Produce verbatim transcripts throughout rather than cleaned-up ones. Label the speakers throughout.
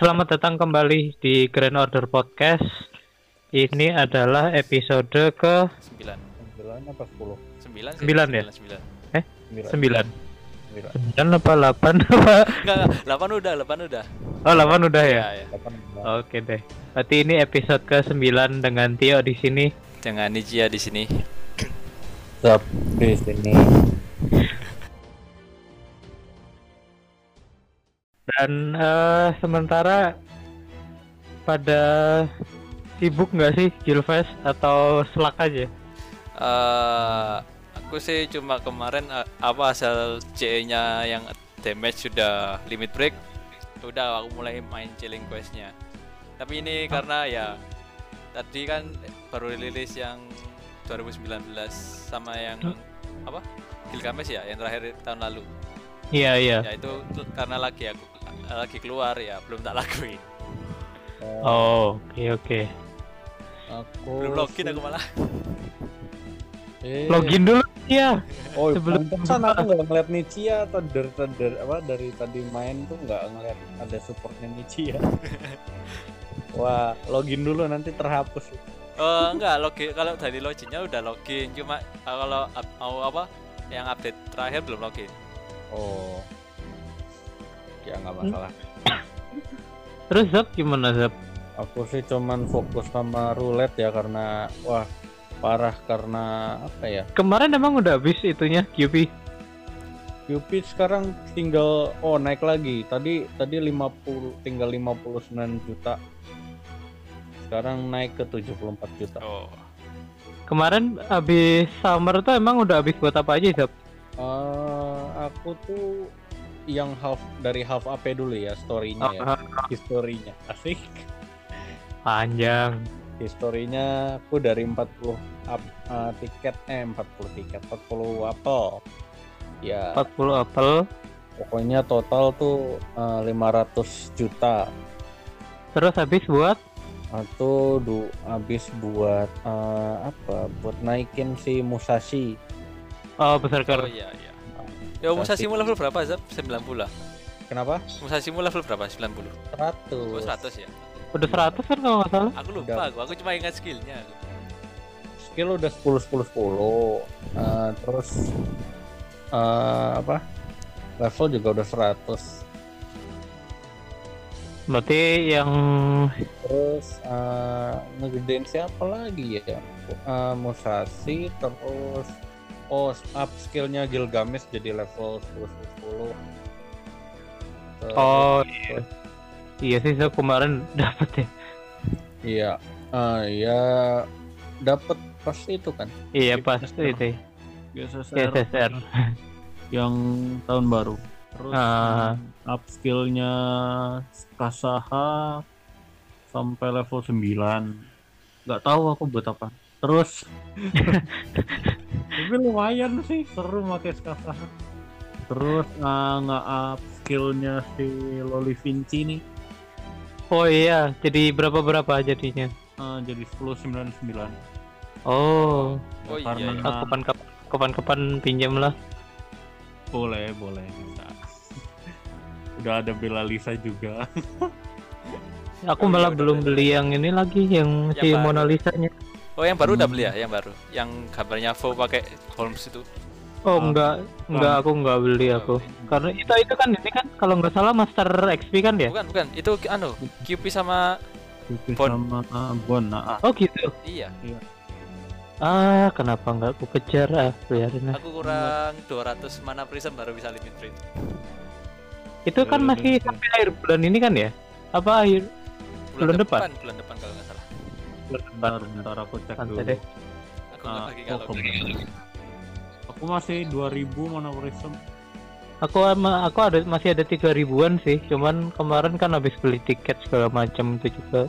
Speaker 1: Selamat datang kembali di Grand Order Podcast. Ini adalah episode ke
Speaker 2: sembilan.
Speaker 3: sembilan apa sepuluh?
Speaker 2: sembilan sih.
Speaker 1: sembilan ya?
Speaker 2: sembilan.
Speaker 1: Eh? sembilan.
Speaker 3: sembilan.
Speaker 1: sembilan apa delapan apa?
Speaker 2: Enggak, enggak. delapan udah, delapan udah.
Speaker 1: Oh, delapan udah ya?
Speaker 2: Iya, iya.
Speaker 3: delapan.
Speaker 1: Oke deh. Berarti ini episode ke sembilan dengan Tio di sini.
Speaker 2: Dengan Nijia di sini.
Speaker 3: Sup di sini.
Speaker 1: Dan uh, sementara pada sibuk nggak sih Gilfest atau Slack aja?
Speaker 2: Uh, aku sih cuma kemarin uh, apa asal C E-nya yang damage sudah limit break. Udah aku mulai main chilling quest-nya. Tapi ini oh. karena ya tadi kan baru rilis yang dua ribu sembilan belas sama yang hmm. apa? Gilgamesh ya, yang terakhir tahun lalu.
Speaker 1: Iya, iya.
Speaker 2: Ya itu karena lagi aku lagi keluar ya, belum tak lakuin.
Speaker 1: Oh, oke okay, oke. Okay.
Speaker 3: Aku
Speaker 2: belum login aku malah.
Speaker 1: Eh. Login dulu ya.
Speaker 3: Oh, sebelum sana aku nggak ngeliat Nichia atau dari, dari apa dari tadi main tuh nggak ngeliat ada supportnya Nichia. Wah, login dulu nanti terhapus.
Speaker 2: Oh enggak, login kalau dari loginnya udah login, cuma kalau mau apa yang update terakhir belum login.
Speaker 3: Oh, ya nggak masalah.
Speaker 1: Terus Zap gimana Zap?
Speaker 3: Aku sih cuman fokus sama roulette ya karena wah parah karena apa ya?
Speaker 1: Kemarin emang udah habis itunya Q P.
Speaker 3: Q P sekarang tinggal oh naik lagi. Tadi tadi lima puluh tinggal lima puluh sembilan juta. Sekarang naik ke tujuh puluh empat juta.
Speaker 2: Oh.
Speaker 1: Kemarin habis summer tuh emang udah habis buat apa aja Zap?
Speaker 3: Uh, aku tuh yang half dari half A P dulu ya, story-nya ya.
Speaker 1: Uh-huh.
Speaker 3: Historinya. Asik.
Speaker 1: Panjang.
Speaker 3: Historinya aku dari empat puluh up, uh, tiket eh empat puluh tiket, empat puluh apel. Ya.
Speaker 1: empat puluh apel.
Speaker 3: Pokoknya total tuh uh, lima ratus juta.
Speaker 1: Terus habis buat
Speaker 3: atau du habis buat uh, apa? Buat naikin si Musashi.
Speaker 1: Oh, Berserker.
Speaker 2: Oh iya iya. Ya, Musashi mu level berapa, Zap? sembilan puluh.
Speaker 3: Kenapa?
Speaker 2: Musashi mu level berapa? sembilan puluh.
Speaker 3: seratus.
Speaker 2: Oh, seratus ya.
Speaker 1: Udah seratus kan kalau nggak salah?
Speaker 2: Aku lupa, aku, aku cuma ingat skillnya.
Speaker 3: Skill udah sepuluh sepuluh sepuluh. Uh, terus uh, apa? Level juga udah seratus.
Speaker 1: Berarti yang
Speaker 3: terus uh, ngegedein siapa lagi ya? Uh, Musashi terus oh up skillnya Gilgamesh jadi level sepuluh sepuluh. Terus,
Speaker 1: oh iya. Iya sih saya kemarin dapet ya.
Speaker 3: Iya. Uh, ya dapet pas itu kan.
Speaker 1: Iya pas itu.
Speaker 4: G S S R,
Speaker 1: G S S R.
Speaker 4: yang tahun baru. Terus
Speaker 1: uh.
Speaker 4: up skillnya Kasaha sampai level sembilan. Nggak tahu aku buat apa. Terus tapi lumayan sih, seru pakai Kasaha. Terus uh, nge-up skillnya si Loli Vinci nih.
Speaker 1: Oh iya, jadi berapa-berapa jadinya?
Speaker 4: Uh, jadi sepuluh sembilan puluh sembilan.
Speaker 1: Oh.
Speaker 2: Oh iya.
Speaker 4: Karena
Speaker 2: iya.
Speaker 1: Kapan-kapan kapan-kapan pinjam lah.
Speaker 4: Boleh, boleh bisa. Udah ada Bella Lisa juga.
Speaker 1: Aku malah oh, iya, belum beli yang ini lagi yang, yang si baru. Mona Lisa-nya.
Speaker 2: Oh, yang baru hmm. udah beli ya, yang baru. Yang gambarnya Vo pakai Holmes itu.
Speaker 1: Oh, enggak, enggak aku enggak beli aku. Karena itu itu kan ini kan kalau enggak salah Master X P kan ya?
Speaker 2: Bukan, bukan. Itu anu, Q P sama
Speaker 4: Q P Bon. sama uh, Bon. Nah,
Speaker 1: oh, gitu.
Speaker 2: Iya.
Speaker 4: Iya.
Speaker 1: Ah, kenapa enggak aku kejar ah, biarin ah.
Speaker 2: Aku kurang dua ratus mana prism baru bisa limit break.
Speaker 1: Itu kan masih sampai akhir bulan ini kan ya? Apa akhir bulan, bulan depan?
Speaker 2: depan? Bulan depan kalau enggak salah.
Speaker 1: Bulan depan.
Speaker 4: Bentar aku cek
Speaker 1: Santai
Speaker 4: dulu.
Speaker 1: Deh.
Speaker 2: Aku nah, lagi kalau
Speaker 4: aku masih dua ribu mana prism.
Speaker 1: Aku aku ada masih ada tiga ribuan sih. Cuman kemarin kan habis beli tiket segala macam itu juga.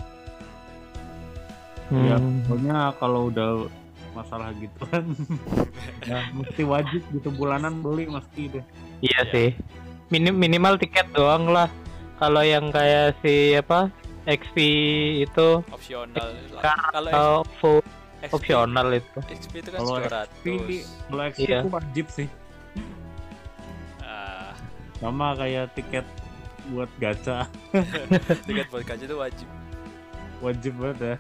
Speaker 4: Ya, hmm. pokoknya kalau udah masalah gitu kan ya mesti wajib gitu bulanan beli mesti deh.
Speaker 1: Iya ya. Sih. Minim minimal tiket doang lah. Kalau yang kayak si apa X P itu
Speaker 2: opsional.
Speaker 1: Kalau full opsional itu.
Speaker 2: X P itu kan
Speaker 4: kalau
Speaker 2: dua ratus.
Speaker 4: X P, kalau X P
Speaker 1: iya.
Speaker 4: itu wajib sih.
Speaker 2: Uh.
Speaker 4: Sama kayak tiket buat gacha.
Speaker 2: Tiket buat gacha itu wajib.
Speaker 4: Wajib banget ya.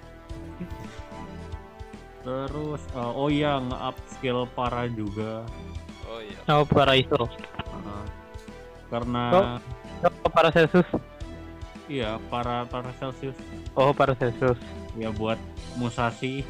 Speaker 4: Terus uh, oh iya nge-up skill para juga.
Speaker 2: Oh iya.
Speaker 1: Oh, Paraiso.
Speaker 4: Uh, karena
Speaker 1: Oh, Paracelsus.
Speaker 4: iya para para Celsius
Speaker 1: Oh, Paracelsus.
Speaker 4: ya buat Musashi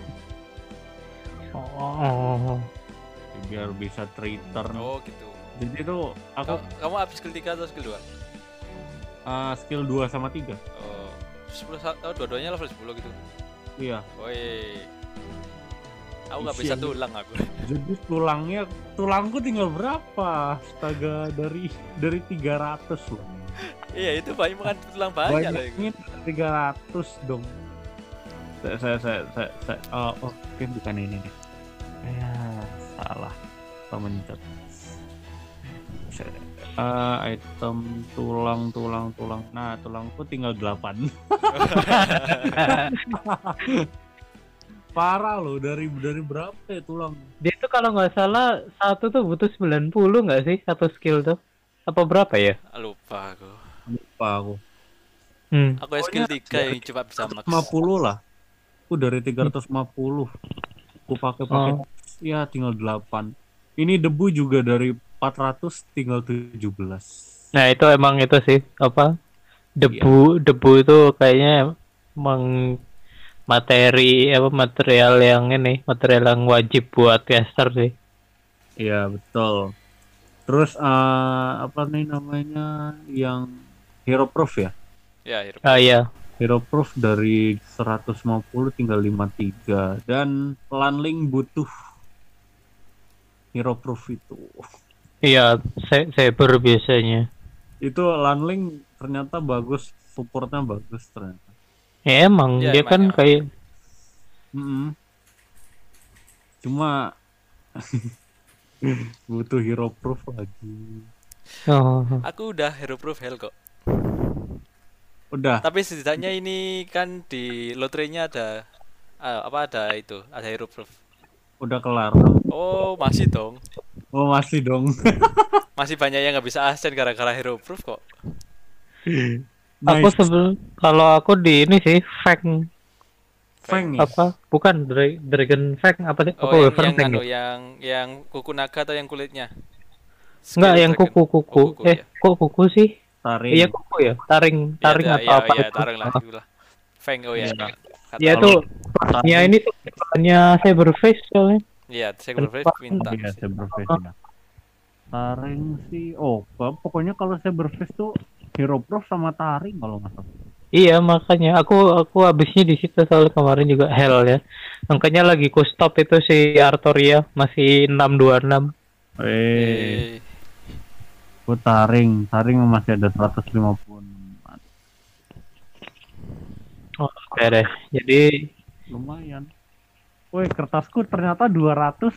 Speaker 1: Oh.
Speaker 4: biar bisa return.
Speaker 2: Oh gitu.
Speaker 4: Jadi itu aku
Speaker 2: Kamu, kamu up skill tiga atau skill dua?
Speaker 4: uh, skill dua sama tiga.
Speaker 2: Oh, sepuluh oh, dua-duanya level sepuluh gitu.
Speaker 4: Iya.
Speaker 2: Woi. Aku nggak bisa
Speaker 4: Isian.
Speaker 2: tulang aku.
Speaker 4: Jadi tulangnya tulangku tinggal berapa? Astaga dari dari tiga ratus loh.
Speaker 2: Iya, itu banyak makan tulang banyak lah itu.
Speaker 4: Banyaknya tiga ratus dong. Saya saya saya saya, saya oh, oh, oke bukan ini deh. Ya, salah. Pemencet. Uh, item tulang tulang tulang. Nah, tulangku tinggal delapan. Parah loh, dari dari berapa ya tulang?
Speaker 1: Dia tuh kalau nggak salah satu tuh butuh sembilan puluh nggak sih satu skill tuh? Apa berapa ya?
Speaker 2: Lupa aku.
Speaker 4: Lupa aku.
Speaker 1: Hmm.
Speaker 2: Aku skill tiga yang coba bisa max.
Speaker 4: lima puluh lah. Aku dari tiga ratus lima puluh. Aku pakai pakai
Speaker 1: Oh.
Speaker 4: ya tinggal delapan. Ini debu juga dari empat ratus tinggal tujuh belas.
Speaker 1: Nah itu emang itu sih apa debu debu itu kayaknya emang materi apa material yang ini material yang wajib buat caster sih.
Speaker 4: Iya, betul. Terus uh, apa nih namanya yang hero proof ya?
Speaker 2: Ya, hero.
Speaker 1: Ah iya.
Speaker 4: Hero proof dari seratus lima puluh tinggal lima puluh tiga dan landing butuh hero proof itu.
Speaker 1: Iya, sa- saber biasanya.
Speaker 4: Itu landing ternyata bagus, supportnya bagus ternyata.
Speaker 1: Ya emang
Speaker 2: Ya,
Speaker 1: dia
Speaker 2: emang
Speaker 1: kan
Speaker 2: ya.
Speaker 1: kayak
Speaker 4: Mm-mm. Cuma butuh hero proof lagi.
Speaker 1: oh,
Speaker 2: Aku udah hero proof hell kok.
Speaker 4: Udah.
Speaker 2: Tapi setidaknya ini kan di lotre-nya ada ah, apa ada itu, ada hero proof.
Speaker 4: Udah kelar.
Speaker 2: Oh, masih dong.
Speaker 4: Oh, masih dong.
Speaker 2: Masih banyak yang nggak bisa ascend gara-gara hero proof kok.
Speaker 1: aku
Speaker 4: Nice.
Speaker 1: sebel kalau aku di ini sih Fang
Speaker 4: Fang ya?
Speaker 1: apa bukan Dra- Dragon Fang apa sih?
Speaker 2: Oh,
Speaker 1: apa
Speaker 2: yang
Speaker 1: Wyvern
Speaker 2: yang
Speaker 1: Fang
Speaker 2: anu,
Speaker 1: ya?
Speaker 2: yang yang kuku naga atau yang kulitnya?
Speaker 1: Enggak,
Speaker 2: Skill
Speaker 1: yang
Speaker 2: dragon.
Speaker 1: kuku-kuku.
Speaker 2: Oh, kuku,
Speaker 1: eh,
Speaker 2: ya.
Speaker 1: kok kuku sih?
Speaker 4: Taring.
Speaker 1: Iya kuku ya, taring,
Speaker 2: Iya,
Speaker 1: taring
Speaker 2: iya,
Speaker 1: atau
Speaker 2: iya,
Speaker 1: apa
Speaker 2: iya,
Speaker 1: itu?
Speaker 2: taring lah,
Speaker 1: Ah,
Speaker 2: itulah. Fang, oh ya.
Speaker 4: Iya.
Speaker 2: Kata-
Speaker 1: Iya tuh, ya ini tuh bukannya Cyberface soalnya.
Speaker 2: Iya, Sacrifice minta.
Speaker 4: Iya, Cyberface ya. Taring sih. Oh, p- pokoknya kalau Cyberface tuh hero proof sama taring kalau nggak salah.
Speaker 1: Iya makanya aku aku habisnya di situ soal kemarin juga hell ya. Makanya lagi ku stop itu si Artoria masih enam dua enam.
Speaker 4: Eh,
Speaker 2: Eh,
Speaker 4: gua taring, taring masih ada seratus lima puluh.
Speaker 1: Oh, oke deh. Jadi
Speaker 4: Lumayan. Woi, kertasku ternyata dua ratus.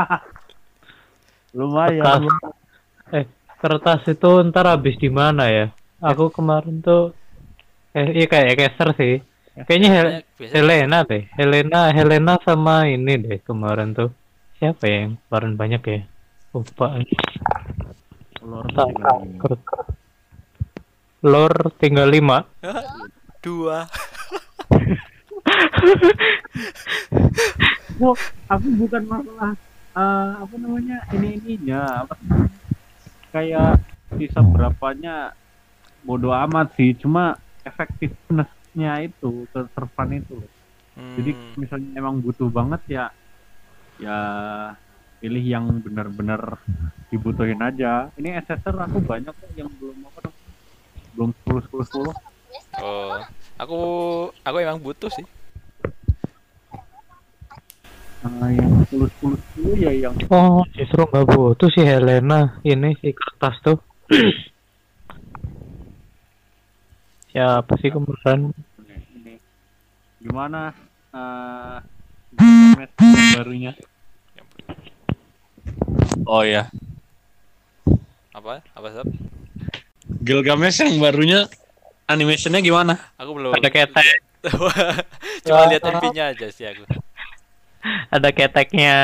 Speaker 4: Lumayan.
Speaker 1: Kertas. eh kertas itu ntar habis di mana ya? Aku kemarin tuh eh iya kayak caster sih. Kayaknya Hel-
Speaker 2: biasanya- biasanya-
Speaker 1: Helena deh. Helena Helena sama ini deh kemarin tuh. Siapa ya yang kemarin banyak ya? Lupa.
Speaker 4: Lord
Speaker 1: Tak-
Speaker 4: juga ini.
Speaker 1: kertas. Lor tinggal lima.
Speaker 2: dua.
Speaker 4: No, aku bukan masalah eh, apa namanya ini ininya apa kayak bisa berapanya bodoh amat sih, cuma efektifnessnya itu ke servan itu loh. Jadi
Speaker 2: Hmm,
Speaker 4: misalnya emang butuh banget ya ya pilih yang benar-benar dibutuhin aja. Ini S S R aku banyak kok yang belum apa namanya, belum sepuluh sepuluh sepuluh.
Speaker 2: oh, aku aku emang butuh sih.
Speaker 4: Nah, yang sepuluh sepuluh sepuluh ya yang
Speaker 1: Oh, justru nggak butuh si Helena. Ini si kertas tuh. Siapa sih kemarin?
Speaker 4: ini, ini. Gimana eh Gilgamesh barunya?
Speaker 5: Oh ya,
Speaker 2: Apa? Apa Sob?
Speaker 5: Gilgamesh yang barunya animationnya gimana?
Speaker 2: Aku belum.
Speaker 1: Ada ketek,
Speaker 2: Cuma lihat M V-nya aja sih aku.
Speaker 1: ada keteknya.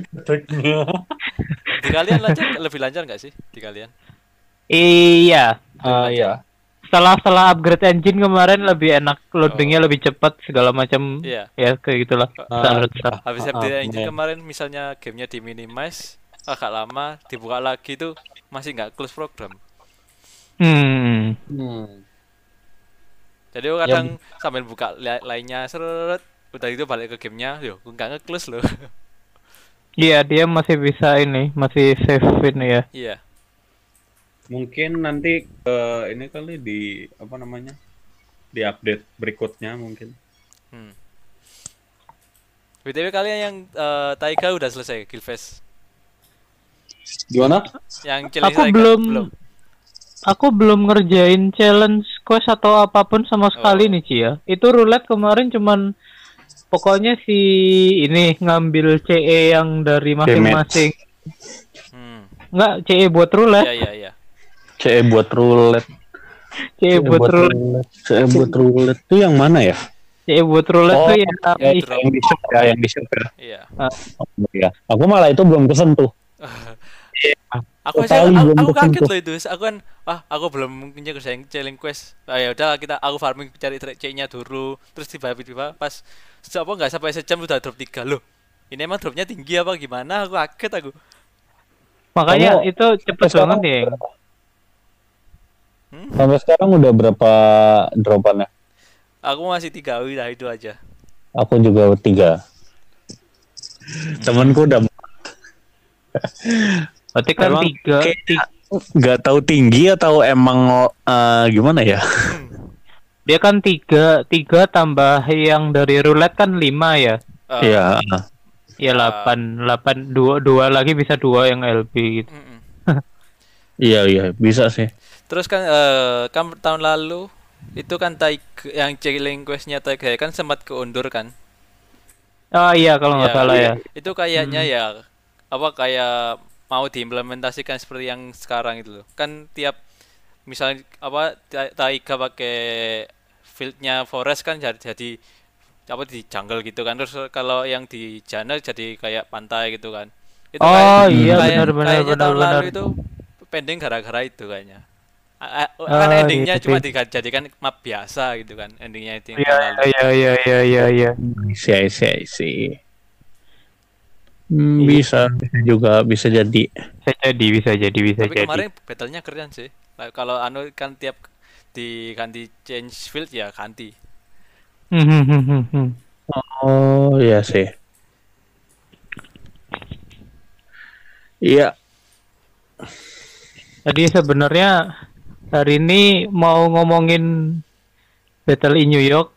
Speaker 2: Di kalian lancar lebih lancar nggak sih? Di kalian?
Speaker 1: Iya,
Speaker 5: Ah iya.
Speaker 1: Setelah setelah upgrade engine kemarin lebih enak, loadingnya lebih cepat segala macam.
Speaker 2: Iya.
Speaker 1: Ya kayak gitulah.
Speaker 5: Ah,
Speaker 1: Standar.
Speaker 2: Habis
Speaker 5: Ah,
Speaker 2: update
Speaker 5: ah,
Speaker 2: engine
Speaker 5: lumayan.
Speaker 2: kemarin misalnya gamenya di minimize agak lama, dibuka lagi tuh masih nggak close program.
Speaker 1: Hmm.
Speaker 5: Hmm.
Speaker 2: Jadi aku kadang sambil buka li- lainnya seret, udah itu balik ke gamenya, yo nggak nge-close loh.
Speaker 1: Iya, dia masih bisa ini, masih save ini ya.
Speaker 2: Iya.
Speaker 3: Mungkin nanti eh, ini kali di apa namanya? Di update berikutnya mungkin.
Speaker 2: Hmm. B T W kalian yang eh, Taiga udah selesai Guildfest.
Speaker 5: Gimana?
Speaker 2: Yang challenge
Speaker 1: Aku
Speaker 2: Taiga
Speaker 1: belum, aku belum ngerjain challenge quest atau apapun sama sekali
Speaker 2: Oh.
Speaker 1: nih Cia. Itu roulette kemarin cuman pokoknya si ini ngambil C E yang dari masing-masing.
Speaker 2: Hmm.
Speaker 1: Enggak, C E buat roulette.
Speaker 2: Iya iya iya.
Speaker 5: C E buat roulette.
Speaker 1: C E buat roulette.
Speaker 5: C E buat roulette tuh yang mana ya?
Speaker 1: C E buat roulette
Speaker 5: Oh,
Speaker 1: tuh yang
Speaker 2: ya,
Speaker 1: ih,
Speaker 2: drop.
Speaker 5: Yang di shop ya, yang di shop ya.
Speaker 2: Iya.
Speaker 5: Oh, iya. Aku malah itu belum kesentuh.
Speaker 2: Aku
Speaker 5: Total
Speaker 2: aja, aku,
Speaker 5: belum
Speaker 2: aku kaget
Speaker 5: kesentuh.
Speaker 2: loh itu. Aku kan, wah aku belum nyelesain challenge quest. Ah, ya udah kita, aku farming cari C-nya dulu. Terus tiba-tiba pas apa nggak sampai sejam udah drop tiga loh. Ini emang dropnya tinggi apa gimana? Aku kaget aku.
Speaker 1: makanya
Speaker 5: Kamu-
Speaker 1: itu cepet
Speaker 5: sekarang-
Speaker 1: banget ya.
Speaker 2: Hmm?
Speaker 5: Sampai sekarang udah berapa dropannya?
Speaker 2: Aku masih tiga udah itu aja.
Speaker 5: Aku juga tiga. Temanku udah
Speaker 1: Berarti kan
Speaker 5: Emang
Speaker 1: tiga,
Speaker 5: kayak-
Speaker 1: tiga,
Speaker 5: nggak tahu tinggi atau emang eh, gimana ya?
Speaker 1: dia kan tiga, tiga tambah yang dari roulette kan lima ya.
Speaker 2: Eh,
Speaker 5: Iya.
Speaker 1: Ya delapan, delapan, dua, dua lagi bisa dua yang L B gitu.
Speaker 2: mm-mm.
Speaker 5: Iya iya bisa sih.
Speaker 2: Terus kan eh kan tahun lalu itu kan Taiga yang challenge questnya Taiga kan sempat keundur kan?
Speaker 1: Oh iya kalau nggak
Speaker 2: Ya,
Speaker 1: salah ya.
Speaker 2: Itu kayaknya ya apa kayak mau diimplementasikan seperti yang sekarang itu loh. Kan tiap misalnya apa Ta- Taiga pakai fieldnya forest kan jadi, jadi apa di jungle gitu kan. Terus kalau yang di Jana jadi kayak pantai gitu kan. Itu
Speaker 1: Oh
Speaker 2: kayak-
Speaker 1: iya
Speaker 2: kayak-
Speaker 1: benar benar
Speaker 2: kayaknya
Speaker 1: benar
Speaker 2: tahun
Speaker 1: benar.
Speaker 2: lalu itu pending gara-gara itu kayaknya. A- a-
Speaker 1: Oh,
Speaker 2: kan endingnya
Speaker 1: iya,
Speaker 2: cuma
Speaker 1: tapi-
Speaker 2: dijadikan map biasa gitu kan endingnya itu yang
Speaker 1: Iya
Speaker 2: tahun lalu.
Speaker 1: iya iya iya iya iya.
Speaker 5: Si si si. Hmm,
Speaker 1: Iya.
Speaker 5: bisa bisa juga bisa jadi.
Speaker 1: Bisa jadi bisa jadi bisa
Speaker 2: Tapi
Speaker 1: jadi.
Speaker 2: kemarin battle-nya keren sih. Nah, kalau anu kan tiap diganti change field ya ganti.
Speaker 1: Hmm, hmm, hmm, hmm, hmm.
Speaker 5: Oh iya sih. Iya.
Speaker 1: Tadi sebenarnya hari ini mau ngomongin battle in New York.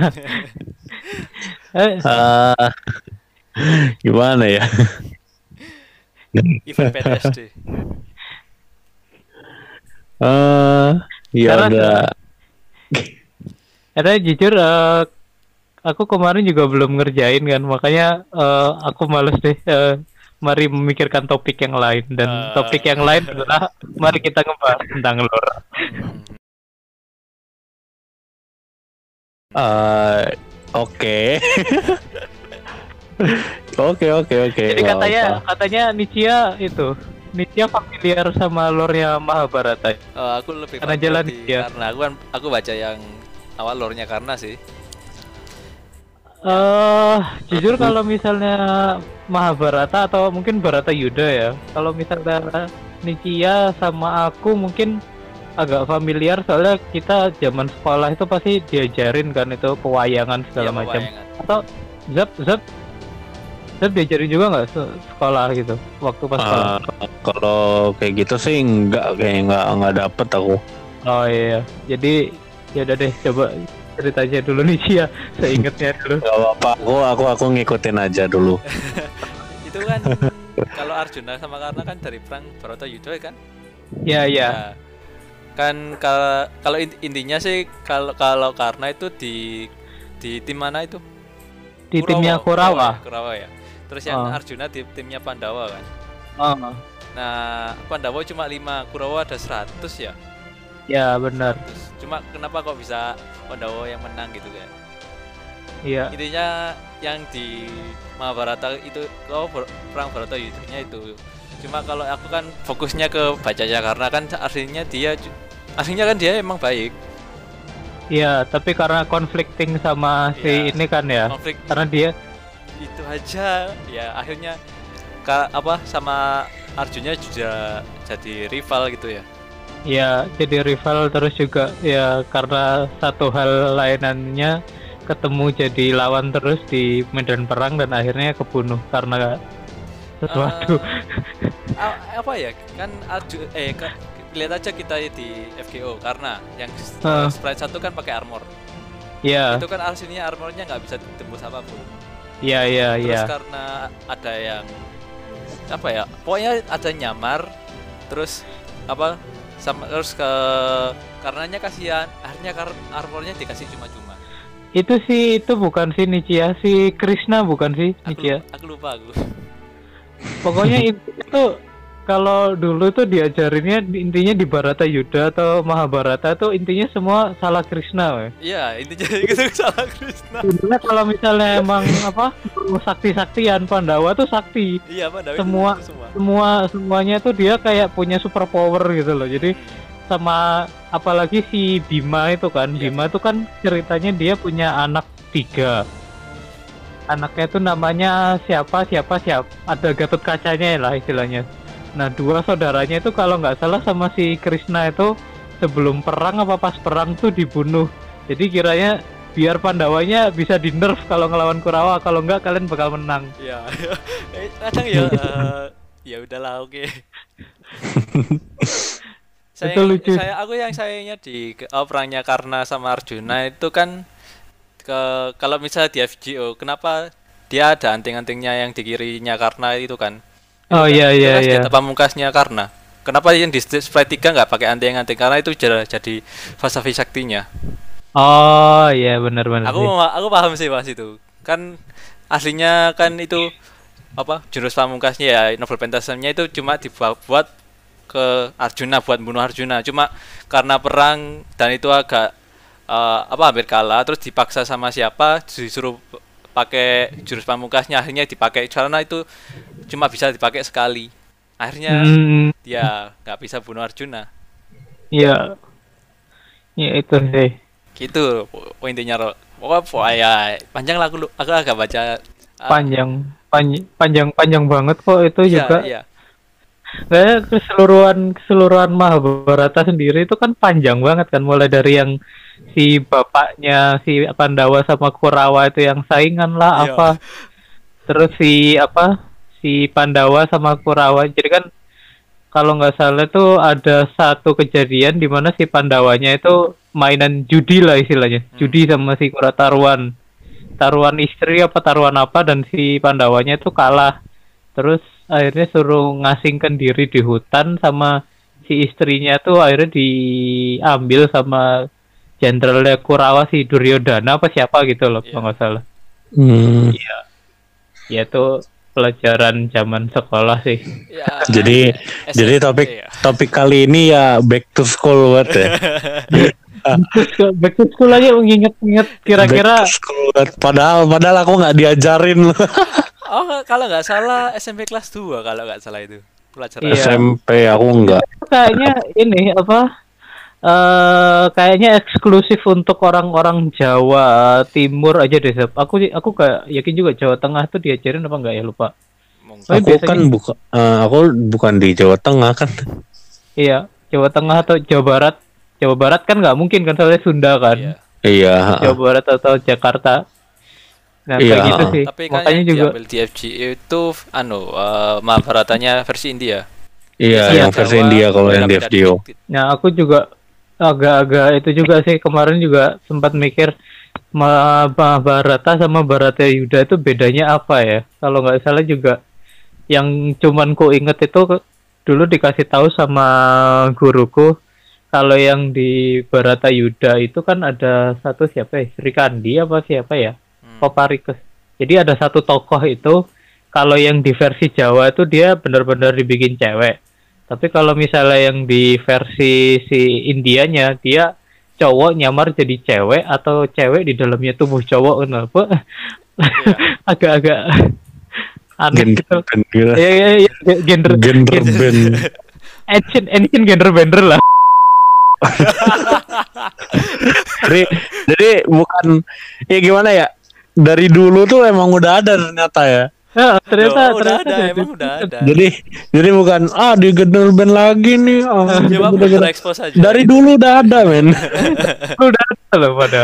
Speaker 1: eh,
Speaker 5: Ah, gimana ya?
Speaker 2: Event P T S D.
Speaker 5: Eh, ya
Speaker 1: Karena-
Speaker 5: udah.
Speaker 1: Karena jujur eh, aku kemarin juga belum ngerjain kan, makanya eh, aku males deh. eh, mari memikirkan topik yang lain dan
Speaker 2: Eh.
Speaker 1: topik yang lain adalah mari kita ngebahas tentang lore.
Speaker 2: Hmm.
Speaker 5: Eh, oke. Oke oke oke.
Speaker 1: Jadi
Speaker 5: nggak
Speaker 1: katanya
Speaker 5: apa-apa.
Speaker 1: katanya Nichia itu Nichia familiar sama lore-nya Mahabharata.
Speaker 2: Eh, aku lebih
Speaker 1: Karena
Speaker 2: familiar
Speaker 1: jalan
Speaker 2: di-
Speaker 1: dia.
Speaker 2: karena aku kan aku baca yang awal lore-nya karena sih.
Speaker 1: Eh, jujur kalau misalnya Mahabharata atau mungkin Bharata Yuda ya. Kalau misalnya Nichia sama aku mungkin agak familiar soalnya kita zaman sekolah itu pasti diajarin kan itu pewayangan segala
Speaker 2: Iya,
Speaker 1: macam.
Speaker 2: pewayangan.
Speaker 1: Atau Zap Zap Zap diajarin juga nggak se- sekolah gitu waktu pas sekolah?
Speaker 5: Eh, kalau kayak gitu sih enggak kayak enggak enggak dapet aku.
Speaker 1: Oh iya, jadi ya udah deh coba ceritanya dulu nih Cia, saya ingetnya dulu.
Speaker 5: Gak apa-apa. Aku aku aku ngikutin aja dulu.
Speaker 2: Itu kan kalau Arjuna sama Karna kan dari perang Bharata Yuda kan?
Speaker 1: Ya ya.
Speaker 2: Nah, kan kalau kalau int- intinya sih kalau kalau Karna itu di di tim mana itu?
Speaker 1: Di timnya Kurawa.
Speaker 2: ya, Kurawa ya. Terus yang
Speaker 1: Oh.
Speaker 2: Arjuna di timnya Pandawa kan.
Speaker 1: Oh,
Speaker 2: Nah, Pandawa cuma lima, Kurawa ada seratus ya.
Speaker 1: ya benar.
Speaker 2: Terus, cuma kenapa kok bisa Pandawa yang menang gitu kan?
Speaker 1: Iya.
Speaker 2: Intinya yang di Mahabharata itu oh ber- perang Bharata Yudhanya itu. Cuma kalau aku kan fokusnya ke bacanya karena kan artinya dia ju- aslinya kan dia emang baik.
Speaker 1: Iya, tapi karena conflicting sama si
Speaker 2: Iya,
Speaker 1: ini kan ya.
Speaker 2: konflik
Speaker 1: Karena dia
Speaker 2: itu aja ya akhirnya ka, apa sama Arjunnya juga jadi rival gitu ya.
Speaker 1: ya jadi rival, terus juga ya karena satu hal lainannya ketemu jadi lawan terus di medan perang dan akhirnya kebunuh karena sesuatu.
Speaker 2: Eh, a- apa ya kan Arjun eh ka- lihat aja kita di F G O karena yang
Speaker 1: Heeh.
Speaker 2: sprite satu kan pakai armor.
Speaker 1: Iya,
Speaker 2: Itu kan aslinya armornya nggak bisa tembus apapun.
Speaker 1: iya, iya,
Speaker 2: Terus
Speaker 1: iya.
Speaker 2: karena ada yang apa ya? Pokoknya ada nyamar terus apa sama terus ke karenanya kasihan akhirnya kar- armornya dikasih cuma-cuma.
Speaker 1: Itu sih itu bukan sih Nichiya, si Krishna bukan sih
Speaker 2: Aku,
Speaker 1: Nichiya.
Speaker 2: lupa, aku lupa aku.
Speaker 1: Pokoknya itu kalau dulu tuh diajarinnya intinya di Bharata Yuddha atau Mahabharata tuh intinya semua salah Krishna, weh.
Speaker 2: Iya, intinya gitu salah Krishna.
Speaker 1: Intinya kalau misalnya emang apa sakti-saktian Pandawa tuh sakti.
Speaker 2: Iya, Pak, Dawi
Speaker 1: Semua-
Speaker 2: itu semua.
Speaker 1: Semua semuanya tuh dia kayak punya super power gitu loh. Jadi sama apalagi si Bima itu kan,
Speaker 2: Iya.
Speaker 1: Bima tuh kan ceritanya dia punya anak tiga. Anaknya tuh namanya siapa siapa siapa, ada Gatot Kacanya lah istilahnya. Nah dua saudaranya itu kalau nggak salah sama si Krishna itu sebelum perang apa pas perang tuh dibunuh. Jadi kiranya biar Pandawanya bisa di nerf kalau ngelawan Kurawa, kalau nggak kalian bakal menang.
Speaker 2: Iya. Eh, kadang ya eh, ya udahlah oke. saya
Speaker 1: Itu lucu.
Speaker 2: saya aku yang sayangnya di ke- oh, perangnya karena sama Arjuna itu kan ke kalau misalnya di F G O kenapa dia ada anting-antingnya yang di kirinya karena itu kan. Itu
Speaker 1: Oh
Speaker 2: kan-
Speaker 1: iya
Speaker 2: itu
Speaker 1: iya
Speaker 2: kan
Speaker 1: iya.
Speaker 2: senjata pamungkasnya karena. Kenapa yang di sprite tiga nggak pakai anting-anting karena itu jadi jadi Vasavi saktinya.
Speaker 1: Oh iya benar-benar.
Speaker 2: Aku ma- aku paham sih pas itu. Kan aslinya kan itu apa jurus pamungkasnya ya novel pentasnya itu cuma dibuat buat ke Arjuna buat bunuh Arjuna. Cuma karena perang dan itu agak eh, apa hampir kalah terus dipaksa sama siapa disuruh p- pakai jurus pamungkasnya akhirnya dipakai karena itu cuma bisa dipakai sekali. Akhirnya
Speaker 1: Hmm,
Speaker 2: dia nggak bisa bunuh Arjuna.
Speaker 1: iya. Ya itu sih.
Speaker 2: Gitu po- intinya Ro. Pokoknya pokoknya panjang lah aku lu- aku agak baca ah,
Speaker 1: Panjang panjang panjang panjang banget kok itu
Speaker 2: iya,
Speaker 1: juga.
Speaker 2: iya.
Speaker 1: Kayak keseluruhan keseluruhan Mahabharata sendiri itu kan panjang banget kan, mulai dari yang si bapaknya si Pandawa sama Kurawa itu yang saingan lah
Speaker 2: Iya.
Speaker 1: apa, terus si apa si Pandawa sama Kurawa, jadi kan kalau nggak salah tuh ada satu kejadian di mana si Pandawanya itu mainan judi lah istilahnya,
Speaker 2: Hmm.
Speaker 1: judi sama si Kura taruhan taruhan istri apa taruhan apa, dan si Pandawanya itu kalah. Terus akhirnya suruh ngasingkan diri di hutan sama si istrinya tuh akhirnya diambil sama jenderalnya Kurawa si Duryodhana apa siapa gitu loh,
Speaker 2: Iya.
Speaker 1: kalau nggak salah.
Speaker 5: Hmm.
Speaker 1: Ya itu pelajaran zaman sekolah sih.
Speaker 2: Ya,
Speaker 5: Jadi
Speaker 2: S M P
Speaker 5: jadi topik
Speaker 2: ya.
Speaker 5: topik kali ini ya back to school banget ya.
Speaker 1: Terus ke back to school aja mengingat-ingat kira-kira
Speaker 5: Back to school banget. Padahal padahal aku nggak diajarin loh.
Speaker 2: Oh, kalau nggak salah S M P kelas dua kalau nggak salah itu pelajaran.
Speaker 1: Iya.
Speaker 5: S M P aku nggak.
Speaker 1: kayaknya ini apa eh kayaknya eksklusif untuk orang-orang Jawa Timur aja deh, Sep. Aku aku gak yakin juga Jawa Tengah tuh diajarin apa enggak ya, lupa.
Speaker 2: Mungkin.
Speaker 1: Tapi
Speaker 5: Aku
Speaker 1: biasanya-
Speaker 5: kan buka eh, aku bukan di Jawa Tengah kan.
Speaker 1: Iya, Jawa Tengah atau Jawa Barat. Jawa Barat kan nggak mungkin kan, soalnya Sunda kan.
Speaker 2: Iya.
Speaker 5: Iya.
Speaker 1: Jawa Barat atau Jakarta. Nah,
Speaker 5: Iya.
Speaker 1: kayak gitu sih.
Speaker 2: Tapi kan
Speaker 1: Makanya
Speaker 2: yang
Speaker 1: juga
Speaker 2: diambil di F G itu anu eh, Mahabharatanya versi India.
Speaker 5: Iya,
Speaker 1: Iya,
Speaker 5: yang versi
Speaker 2: Jawa,
Speaker 5: India kalau yang di
Speaker 2: beda-beda
Speaker 5: F D O.
Speaker 2: dikit.
Speaker 1: Nah, aku juga agak-agak itu juga sih, kemarin juga sempat mikir Ma- Mahabharata sama Bharata Yuda itu bedanya apa ya? Kalau nggak salah juga yang cuman ku inget itu ke- dulu dikasih tahu sama guruku, kalau yang di Bharata Yuda itu kan ada satu siapa ya? Sri Kandi apa siapa ya?
Speaker 2: Hmm.
Speaker 1: Koparikus. Jadi ada satu tokoh itu, kalau yang di versi Jawa itu dia benar-benar dibikin cewek. Tapi kalau misalnya yang di versi si Indianya, dia cowok nyamar jadi cewek atau cewek di dalamnya tubuh cowok, kenapa?
Speaker 2: Iya.
Speaker 1: Agak-agak aneh
Speaker 5: Gender
Speaker 1: gitu.
Speaker 5: band gitu.
Speaker 1: Ya, ya, ya, gender,
Speaker 5: Gender band.
Speaker 1: ancient, ancient gender bender lah.
Speaker 5: jadi, jadi bukan ya gimana ya? Dari dulu tuh emang udah ada ternyata ya.
Speaker 1: Ya, ternyata
Speaker 2: Loh, udah
Speaker 1: ternyata
Speaker 2: ada,
Speaker 1: dari-
Speaker 2: emang udah ada.
Speaker 5: Jadi jadi bukan ah di General Band lagi nih. Ah,
Speaker 2: Coba
Speaker 5: udah- udah-
Speaker 2: terekspos aja.
Speaker 5: dari dulu udah ada men.
Speaker 1: udah ada loh pada.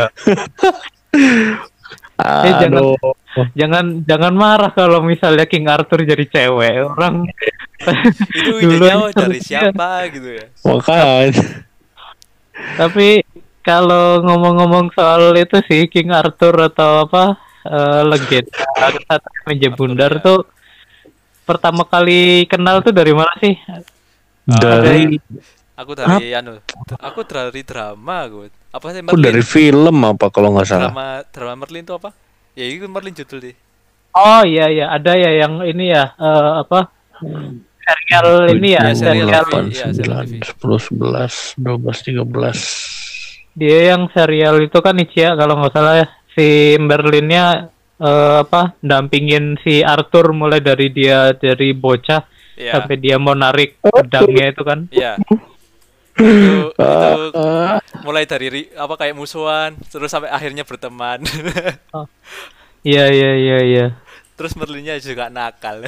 Speaker 1: Eh, jangan-
Speaker 5: Aduh.
Speaker 1: Jangan jangan marah kalau misalnya King Arthur jadi cewek. Orang
Speaker 2: Itu
Speaker 1: dulu
Speaker 2: idenya
Speaker 1: aja
Speaker 2: dari
Speaker 1: terus
Speaker 2: siapa gitu ya?
Speaker 5: Makanya.
Speaker 1: Tapi kalau ngomong-ngomong soal itu sih King Arthur atau apa eh, legenda Satria Meja Bundar
Speaker 2: ya.
Speaker 1: tuh pertama kali kenal tuh dari mana sih?
Speaker 5: Dari
Speaker 2: Aku dari anu, aku dari drama gue. Apa sih
Speaker 5: aku
Speaker 2: Merlin?
Speaker 5: dari film apa kalau nggak salah.
Speaker 2: Drama drama Merlin itu apa? Ya itu Merlin judul deh.
Speaker 1: Oh iya iya ada ya yang ini ya eh, apa serial ini ya
Speaker 2: Ya, serial
Speaker 1: serial
Speaker 2: T V. Iya, serial T V.
Speaker 5: sepuluh, sebelas, dua belas, tiga belas.
Speaker 1: dia yang serial itu kan Ichiya kalau nggak salah ya si Merlinnya eh, apa dampingin si Arthur mulai dari dia dari bocah
Speaker 2: Iya.
Speaker 1: sampai dia mau narik pedangnya itu kan.
Speaker 2: Iya. Itu, itu mulai dari ri- apa kayak musuhan terus sampai akhirnya berteman.
Speaker 1: Iya iya iya iya.
Speaker 2: Terus Merlinnya juga nakal.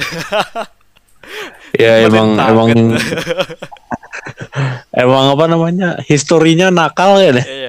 Speaker 5: Ya
Speaker 2: Merlin
Speaker 5: emang
Speaker 2: banget.
Speaker 5: emang emang apa namanya historinya nakal ya deh.
Speaker 2: Iya.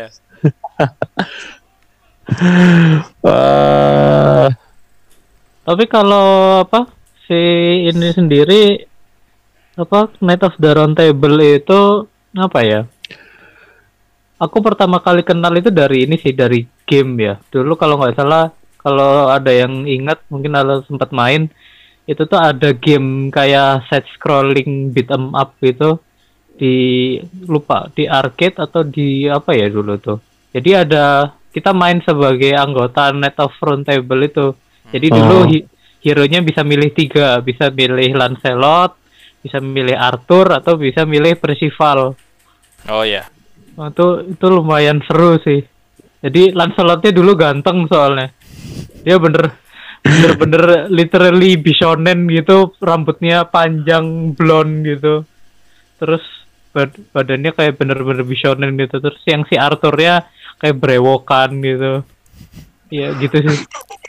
Speaker 5: Wah,
Speaker 1: Tapi kalau apa si ini sendiri apa Knight of the Round Table itu apa ya? Aku pertama kali kenal itu dari ini sih dari game ya. Dulu kalau nggak salah kalau ada yang ingat mungkin ada sempat main itu tuh ada game kayak side scrolling beat 'em up gitu di lupa di arcade atau di apa ya dulu tuh. Jadi ada kita main sebagai anggota Knight of Round Table itu. Jadi dulu
Speaker 5: Oh.
Speaker 1: hi- hero-nya bisa milih tiga, bisa milih Lancelot, bisa milih Arthur atau bisa milih Percival.
Speaker 2: Oh iya.
Speaker 1: Nah, itu itu lumayan seru sih. Jadi Lancelotnya dulu ganteng soalnya. Dia bener bener-bener literally bisonen gitu, rambutnya panjang blonde gitu. Terus bad- badannya kayak bener-bener bisonen gitu. Terus yang si Arthurnya kayak brewokan gitu. Ya gitu sih.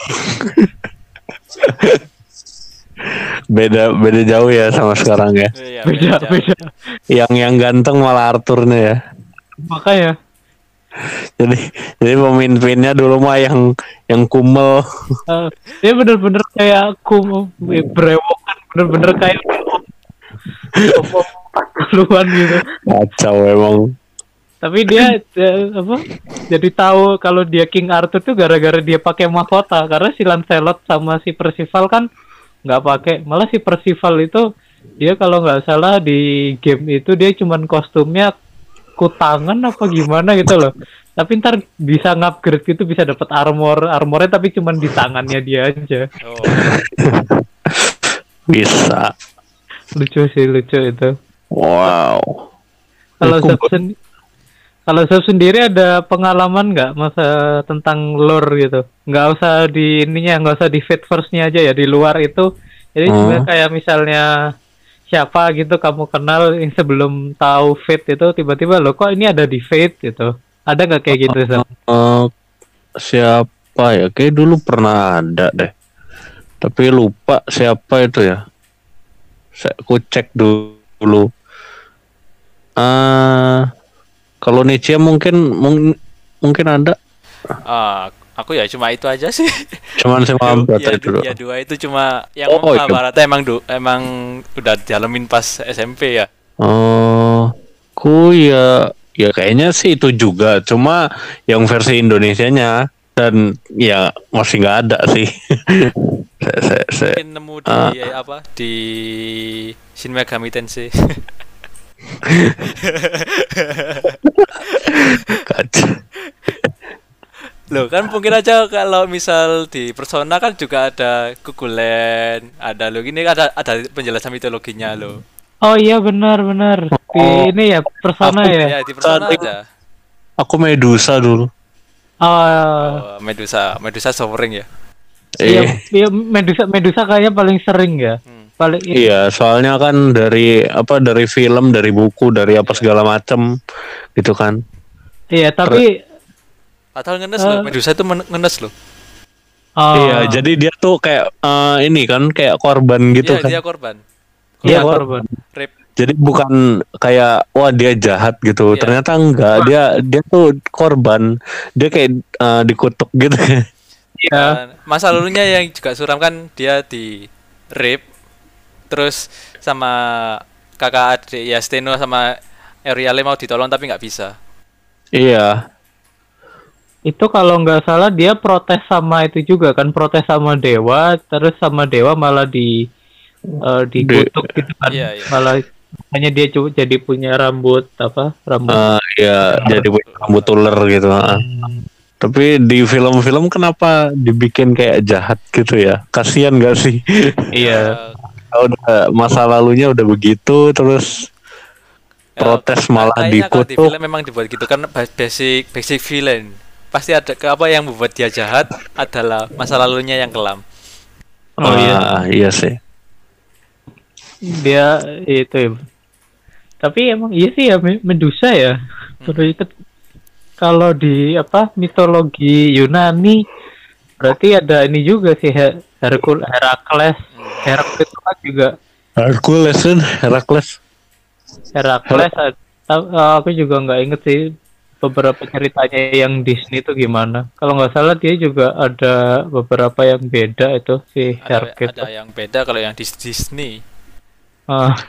Speaker 5: beda beda jauh ya sama sekarang ya.
Speaker 2: Iya,
Speaker 1: Beda
Speaker 2: beda.
Speaker 1: beda.
Speaker 5: Yang yang ganteng malah Arthurnya ya.
Speaker 1: Makanya
Speaker 5: Jadi jadi pemimpinnya dulu mah yang yang kumel.
Speaker 1: eh, dia bener-bener kayak kum brewokan, bener-bener kayak om puluhan gitu.
Speaker 5: Kacau emang.
Speaker 1: Tapi dia eh, apa? Jadi tahu kalau dia King Arthur tuh gara-gara dia pakai mahkota karena si Lancelot sama si Percival kan nggak pakai. Malah si Percival itu dia kalau nggak salah di game itu dia cuman kostumnya kutangan apa gimana gitu loh. Tapi ntar bisa ngupgrade gitu bisa dapat armor armornya tapi cuman di tangannya dia aja.
Speaker 2: Oh.
Speaker 5: Bisa.
Speaker 1: Lucu sih lucu itu.
Speaker 5: Wow.
Speaker 1: Kalau
Speaker 5: Aku-
Speaker 1: Zap sen- kalau Zap sendiri ada pengalaman nggak masa tentang lore gitu? Nggak usah di ininya, nggak usah di Fate First-nya aja ya di luar itu. Jadi
Speaker 5: Hmm.
Speaker 1: sebenarnya kayak misalnya siapa gitu kamu kenal yang sebelum tahu Fate itu tiba-tiba lo kok ini ada di Fate gitu. Ada nggak kayak gitu Zap?
Speaker 5: Eh, siapa ya? Kayak dulu pernah ada deh. Tapi lupa siapa itu ya. Saya aku cek dulu. Ah, kalau Nietzsche mungkin mung- mungkin ada.
Speaker 2: Ah, aku ya cuma itu aja sih.
Speaker 5: Cuman sama
Speaker 2: ya,
Speaker 5: berarti
Speaker 2: du-
Speaker 5: dulu.
Speaker 2: ya dua itu cuma yang
Speaker 5: Oh, iya.
Speaker 2: Mahabharata emang du, emang udah dialamin pas S M P ya.
Speaker 5: Oh, ku ya ya kayaknya sih itu juga. Cuma yang versi Indonesianya dan ya masih nggak ada sih. saya, saya, saya,
Speaker 2: Mungkin nemu di
Speaker 5: Ah.
Speaker 2: eh, apa di Shin Megami Tensei.
Speaker 5: kacau.
Speaker 2: Loh kan mungkin aja kalau misal di Persona kan juga ada Kukulen, ada lo gini ada ada penjelasan mitologinya lo.
Speaker 1: Oh iya benar benar. Di
Speaker 5: Oh.
Speaker 1: ini ya Persona
Speaker 5: Aku-
Speaker 1: ya.
Speaker 2: Ya di Persona
Speaker 5: Tadi-
Speaker 2: ada.
Speaker 5: Aku Medusa dulu.
Speaker 1: Oh,
Speaker 2: Oh, Medusa, Medusa Sovereign ya.
Speaker 1: iya,
Speaker 5: Eh,
Speaker 1: iya Medusa Medusa kayaknya paling sering ya.
Speaker 2: Hmm.
Speaker 1: paling
Speaker 5: Iya, soalnya kan dari apa dari film, dari buku, dari apa
Speaker 2: Iya.
Speaker 5: segala macem gitu kan.
Speaker 1: iya tapi
Speaker 2: Padahal ngenes
Speaker 1: Eh.
Speaker 2: loh, Medusa itu men- ngenes loh.
Speaker 1: oh,
Speaker 5: Iya, jadi dia tuh kayak eh, ini kan kayak korban gitu
Speaker 2: Iya,
Speaker 5: kan.
Speaker 2: dia korban.
Speaker 1: iya
Speaker 5: Iya,
Speaker 1: korban.
Speaker 2: Rape.
Speaker 5: Jadi bukan kayak wah dia jahat gitu.
Speaker 2: Iya.
Speaker 5: Ternyata enggak, dia dia tuh korban. Dia kayak eh, dikutuk gitu.
Speaker 1: Iya.
Speaker 2: Dan masa lalunya yang juga suram kan, dia di rape terus sama kakak adik ya, Steno sama Ariale mau ditolong tapi nggak bisa.
Speaker 5: Iya.
Speaker 1: Itu kalau nggak salah dia protes sama itu juga kan, protes sama dewa, terus sama dewa malah di eh, dikutuk gitu kan.
Speaker 2: Iya, iya.
Speaker 1: Malah hanya dia cu- jadi punya rambut apa? Rambut.
Speaker 5: Eh, ya jadi punya rambut ular gitu. ah. Tapi di film-film kenapa dibikin kayak jahat gitu ya? Kasihan gak sih?
Speaker 1: Iya.
Speaker 2: Eh,
Speaker 5: Udah masa lalunya udah begitu terus
Speaker 2: ya,
Speaker 5: protes malah
Speaker 2: kayaknya kalau di
Speaker 5: dikutuk.
Speaker 2: film memang dibuat gitu karena ba- basic basic villain pasti ada ke apa yang membuat dia jahat adalah masa lalunya yang kelam.
Speaker 1: Oh iya.
Speaker 5: Ah, iya sih.
Speaker 1: Dia itu ya. Tapi emang iya sih ya Me- Medusa ya. Terus itu kalau di apa mitologi Yunani berarti ada ini juga sih Her- Herkul Herakles. Herakles itu kan juga
Speaker 5: Hercules kan, Herakles.
Speaker 1: Herakles. ad- ta- eh, aku juga nggak inget sih beberapa ceritanya yang Disney itu gimana. Kalau nggak salah dia juga ada beberapa yang beda itu si
Speaker 2: Ada,
Speaker 1: Hercules.
Speaker 2: ada yang beda kalau yang di Disney.
Speaker 1: Ah,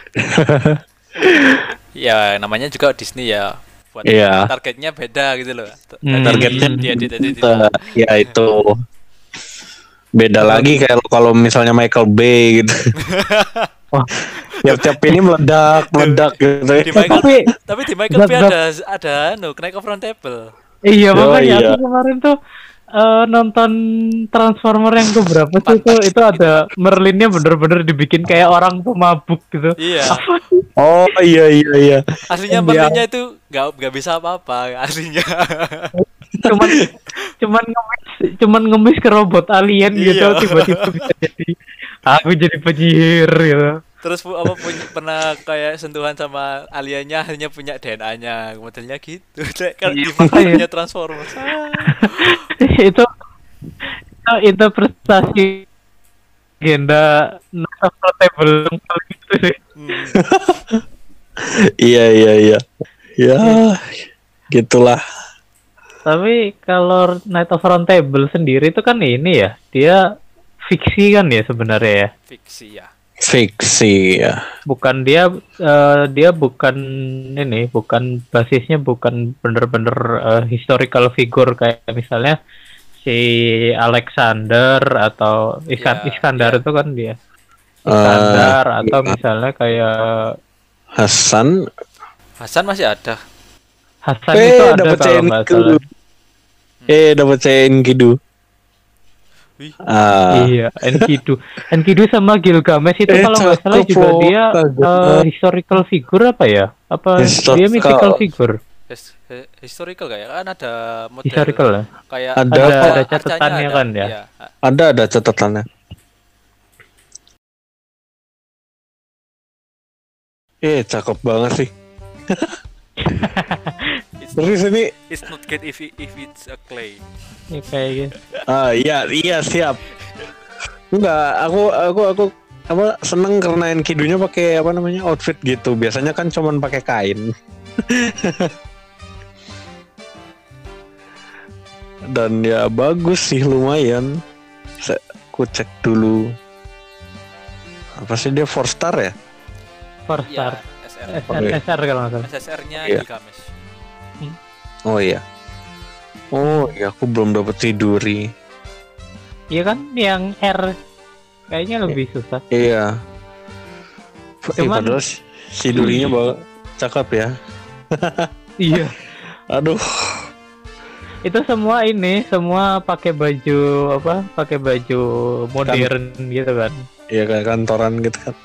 Speaker 2: Ya namanya juga Disney ya. Buat
Speaker 5: Iya.
Speaker 2: targetnya beda gitu loh.
Speaker 1: Hmm.
Speaker 5: Targetnya
Speaker 2: dia dia dia, dia,
Speaker 5: Eh, ya itu beda lagi kayak kalau misalnya Michael Bay gitu.
Speaker 1: Wah.
Speaker 5: Tiap-tiap ini meledak, meledak gitu.
Speaker 2: di Michael,
Speaker 1: tapi
Speaker 2: tapi di Michael
Speaker 1: Zap,
Speaker 2: Bay
Speaker 1: zap.
Speaker 2: ada ada no Knight of Round Table.
Speaker 1: iya
Speaker 5: Oh,
Speaker 1: makanya
Speaker 5: iya.
Speaker 1: aku kemarin tuh eh, nonton Transformer yang keberapa sih itu itu ada Merlinnya bener-bener dibikin kayak orang pemabuk gitu.
Speaker 2: Iya.
Speaker 5: Oh iya iya iya.
Speaker 2: Aslinya
Speaker 1: Iya.
Speaker 2: Merlinnya itu nggak nggak bisa apa-apa aslinya.
Speaker 1: Cuman cuman ngemis cuman ngemis ke robot alien gitu
Speaker 2: Iya.
Speaker 1: tiba-tiba bisa jadi aku jadi penyihir gitu.
Speaker 2: Terus pu- apa punya, pernah kayak sentuhan sama aliennya akhirnya punya D N A-nya modelnya gitu. Kalau
Speaker 1: Iya,
Speaker 2: di filmnya
Speaker 1: makanya.
Speaker 2: Transformers. Ah.
Speaker 1: itu itu itu prestasi agenda not portable yang paling itu sih.
Speaker 2: Hmm.
Speaker 5: Iya iya iya. Ya gitulah.
Speaker 1: Tapi kalau Night of Round Table sendiri itu kan ini ya, dia fiksi kan ya sebenarnya ya.
Speaker 2: Fiksi ya.
Speaker 5: Fiksi ya.
Speaker 1: Bukan dia eh, dia bukan ini, bukan basisnya bukan bener-bener eh, historical figure kayak misalnya si Alexander atau Iska-
Speaker 2: Ya,
Speaker 1: Iskandar
Speaker 2: ya.
Speaker 1: itu kan dia. Iskandar atau
Speaker 5: iya.
Speaker 1: misalnya kayak
Speaker 5: Hasan.
Speaker 2: Hasan masih ada.
Speaker 1: Hasan
Speaker 5: Eh
Speaker 1: itu ada
Speaker 5: dapat
Speaker 1: kalau
Speaker 5: chain
Speaker 1: nggak
Speaker 5: kidu.
Speaker 1: salah.
Speaker 5: Eh dapat chain kidu.
Speaker 2: Wih.
Speaker 5: Ah.
Speaker 1: Iya, Enkidu. Enkidu sama Gilgamesh itu
Speaker 5: Eh,
Speaker 1: kalau nggak salah
Speaker 5: cakep,
Speaker 1: juga
Speaker 5: oh.
Speaker 1: dia
Speaker 5: Kagak.
Speaker 1: eh, historical figure apa ya? Apa
Speaker 5: Historical.
Speaker 1: dia mythical figure?
Speaker 2: His- hi- historical kayak kan ada model
Speaker 1: Historical ya?
Speaker 2: kayak
Speaker 5: Ada
Speaker 1: Ada,
Speaker 5: kok.
Speaker 1: ada
Speaker 2: arcanya
Speaker 1: catatannya
Speaker 2: ada.
Speaker 1: kan ya?
Speaker 2: Iya.
Speaker 5: Ada ada catatannya. Eh cakep banget sih.
Speaker 2: It's,
Speaker 5: Terus ini
Speaker 2: it's not good if it- if it's a clay.
Speaker 1: Ya, kayak gitu.
Speaker 5: ah iya iya siap. Enggak, aku aku aku apa seneng karena Enkidunya pakai apa namanya outfit gitu. Biasanya kan cuman pakai kain. Dan ya bagus sih lumayan. Saya aku cek dulu. Apa sih dia four star ya?
Speaker 1: Four
Speaker 2: Ya,
Speaker 1: star.
Speaker 2: S R.
Speaker 1: S R, S R kalau nggak salah.
Speaker 2: S S R-nya
Speaker 5: Iya.
Speaker 2: Gilgamesh.
Speaker 5: Oh iya. Oh iya aku belum dapat tiduri.
Speaker 1: Iya kan yang R kayaknya lebih susah.
Speaker 5: Iya. Eh,
Speaker 1: Cuman-
Speaker 5: padahal si- si durinya bawa cakep ya.
Speaker 1: Iya.
Speaker 5: Aduh.
Speaker 1: Itu semua ini semua pakai baju apa? Pakai baju modern gitu kan.
Speaker 5: Iya kayak kantoran gitu kan.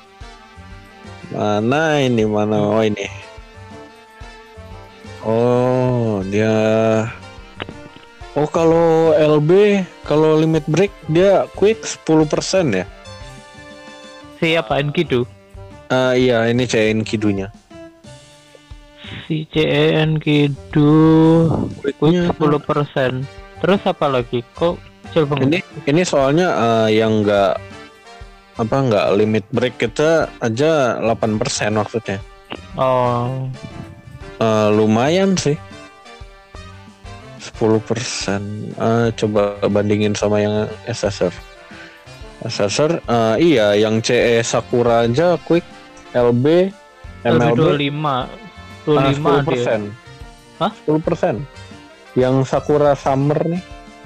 Speaker 5: Mana ini mana oh ini. Oh dia. Oh kalau L B kalau limit break dia quick sepuluh persen ya.
Speaker 1: Si apa Enkidu?
Speaker 5: Eh, iya, ini C E Enkidunya.
Speaker 1: Si C E Enkidu
Speaker 5: Quicknya
Speaker 1: sepuluh persen. Terus apa lagi? Kok kecil banget?
Speaker 5: Ini ini soalnya eh, yang enggak apa enggak limit break kita aja delapan persen maksudnya.
Speaker 1: Oh,
Speaker 5: Eh, lumayan sih. sepuluh persen. Eh, coba bandingin sama yang S S R. S S R eh, iya, yang C E Sakura aja quick L B M L
Speaker 1: dua puluh
Speaker 5: B
Speaker 1: lima. dua puluh lima
Speaker 5: sepuluh
Speaker 1: dia.
Speaker 5: persen.
Speaker 1: Hah?
Speaker 5: sepuluh persen. Yang Sakura Summer nih.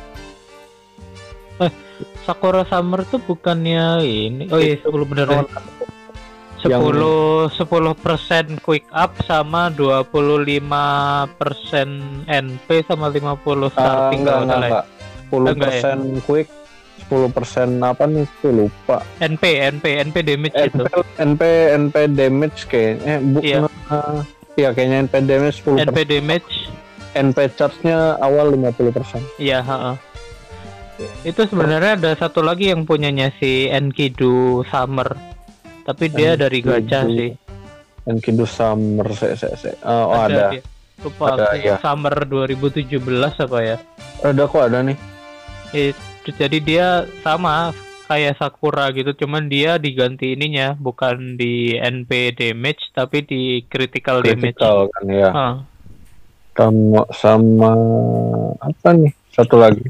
Speaker 1: Sakura Summer tuh bukannya ini. Oh iya, sepuluh bener ya.
Speaker 5: Yang-
Speaker 1: sepuluh sepuluh persen quick up sama dua puluh lima persen N P sama lima puluh
Speaker 5: Ah,
Speaker 1: starting
Speaker 5: enggak,
Speaker 1: kalau
Speaker 5: enggak,
Speaker 1: salah ya.
Speaker 5: enggak. sepuluh persen quick, sepuluh persen apa nih? Aku lupa.
Speaker 1: N P N P N P damage
Speaker 5: N P
Speaker 1: itu.
Speaker 5: N P N P damage kayaknya. Eh, bu,
Speaker 1: Iya.
Speaker 5: eh, iya kayaknya N P damage sepuluh
Speaker 1: N P
Speaker 5: persen.
Speaker 1: damage.
Speaker 5: N P charge-nya awal lima puluh persen.
Speaker 1: Iya, heeh. Itu sebenarnya ada satu lagi yang punyanya si Enkidu Summer. Tapi dia dari gacha
Speaker 5: Enkidu.
Speaker 1: sih.
Speaker 5: Enkidu Summer se se se. Oh, ada.
Speaker 1: dia. Lupa
Speaker 5: Ada,
Speaker 1: aku.
Speaker 5: iya.
Speaker 1: Summer dua ribu tujuh belas apa ya?
Speaker 5: Ada kok ada nih.
Speaker 1: Itu jadi dia sama kayak Sakura gitu, cuman dia diganti ininya bukan di N P damage tapi di critical, damage.
Speaker 5: Critical kan ya.
Speaker 1: Ah,
Speaker 5: Sama sama apa nih? Satu lagi.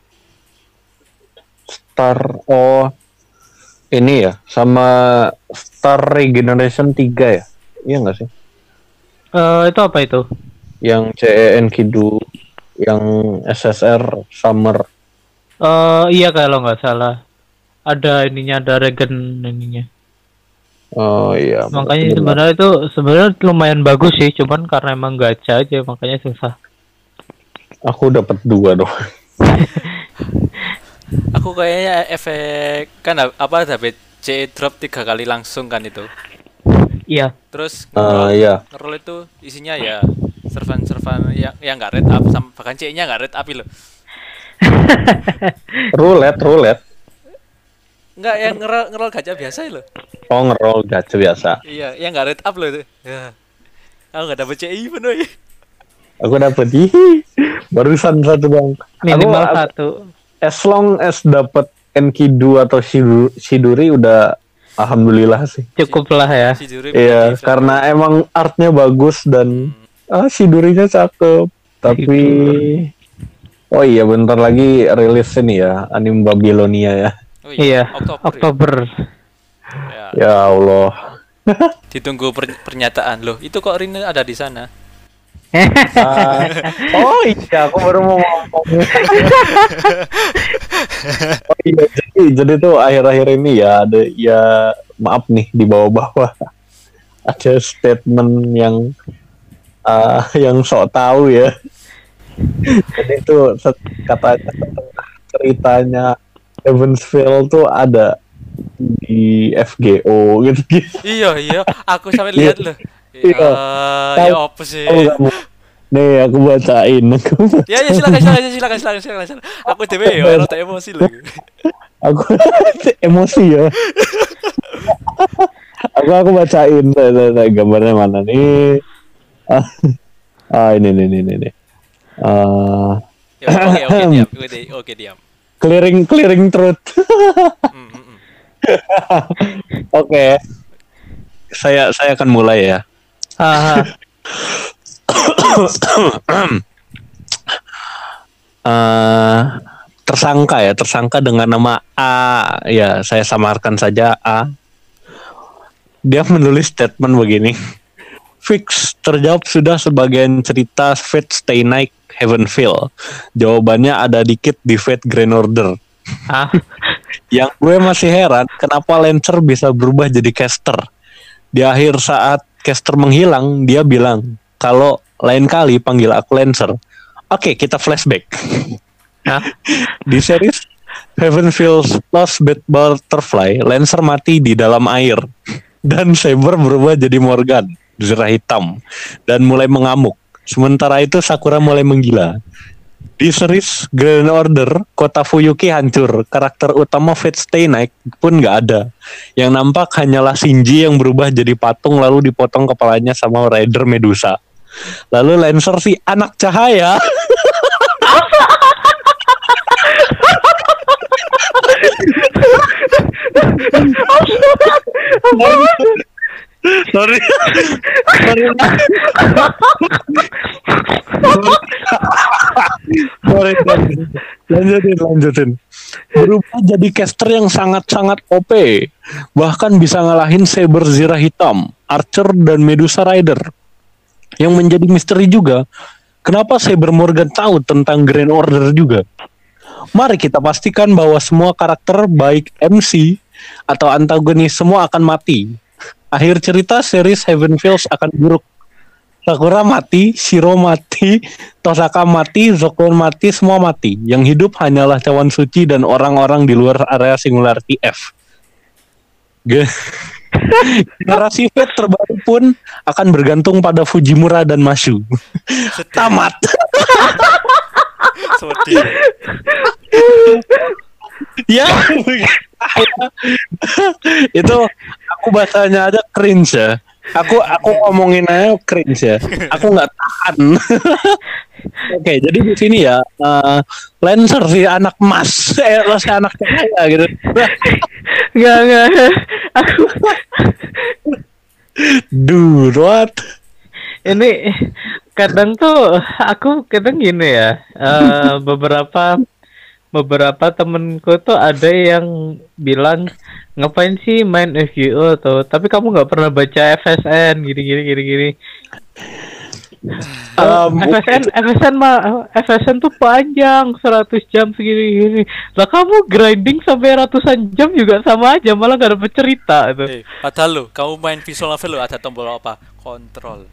Speaker 5: Star oh ini ya sama Star Regeneration tiga ya. Iya nggak sih?
Speaker 1: eh, itu apa itu?
Speaker 5: Yang C E Enkidu, yang S S R Summer.
Speaker 1: Eh iya kalau nggak salah. Ada ininya, ada regen ininya.
Speaker 5: Oh iya.
Speaker 1: Makanya
Speaker 5: benar.
Speaker 1: sebenarnya itu sebenarnya lumayan bagus sih, cuman karena emang gacha aja makanya susah.
Speaker 5: Aku dapat dua doang.
Speaker 2: Aku kayaknya efek kan ap- apa dapat C E drop tiga kali langsung kan itu.
Speaker 1: Iya.
Speaker 2: Terus
Speaker 5: Ah
Speaker 2: ngeroll,
Speaker 5: iya.
Speaker 2: ngeroll itu isinya ya servan-servan yang yang nggak red up sama bahkan C E-nya nggak red up loh.
Speaker 5: Roulette, roulette.
Speaker 2: Enggak, yang ngeroll ngeroll gacha biasa loh.
Speaker 5: Oh ngeroll gacha biasa.
Speaker 2: Iya, yang nggak red up loh itu. Ya. Aku nggak dapet C I pun woy.
Speaker 5: Aku dapat hihi. Barusan satu bang.
Speaker 1: Minimal
Speaker 5: Aku-
Speaker 1: satu.
Speaker 5: As long as dapat Enkidu atau Shidu- Shiduri udah alhamdulillah sih.
Speaker 1: Cukup lah ya.
Speaker 2: Si Juri
Speaker 5: Iya,
Speaker 2: punya
Speaker 5: karena emang artnya bagus dan ah Shidurinya cakep. Tapi oh iya bentar lagi rilis ini ya anime Babylonia ya.
Speaker 2: Oh
Speaker 1: Iya.
Speaker 2: Oktober. ya?
Speaker 1: Oktober.
Speaker 2: Ya.
Speaker 5: Ya Allah.
Speaker 2: Ditunggu per- pernyataan loh. Itu kok Rina ada di sana?
Speaker 5: Ah, oh iya, aku baru mau ngomong. Oh iya, jadi jadi tuh akhir-akhir ini ya ada ya maaf nih di bawah-bawah ada statement yang ah, yang sok tahu ya. Jadi itu set- katanya setengah ceritanya Evansville tuh ada di F G O gitu gitu.
Speaker 2: Iya, iya. Aku sampai lihat loh.
Speaker 5: Iya.
Speaker 2: Ya, ya
Speaker 5: Tahu-
Speaker 2: apa sih?
Speaker 5: Tahu nggak, Bu? Nih aku bacain. Aku
Speaker 2: Ya, ya silakan silakan silakan silakan silakan. silakan. Aku D W ya, rada emosi loh.
Speaker 5: aku emosi ya. aku aku bacain Tuh, tuh, tuh, gambarnya mana nih? Ah, ah ini nih nih nih. nih. Ah,
Speaker 2: Ya, oke oke diam. Oke, oke diam.
Speaker 5: clearing clearing truth.
Speaker 2: Hmm, hmm, hmm.
Speaker 5: Oke. Saya saya akan mulai ya.
Speaker 1: Haha.
Speaker 5: Eh, tersangka ya, tersangka dengan nama A. Ya, saya samarkan saja A. Dia menulis statement begini. Fix, terjawab sudah sebagian cerita Fate Stay Night Heavenville. Jawabannya ada dikit di Fate Grand Order.
Speaker 1: Ah,
Speaker 5: Yang gue masih heran kenapa Lancer bisa berubah jadi caster. Di akhir saat caster menghilang, dia bilang kalau lain kali panggil aku Lancer. Oke, kita flashback.
Speaker 1: Hah?
Speaker 5: Di series Heavenville's Lost Bed Butterfly, Lancer mati di dalam air dan Saber berubah jadi Morgan, zirah hitam, dan mulai mengamuk. Sementara itu Sakura mulai menggila. Di series Grand Order, kota Fuyuki hancur. Karakter utama Fate Stay Night pun nggak ada. Yang nampak hanyalah Shinji yang berubah jadi patung lalu dipotong kepalanya sama Rider Medusa. Lalu Lancer si anak cahaya. Sorry. Sorry. Sorry. Lanjutin, lanjutin. Berubah jadi caster yang sangat-sangat O P. Bahkan bisa ngalahin Saber Zira Hitam, Archer, dan Medusa Rider. Yang menjadi misteri juga, kenapa Saber Morgan tahu tentang Grand Order juga? Mari kita pastikan bahwa semua karakter baik M C atau antagonis semua akan mati. Akhir cerita series Heaven Falls akan buruk. Sakura mati, Shiro mati, Tosaka mati, Zokon mati, semua mati. Yang hidup hanyalah cawan suci dan orang-orang di luar area Singularity F. Ge- Generasi Fate terbaru pun akan bergantung pada Fujimura dan Mashu. Tamat.
Speaker 2: Sedih.
Speaker 5: Ya, itu aku bahasanya aja cringe ya. Aku aku ngomongin aja cringe ya. Aku nggak tahan. Oke, jadi di sini ya uh, Lancer si anak mas, eh si anak cahaya gitu.
Speaker 1: Enggak, enggak. Aku
Speaker 5: Dude, what?
Speaker 1: ini kadang tuh aku kadang gini ya. eh, beberapa beberapa temenku tuh ada yang bilang ngapain sih main F G O tuh, tapi kamu nggak pernah baca F S N gini gini gini gini.
Speaker 5: Um,
Speaker 1: F S N F S N mah F S N tuh panjang seratus jam segini gini. Lah kamu grinding sampai ratusan jam juga sama aja, malah gak dapet cerita itu.
Speaker 2: Eh, padahal lo, kamu main visual novel lo ada tombol apa? Kontrol.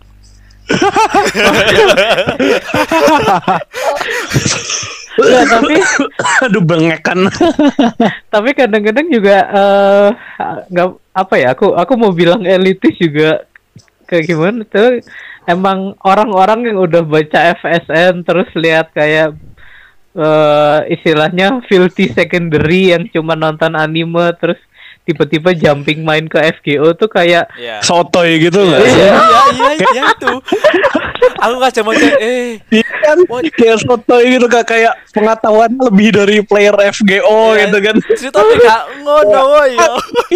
Speaker 1: Ya, tapi
Speaker 5: aduh bengekan.
Speaker 1: tapi kadang-kadang juga eh, nggak apa ya, aku aku mau bilang elitis juga kayak gimana tuh, emang orang-orang yang udah baca F S N terus lihat kayak eh, istilahnya filthy secondary yang cuma nonton anime terus tiba-tiba jumping main ke F G O tuh kayak
Speaker 2: Iya.
Speaker 5: Sotoy gitu nggak
Speaker 2: Iya,
Speaker 5: sih?
Speaker 2: iya, iya, iya itu. Aku kan cuma kayak eh
Speaker 5: Iya kan, kayak sotoy gitu, kayak kayak pengetahuan lebih dari player F G O
Speaker 2: iya,
Speaker 5: gitu kan.
Speaker 2: cerita tapi gak ngono ya.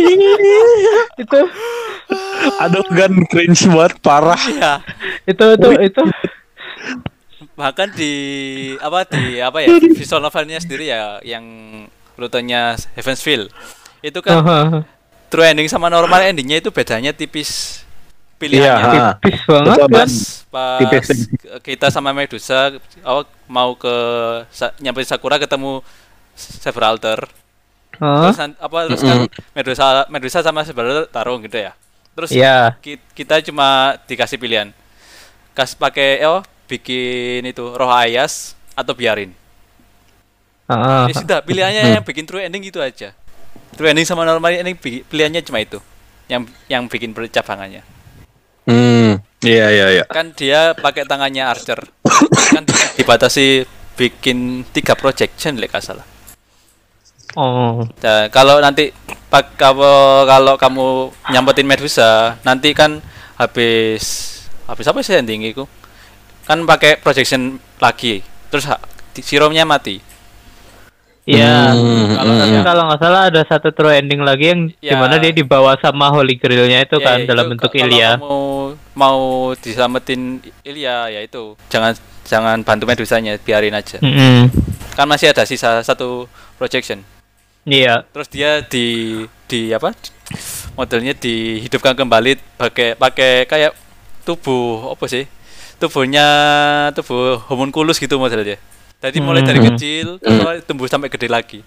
Speaker 1: itu
Speaker 5: Aduh kan cringe banget parah.
Speaker 2: Iya.
Speaker 1: itu itu itu
Speaker 2: Bahkan di apa di apa ya visual novelnya sendiri ya yang rutenya Heaven's Feel itu kan true ending sama normal endingnya itu bedanya tipis pilihannya.
Speaker 5: Iya, ha.
Speaker 1: tipis banget
Speaker 5: Betul,
Speaker 1: kan.
Speaker 2: Pas pas
Speaker 5: Tipis.
Speaker 2: kita sama Medusa oh, mau ke sa- nyampe Sakura ketemu Saber Alter.
Speaker 1: Hah?
Speaker 2: Terus nan- apa terus kan Medusa Medusa sama Saber Alter tarung gitu ya. Terus
Speaker 1: Iya.
Speaker 2: ki- kita cuma dikasih pilihan. Kas pakai oh bikin itu roh ayas atau biarin.
Speaker 1: Heeh.
Speaker 2: Ya sudah pilihannya yang bikin true ending gitu aja. True ending sama normal ending bi- pilihannya cuma itu. Yang yang bikin percabangannya.
Speaker 5: Hmm, iya iya iya.
Speaker 2: Kan dia pakai tangannya Archer. Kan dibatasi bikin tiga projection lek gak salah.
Speaker 1: Oh.
Speaker 2: Nah, kalau nanti pak kalau kalau kamu nyampetin Medusa, nanti kan habis habis apa sih ending itu? Kan pakai projection lagi. Terus ha- di- siromnya mati.
Speaker 1: Iya.
Speaker 5: Hmm,
Speaker 1: Kalau
Speaker 5: hmm.
Speaker 1: kalau nggak salah ada satu true ending lagi yang
Speaker 2: Ya.
Speaker 1: dimana dia dibawa sama Holy Grail-nya itu
Speaker 2: Ya,
Speaker 1: kan
Speaker 2: itu
Speaker 1: dalam
Speaker 2: ka-
Speaker 1: bentuk
Speaker 2: kalau
Speaker 1: Ilya.
Speaker 2: kamu mau diselamatin Ilya ya itu. Jangan jangan bantu Medusanya, biarin aja.
Speaker 1: Mm-mm.
Speaker 2: Kan masih ada sisa satu projection.
Speaker 1: Iya.
Speaker 2: Terus dia di di apa? Modelnya dihidupkan kembali pakai pakai kayak tubuh apa sih? Tubuhnya tubuh homunculus gitu modelnya. Jadi mulai dari
Speaker 1: Hmm.
Speaker 2: kecil terus tumbuh sampai gede lagi.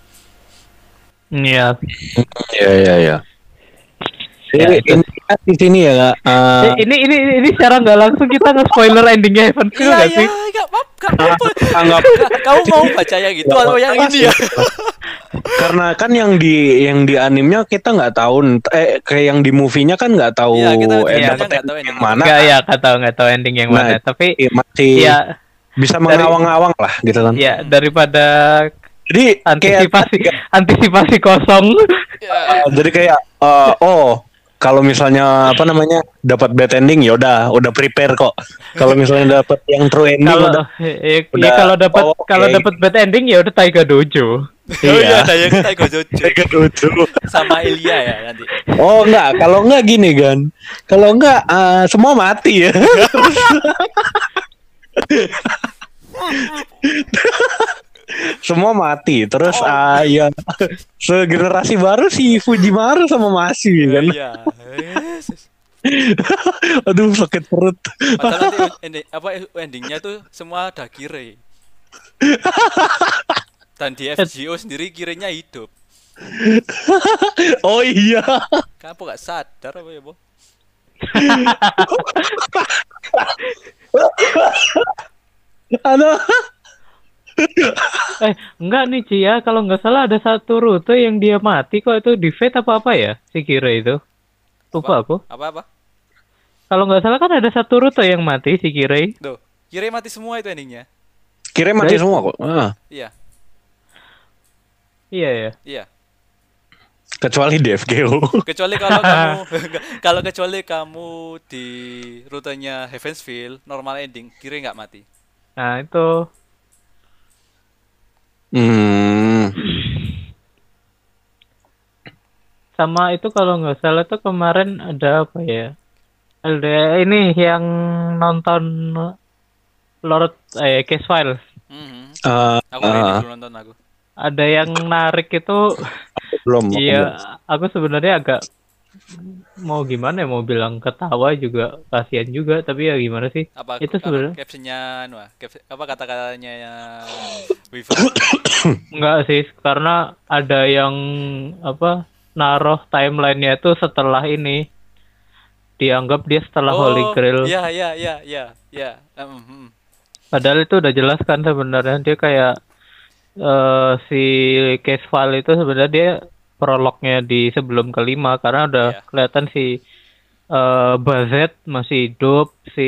Speaker 1: Iya.
Speaker 5: Iya iya iya.
Speaker 1: Ya,
Speaker 5: Jadi
Speaker 1: itu.
Speaker 5: intinya di sini ya Kak. eh,
Speaker 1: Eh, ini ini ini secara nggak langsung kita nge-spoiler endingnya Heaven Feel
Speaker 2: Iya
Speaker 1: nggak
Speaker 2: iya,
Speaker 1: sih?
Speaker 2: enggak apa-apa, enggak apa-apa.
Speaker 5: anggap
Speaker 2: Kamu mau baca yang itu atau yang ini ya?
Speaker 5: karena kan yang di yang di animenya kita nggak tahu, eh kayak yang di movie-nya kan nggak tahu
Speaker 2: Iya, kita
Speaker 5: eh,
Speaker 2: iya,
Speaker 5: dapet
Speaker 2: nggak tahu
Speaker 5: ending yang
Speaker 2: ending.
Speaker 5: mana.
Speaker 1: Nggak ya, nggak tahu nggak tahu ending yang
Speaker 5: Nah,
Speaker 1: mana. Tapi
Speaker 5: Eh, masih
Speaker 1: ya
Speaker 5: bisa mengawang-awang lah gitu kan.
Speaker 1: Ya daripada
Speaker 5: Jadi kayak
Speaker 1: antisipasi antisipasi kosong.
Speaker 2: Ya.
Speaker 5: uh, jadi kayak uh, oh kalau misalnya apa namanya dapat bad ending ya udah udah prepare kok. Kalau misalnya dapat yang true ending
Speaker 1: Kalau
Speaker 5: udah
Speaker 1: ya,
Speaker 5: udah,
Speaker 1: ya kalau dapat
Speaker 5: oh, oke.
Speaker 1: kalau dapat bad ending ya udah Taiga Dojo.
Speaker 2: Oh iya, saya kita
Speaker 5: Kayak lucu.
Speaker 2: sama Ilya ya nanti.
Speaker 5: Oh enggak, kalau enggak gini kan. Kalau enggak uh, semua mati ya. Semua mati. Terus ah ya segenerasi baru si Fujimaru sama Masi kan.
Speaker 2: Iya. Yes.
Speaker 5: Aduh sakit perut.
Speaker 2: Padahal nanti ending, apa endingnya tuh semua ada Kire. Dan di F G O sendiri Kirenya hidup.
Speaker 5: Oh iya.
Speaker 2: Kamu gak sadar apa ya, Bo?
Speaker 5: Aduh.
Speaker 1: Eh enggak nih Cia, kalau nggak salah ada satu rute yang dia mati kok, itu di Fate apa apa ya si Kira itu. Lupa aku.
Speaker 2: Apa-apa?
Speaker 1: Kalau nggak salah kan ada satu rute yang mati si Kira.
Speaker 2: Tuh, Kire mati semua itu endingnya.
Speaker 5: Kira mati
Speaker 1: Baik.
Speaker 5: semua kok. Ah.
Speaker 2: Iya,
Speaker 1: Iya ya.
Speaker 2: iya.
Speaker 5: Kecuali di F G O.
Speaker 2: Kecuali kalau kamu kalau kecuali kamu di rutenya Heavensfield normal ending, Kire nggak mati.
Speaker 1: Nah itu.
Speaker 5: Hmm.
Speaker 1: Sama itu kalau nggak salah tuh kemarin ada apa ya? Ada ini yang nonton Lord eh Case Files.
Speaker 2: Mhm.
Speaker 5: Uh,
Speaker 2: Aku ini
Speaker 5: uh,
Speaker 2: belum nonton aku.
Speaker 1: Ada yang narik itu.
Speaker 5: belum. aku belum.
Speaker 1: Iya, aku sebenarnya agak mau gimana ya, mau bilang ketawa juga kasihan juga, tapi ya gimana sih?
Speaker 2: Apa
Speaker 1: Itu
Speaker 2: apa
Speaker 1: sebenarnya
Speaker 2: captionnya anu ah, cap- apa kata-katanya ya Weaver.
Speaker 1: enggak sih, karena ada yang apa naruh timelinenya itu setelah ini, dianggap dia setelah Holy Grail.
Speaker 2: Iya, iya, iya, iya, iya. Em, hmm.
Speaker 1: Padahal itu udah jelas kan sebenarnya dia kayak eh, si Case File itu sebenarnya dia prolognya di sebelum kelima, karena udah
Speaker 2: Iya.
Speaker 1: kelihatan si eh Bazet masih hidup, si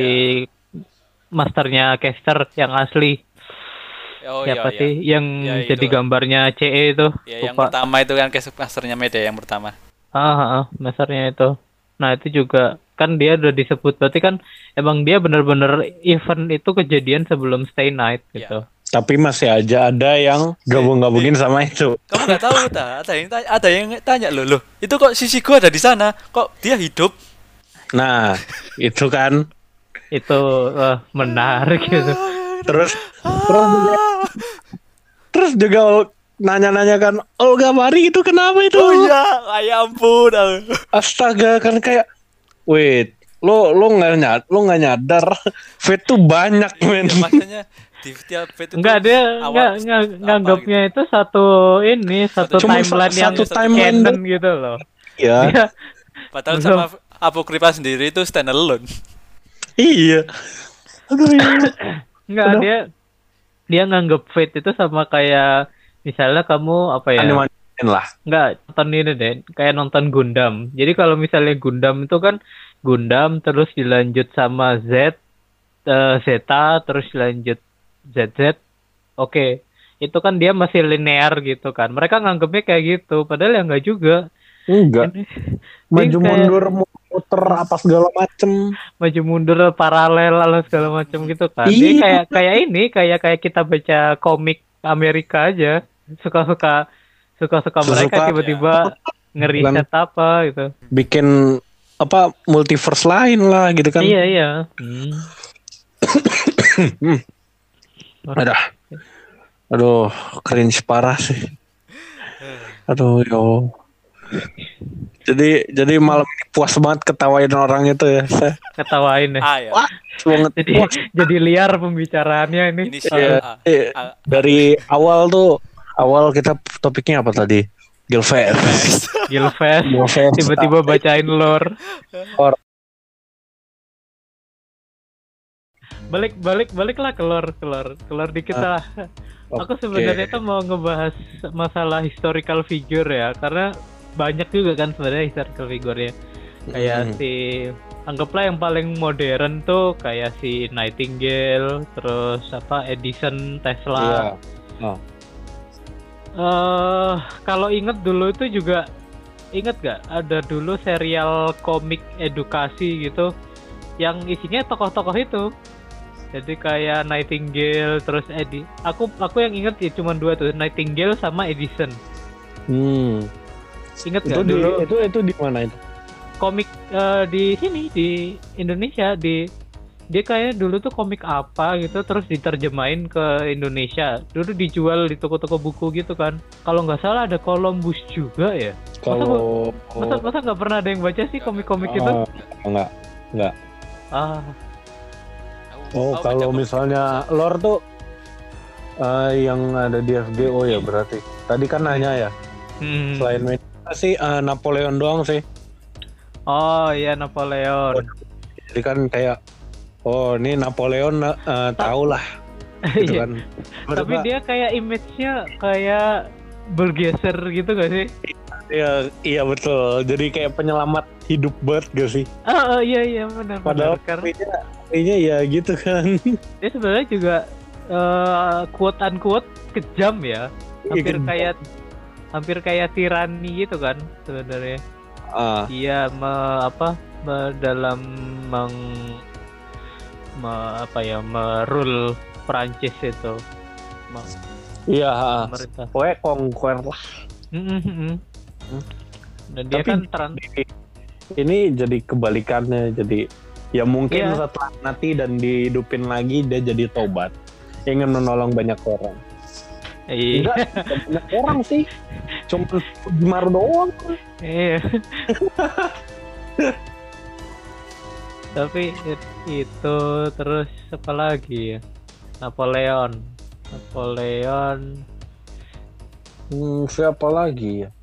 Speaker 1: masternya caster yang asli.
Speaker 2: Oh
Speaker 1: Siapa
Speaker 2: iya,
Speaker 1: sih
Speaker 2: iya.
Speaker 1: yang
Speaker 2: Ya,
Speaker 1: jadi
Speaker 2: itu.
Speaker 1: gambarnya C E itu?
Speaker 2: Ya, yang
Speaker 1: Lupa.
Speaker 2: pertama itu kan case masternya Mede yang pertama.
Speaker 1: Ah, ah, ah, masternya itu. Nah itu juga kan dia udah disebut, berarti kan emang dia bener-bener event itu kejadian sebelum Stay Night gitu.
Speaker 5: Tapi masih aja ada yang gabung-gabungin sama itu.
Speaker 2: Kamu nggak tahu tak? Ada yang tanya, ada yang tanya loh, loh. Itu kok sisi gua ada di sana? Kok dia hidup?
Speaker 5: Nah, itu kan.
Speaker 1: Itu eh, menarik gitu.
Speaker 5: Terus terus juga, terus juga nanya-nanya kan, Olga Mari itu kenapa itu?
Speaker 2: Oh iya, ay ampun.
Speaker 5: Astaga, kan kayak wait, lo lo nggak nyad lo nggak nyadar Fate tuh banyak men.
Speaker 2: Ya, makanya di tiap itu
Speaker 1: Enggak, dia
Speaker 2: awal
Speaker 1: enggak
Speaker 2: apa
Speaker 1: enggak nganggapnya itu satu ini, satu
Speaker 5: Cuma
Speaker 1: timeline
Speaker 5: satu-
Speaker 1: yang
Speaker 5: satu timeline
Speaker 1: canon gitu loh.
Speaker 5: Iya,
Speaker 1: Dia
Speaker 2: Padahal
Speaker 1: Belum.
Speaker 2: sama Apokrypha sendiri itu standalone.
Speaker 5: iya. Aduh, iya.
Speaker 1: enggak,
Speaker 5: Udah.
Speaker 1: dia dia nganggap Fate itu sama kayak misalnya kamu apa ya?
Speaker 5: Animasin lah.
Speaker 1: Enggak, nonton ini deh, kayak nonton Gundam. Jadi kalau misalnya Gundam itu kan Gundam terus dilanjut sama Z, eh, Zeta, terus dilanjut Z Z. Oke, itu kan dia masih linear gitu kan. Mereka nganggapnya kayak gitu, padahal ya enggak juga.
Speaker 5: Enggak.
Speaker 1: Ini
Speaker 5: Maju
Speaker 1: kayak-
Speaker 5: mundur muter apa segala macem.
Speaker 1: maju mundur paralel lah segala macam gitu kan. Dia
Speaker 5: Iya.
Speaker 1: kayak kayak ini, kayak kayak kita baca komik Amerika aja. Suka-suka suka-suka mereka
Speaker 5: Suka-suka,
Speaker 1: tiba-tiba ngeriset apa gitu.
Speaker 5: Bikin apa multiverse lain lah gitu kan.
Speaker 1: Iya iya. Hmm.
Speaker 5: Aduh. Aduh, cringe parah sih. Aduh, yo. Jadi jadi malam ini puas banget ketawain orang itu ya. Saya
Speaker 1: Ketawain ya.
Speaker 2: A ya.
Speaker 5: Wah, banget.
Speaker 1: Jadi jadi liar pembicaraannya ini.
Speaker 2: Inisial A.
Speaker 5: Eh,
Speaker 2: A-
Speaker 5: dari awal tuh awal kita topiknya apa tadi? Gilfest.
Speaker 1: Gilfest
Speaker 5: Gilfest.
Speaker 1: tiba-tiba bacain lore.
Speaker 5: Lore.
Speaker 1: Balik balik baliklah ke lore, ke lore, ke lore dikit lah. Aku
Speaker 5: Oke.
Speaker 1: sebenarnya tuh mau ngebahas masalah historical figure ya, karena banyak juga kan sebenarnya historical figure-nya. Kayak
Speaker 5: Hmm.
Speaker 1: si anggaplah yang paling modern tuh kayak si Nightingale, terus apa Edison, Tesla.
Speaker 3: Iya. Oh.
Speaker 1: Eh kalau inget dulu itu juga inget gak ada dulu serial komik edukasi gitu yang isinya tokoh-tokoh itu. Jadi kayak Nightingale terus Edi. Aku aku yang inget ya cuma dua tuh, Nightingale sama Edison.
Speaker 3: Hmm.
Speaker 1: Ingat
Speaker 3: Itu
Speaker 1: nggak
Speaker 3: di
Speaker 1: dulu
Speaker 3: itu itu di mana itu?
Speaker 1: komik eh, di sini di Indonesia di dia kayak dulu tuh komik apa gitu terus diterjemahin ke Indonesia. Dulu dijual di toko-toko buku gitu kan. Kalau nggak salah ada Columbus juga ya.
Speaker 3: Kalau
Speaker 1: Masa masa nggak pernah ada yang baca sih komik-komik itu?
Speaker 3: Oh, enggak, enggak.
Speaker 1: Ah,
Speaker 2: Aku-
Speaker 3: Oh,
Speaker 2: aku
Speaker 3: kalau
Speaker 2: baca
Speaker 3: misalnya lore tuh eh, yang ada di F D O ya berarti. Tadi kan nanya ya,
Speaker 1: hmm.
Speaker 3: selain media sih eh, Napoleon doang sih.
Speaker 1: Oh iya Napoleon.
Speaker 3: Jadi kan kayak oh ini Napoleon eh, tahu lah gitu
Speaker 1: Iya.
Speaker 3: kan.
Speaker 1: Tapi dia kayak image-nya kayak bergeser gitu gak sih?
Speaker 3: Iya, iya betul. Jadi kayak penyelamat hidup banget gak sih?
Speaker 1: Oh, oh iya iya benar
Speaker 3: Padahal
Speaker 1: benar. Karena
Speaker 3: kayaknya, kayaknya ya gitu kan.
Speaker 1: dia sebenarnya juga eh quote unquote kejam ya. Hampir
Speaker 3: Kejam.
Speaker 1: kayak hampir kayak tirani gitu kan sebenarnya.
Speaker 3: Ah,
Speaker 1: Dia me, apa me- dalam meng me- apa ya merul Prancis itu. Me-
Speaker 3: iya. ah.
Speaker 1: Pemerintah.
Speaker 3: Pokoknya conquer lah.
Speaker 1: Mm, mm, mm. Dan dia
Speaker 3: Tapi
Speaker 1: kan trans
Speaker 3: ini jadi kebalikannya. Jadi ya mungkin
Speaker 1: Iya.
Speaker 3: setelah mati dan dihidupin lagi dia jadi tobat. Ingin menolong banyak orang.
Speaker 1: iya.
Speaker 3: Enggak, enggak banyak orang sih. Cuma Jimar doang.
Speaker 1: Iya. Tapi it- itu terus apa lagi ya? Napoleon. Napoleon.
Speaker 3: Hmm, siapa lagi ya?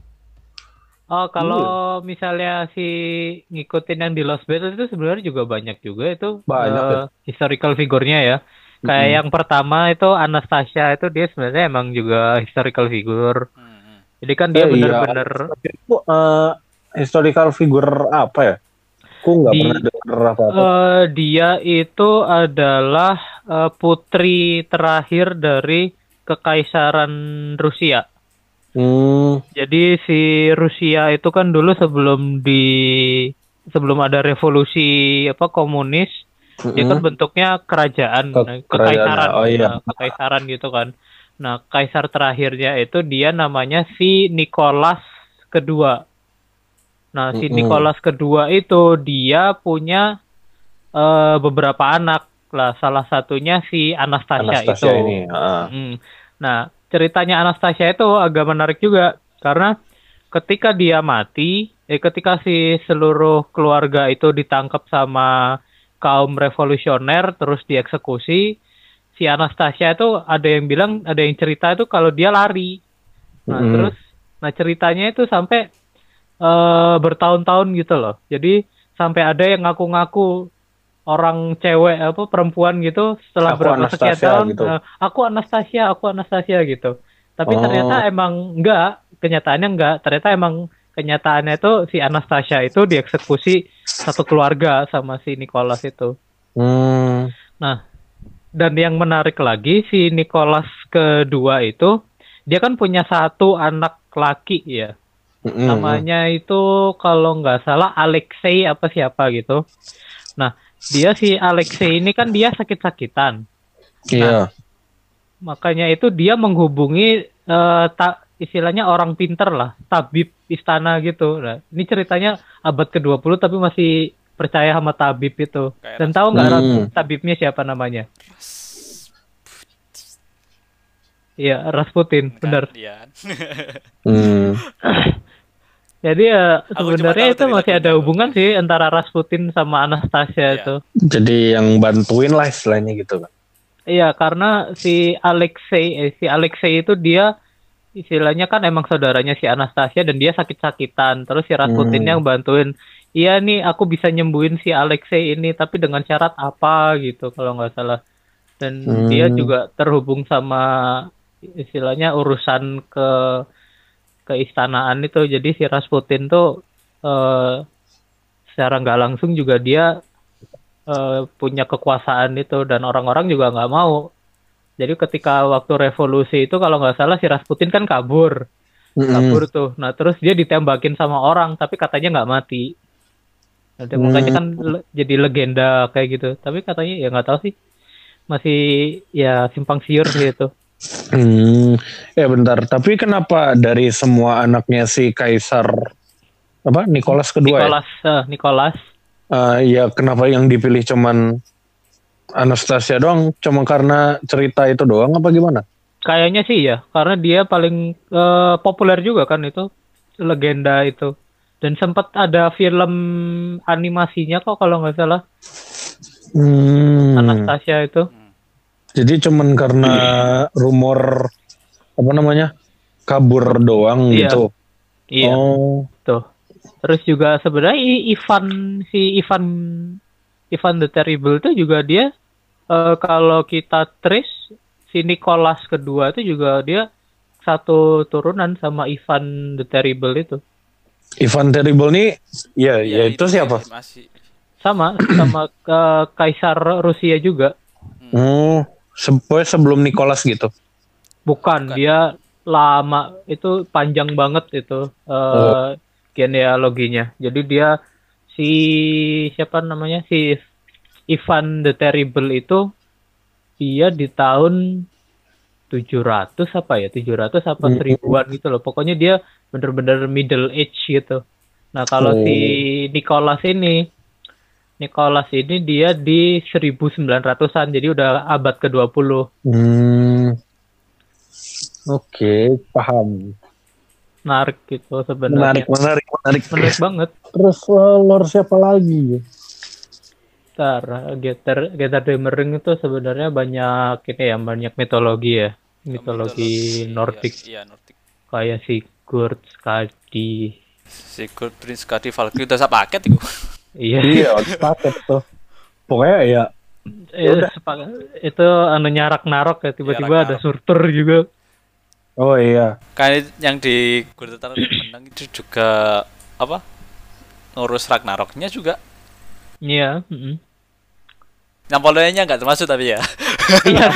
Speaker 1: Oh, kalau misalnya si ngikutin yang di Lost Battle itu sebenarnya juga banyak juga itu
Speaker 3: Banyak,
Speaker 1: eh, historical figurnya ya. Kayak
Speaker 3: Mm-mm.
Speaker 1: yang pertama itu Anastasia itu dia sebenarnya emang juga historical figure.
Speaker 2: Hmm, hmm.
Speaker 1: Jadi kan dia
Speaker 3: Eh, iya.
Speaker 1: bener-bener
Speaker 3: Itu eh, historical figure apa ya? Aku nggak
Speaker 1: Di-
Speaker 3: pernah dengar apa-apa.
Speaker 1: eh, dia itu adalah eh, putri terakhir dari Kekaisaran Rusia.
Speaker 3: Hmm,
Speaker 1: Jadi si Rusia itu kan dulu sebelum di sebelum ada revolusi apa komunis, dia kan
Speaker 3: mm-mm.
Speaker 1: bentuknya kerajaan,
Speaker 3: Ke-
Speaker 1: nah,
Speaker 3: kerajaan,
Speaker 1: kekaisaran,
Speaker 3: oh iya.
Speaker 1: nah, kekaisaran gitu kan. Nah, kaisar terakhirnya itu dia namanya si Nicholas kedua. Nah, si
Speaker 3: Mm-mm.
Speaker 1: Nicholas kedua itu dia punya eh, beberapa anak lah. Salah satunya si Anastasia,
Speaker 3: Anastasia
Speaker 1: itu.
Speaker 3: ini. ah.
Speaker 1: Mm. Nah, ceritanya Anastasia itu agak menarik juga karena ketika dia mati, eh ketika si seluruh keluarga itu ditangkap sama kaum revolusioner terus dieksekusi, si Anastasia itu ada yang bilang, ada yang cerita itu kalau dia lari. Nah,
Speaker 3: Mm-mm.
Speaker 1: terus nah ceritanya itu sampai eh, bertahun-tahun gitu loh. Jadi sampai ada yang ngaku-ngaku orang cewek apa perempuan gitu setelah
Speaker 3: Aku
Speaker 1: berapa sekian
Speaker 3: Anastasia
Speaker 1: tahun
Speaker 3: gitu.
Speaker 1: eh, aku Anastasia aku Anastasia gitu tapi
Speaker 3: Oh.
Speaker 1: ternyata emang enggak kenyataannya enggak ternyata emang kenyataannya itu si Anastasia itu dieksekusi satu keluarga sama si Nicholas itu.
Speaker 3: Hmm.
Speaker 1: Dan yang menarik lagi si Nicholas kedua itu dia kan punya satu anak laki ya.
Speaker 3: Mm-mm.
Speaker 1: Namanya itu kalau nggak salah Alexei apa siapa gitu. Nah, dia si Alexei ini kan dia sakit-sakitan.
Speaker 3: Iya.
Speaker 1: Makanya itu dia menghubungi eh, ta- istilahnya orang pinter lah, tabib istana gitu. Nah, ini ceritanya abad ke dua puluh tapi masih percaya sama tabib itu.
Speaker 2: Kayak
Speaker 1: Dan tahu nggak
Speaker 3: Hmm.
Speaker 1: Ras- tabibnya siapa namanya? Iya, Rasputin, benar.
Speaker 2: Gantian.
Speaker 3: Hmm.
Speaker 1: Jadi ya
Speaker 2: Aku cuma
Speaker 1: sebenarnya
Speaker 2: tahu
Speaker 1: itu
Speaker 2: dari
Speaker 1: masih ada
Speaker 2: lagunya.
Speaker 1: hubungan sih antara Rasputin sama Anastasia
Speaker 2: Iya.
Speaker 1: itu.
Speaker 3: Jadi yang bantuin lah istilahnya gitu kan.
Speaker 1: Iya, karena si Alexei, eh, si Alexei itu dia istilahnya kan emang saudaranya si Anastasia dan dia sakit-sakitan. Terus si Rasputin
Speaker 3: Hmm.
Speaker 1: yang bantuin, iya nih aku bisa nyembuhin si Alexei ini, tapi dengan syarat apa gitu kalau nggak salah. Dan
Speaker 3: Hmm.
Speaker 1: dia juga terhubung sama istilahnya urusan ke keistanaan itu. Jadi si Rasputin tuh eh, secara nggak langsung juga dia uh, punya kekuasaan itu dan orang-orang juga nggak mau. Jadi ketika waktu revolusi itu kalau nggak salah si Rasputin kan kabur,
Speaker 5: Mm-mm.
Speaker 1: kabur tuh. Nah terus dia ditembakin sama orang tapi katanya nggak mati. Nanti
Speaker 5: Hmm.
Speaker 1: makanya kan le- jadi legenda kayak gitu. Tapi katanya ya nggak tahu sih, masih ya simpang siur sih itu.
Speaker 5: Hmm, ya bentar. Tapi kenapa dari semua anaknya si Kaisar apa Nicholas kedua
Speaker 1: Nicholas, eh, Nicholas.
Speaker 5: ya? Eh, ya kenapa yang dipilih cuman Anastasia doang? Cuma karena cerita itu doang apa gimana?
Speaker 1: Kayaknya sih ya, karena dia paling eh, populer juga kan itu legenda itu. Dan sempat ada film animasinya kok kalau nggak salah,
Speaker 5: Hmm.
Speaker 1: Anastasia itu.
Speaker 5: Jadi cuman karena rumor apa namanya kabur doang
Speaker 1: Iya.
Speaker 5: gitu.
Speaker 1: Iya,
Speaker 5: Oh,
Speaker 1: tuh. Terus juga sebenarnya I- Ivan si Ivan Ivan the Terrible itu juga dia eh, kalau kita trace si Nicholas kedua itu juga dia satu turunan sama Ivan the Terrible itu.
Speaker 5: Ivan Terrible nih, ya, ya,
Speaker 2: Ya,
Speaker 5: itu siapa?
Speaker 2: Masih.
Speaker 1: Sama sama eh, Kaisar Rusia juga.
Speaker 5: Oh, se- sebelum Nicholas gitu.
Speaker 1: Bukan,
Speaker 2: Bukan.
Speaker 1: dia lama itu panjang banget itu eh, genealoginya. Jadi dia si siapa namanya si Ivan the Terrible itu dia di tahun tujuh ratus apa ya tujuh ratus apa
Speaker 5: Hmm.
Speaker 1: seribuan gitu loh. Pokoknya dia bener-bener middle age gitu. Nah kalau
Speaker 5: Oh.
Speaker 1: si Nicholas ini Nicholas ini dia di seribu sembilan ratusan, jadi udah abad ke dua puluh.
Speaker 5: Hmm. Oke, paham.
Speaker 1: Menarik gitu
Speaker 5: Menarik,
Speaker 1: sebenarnya.
Speaker 5: menarik, menarik.
Speaker 1: Menarik banget.
Speaker 5: Terus uh, lore siapa lagi?
Speaker 1: Ntar, Getter, Getter Demering itu sebenarnya banyak ini ya, banyak mitologi ya. Mitologi Nordik.
Speaker 2: Iya, iya, Nordik.
Speaker 1: Kayak Sigurd, Skadi.
Speaker 2: Sigurd, Prince Skadi, Valkyrie udah sak paket itu.
Speaker 1: Iya,
Speaker 5: Iya, paket tuh. Pokoknya ya.
Speaker 1: itu, sepa- itu anu nyarak narok ya, tiba-tiba
Speaker 2: Iya,
Speaker 1: ada
Speaker 2: Ragnarok.
Speaker 1: surtur juga.
Speaker 5: Oh iya.
Speaker 2: Kan yang di Gurtetar menang itu juga apa? Ngurus Ragnaroknya juga.
Speaker 1: Iya, mm-mm.
Speaker 2: Napoleonnya nggak termasuk tapi ya.
Speaker 1: Iya.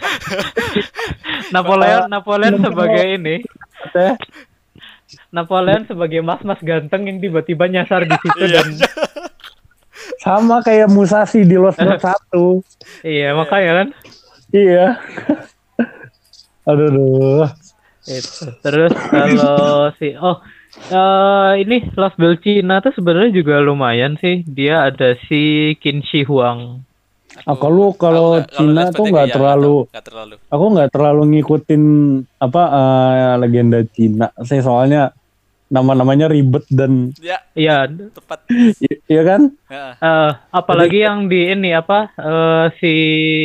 Speaker 1: Napoleon, Napoleon sebagai ini.
Speaker 5: Teh.
Speaker 1: Napoleon sebagai mas-mas ganteng yang tiba-tiba nyasar di situ
Speaker 2: Iya.
Speaker 1: dan
Speaker 5: Sama kayak Musashi di Lost Note satu.
Speaker 1: iya makanya kan.
Speaker 5: Iya. Aduh, aduh.
Speaker 1: Itu. Terus kalau si oh eh, ini Lost Bell Cina tuh sebenarnya juga lumayan sih. Dia ada si Qin Shi Huang.
Speaker 5: Ah, kalau kalau
Speaker 2: Aku nggak-
Speaker 5: Cina
Speaker 2: Let's
Speaker 5: tuh
Speaker 2: Play
Speaker 5: nggak
Speaker 2: ya,
Speaker 5: terlalu,
Speaker 2: nggak terlalu.
Speaker 5: aku nggak terlalu ngikutin apa eh, legenda Cina. Saya soalnya nama-namanya ribet dan
Speaker 2: Ya,
Speaker 1: Iya,
Speaker 2: tepat.
Speaker 5: i- iya kan?
Speaker 2: Ya.
Speaker 1: eh, apalagi yang di ini apa eh, si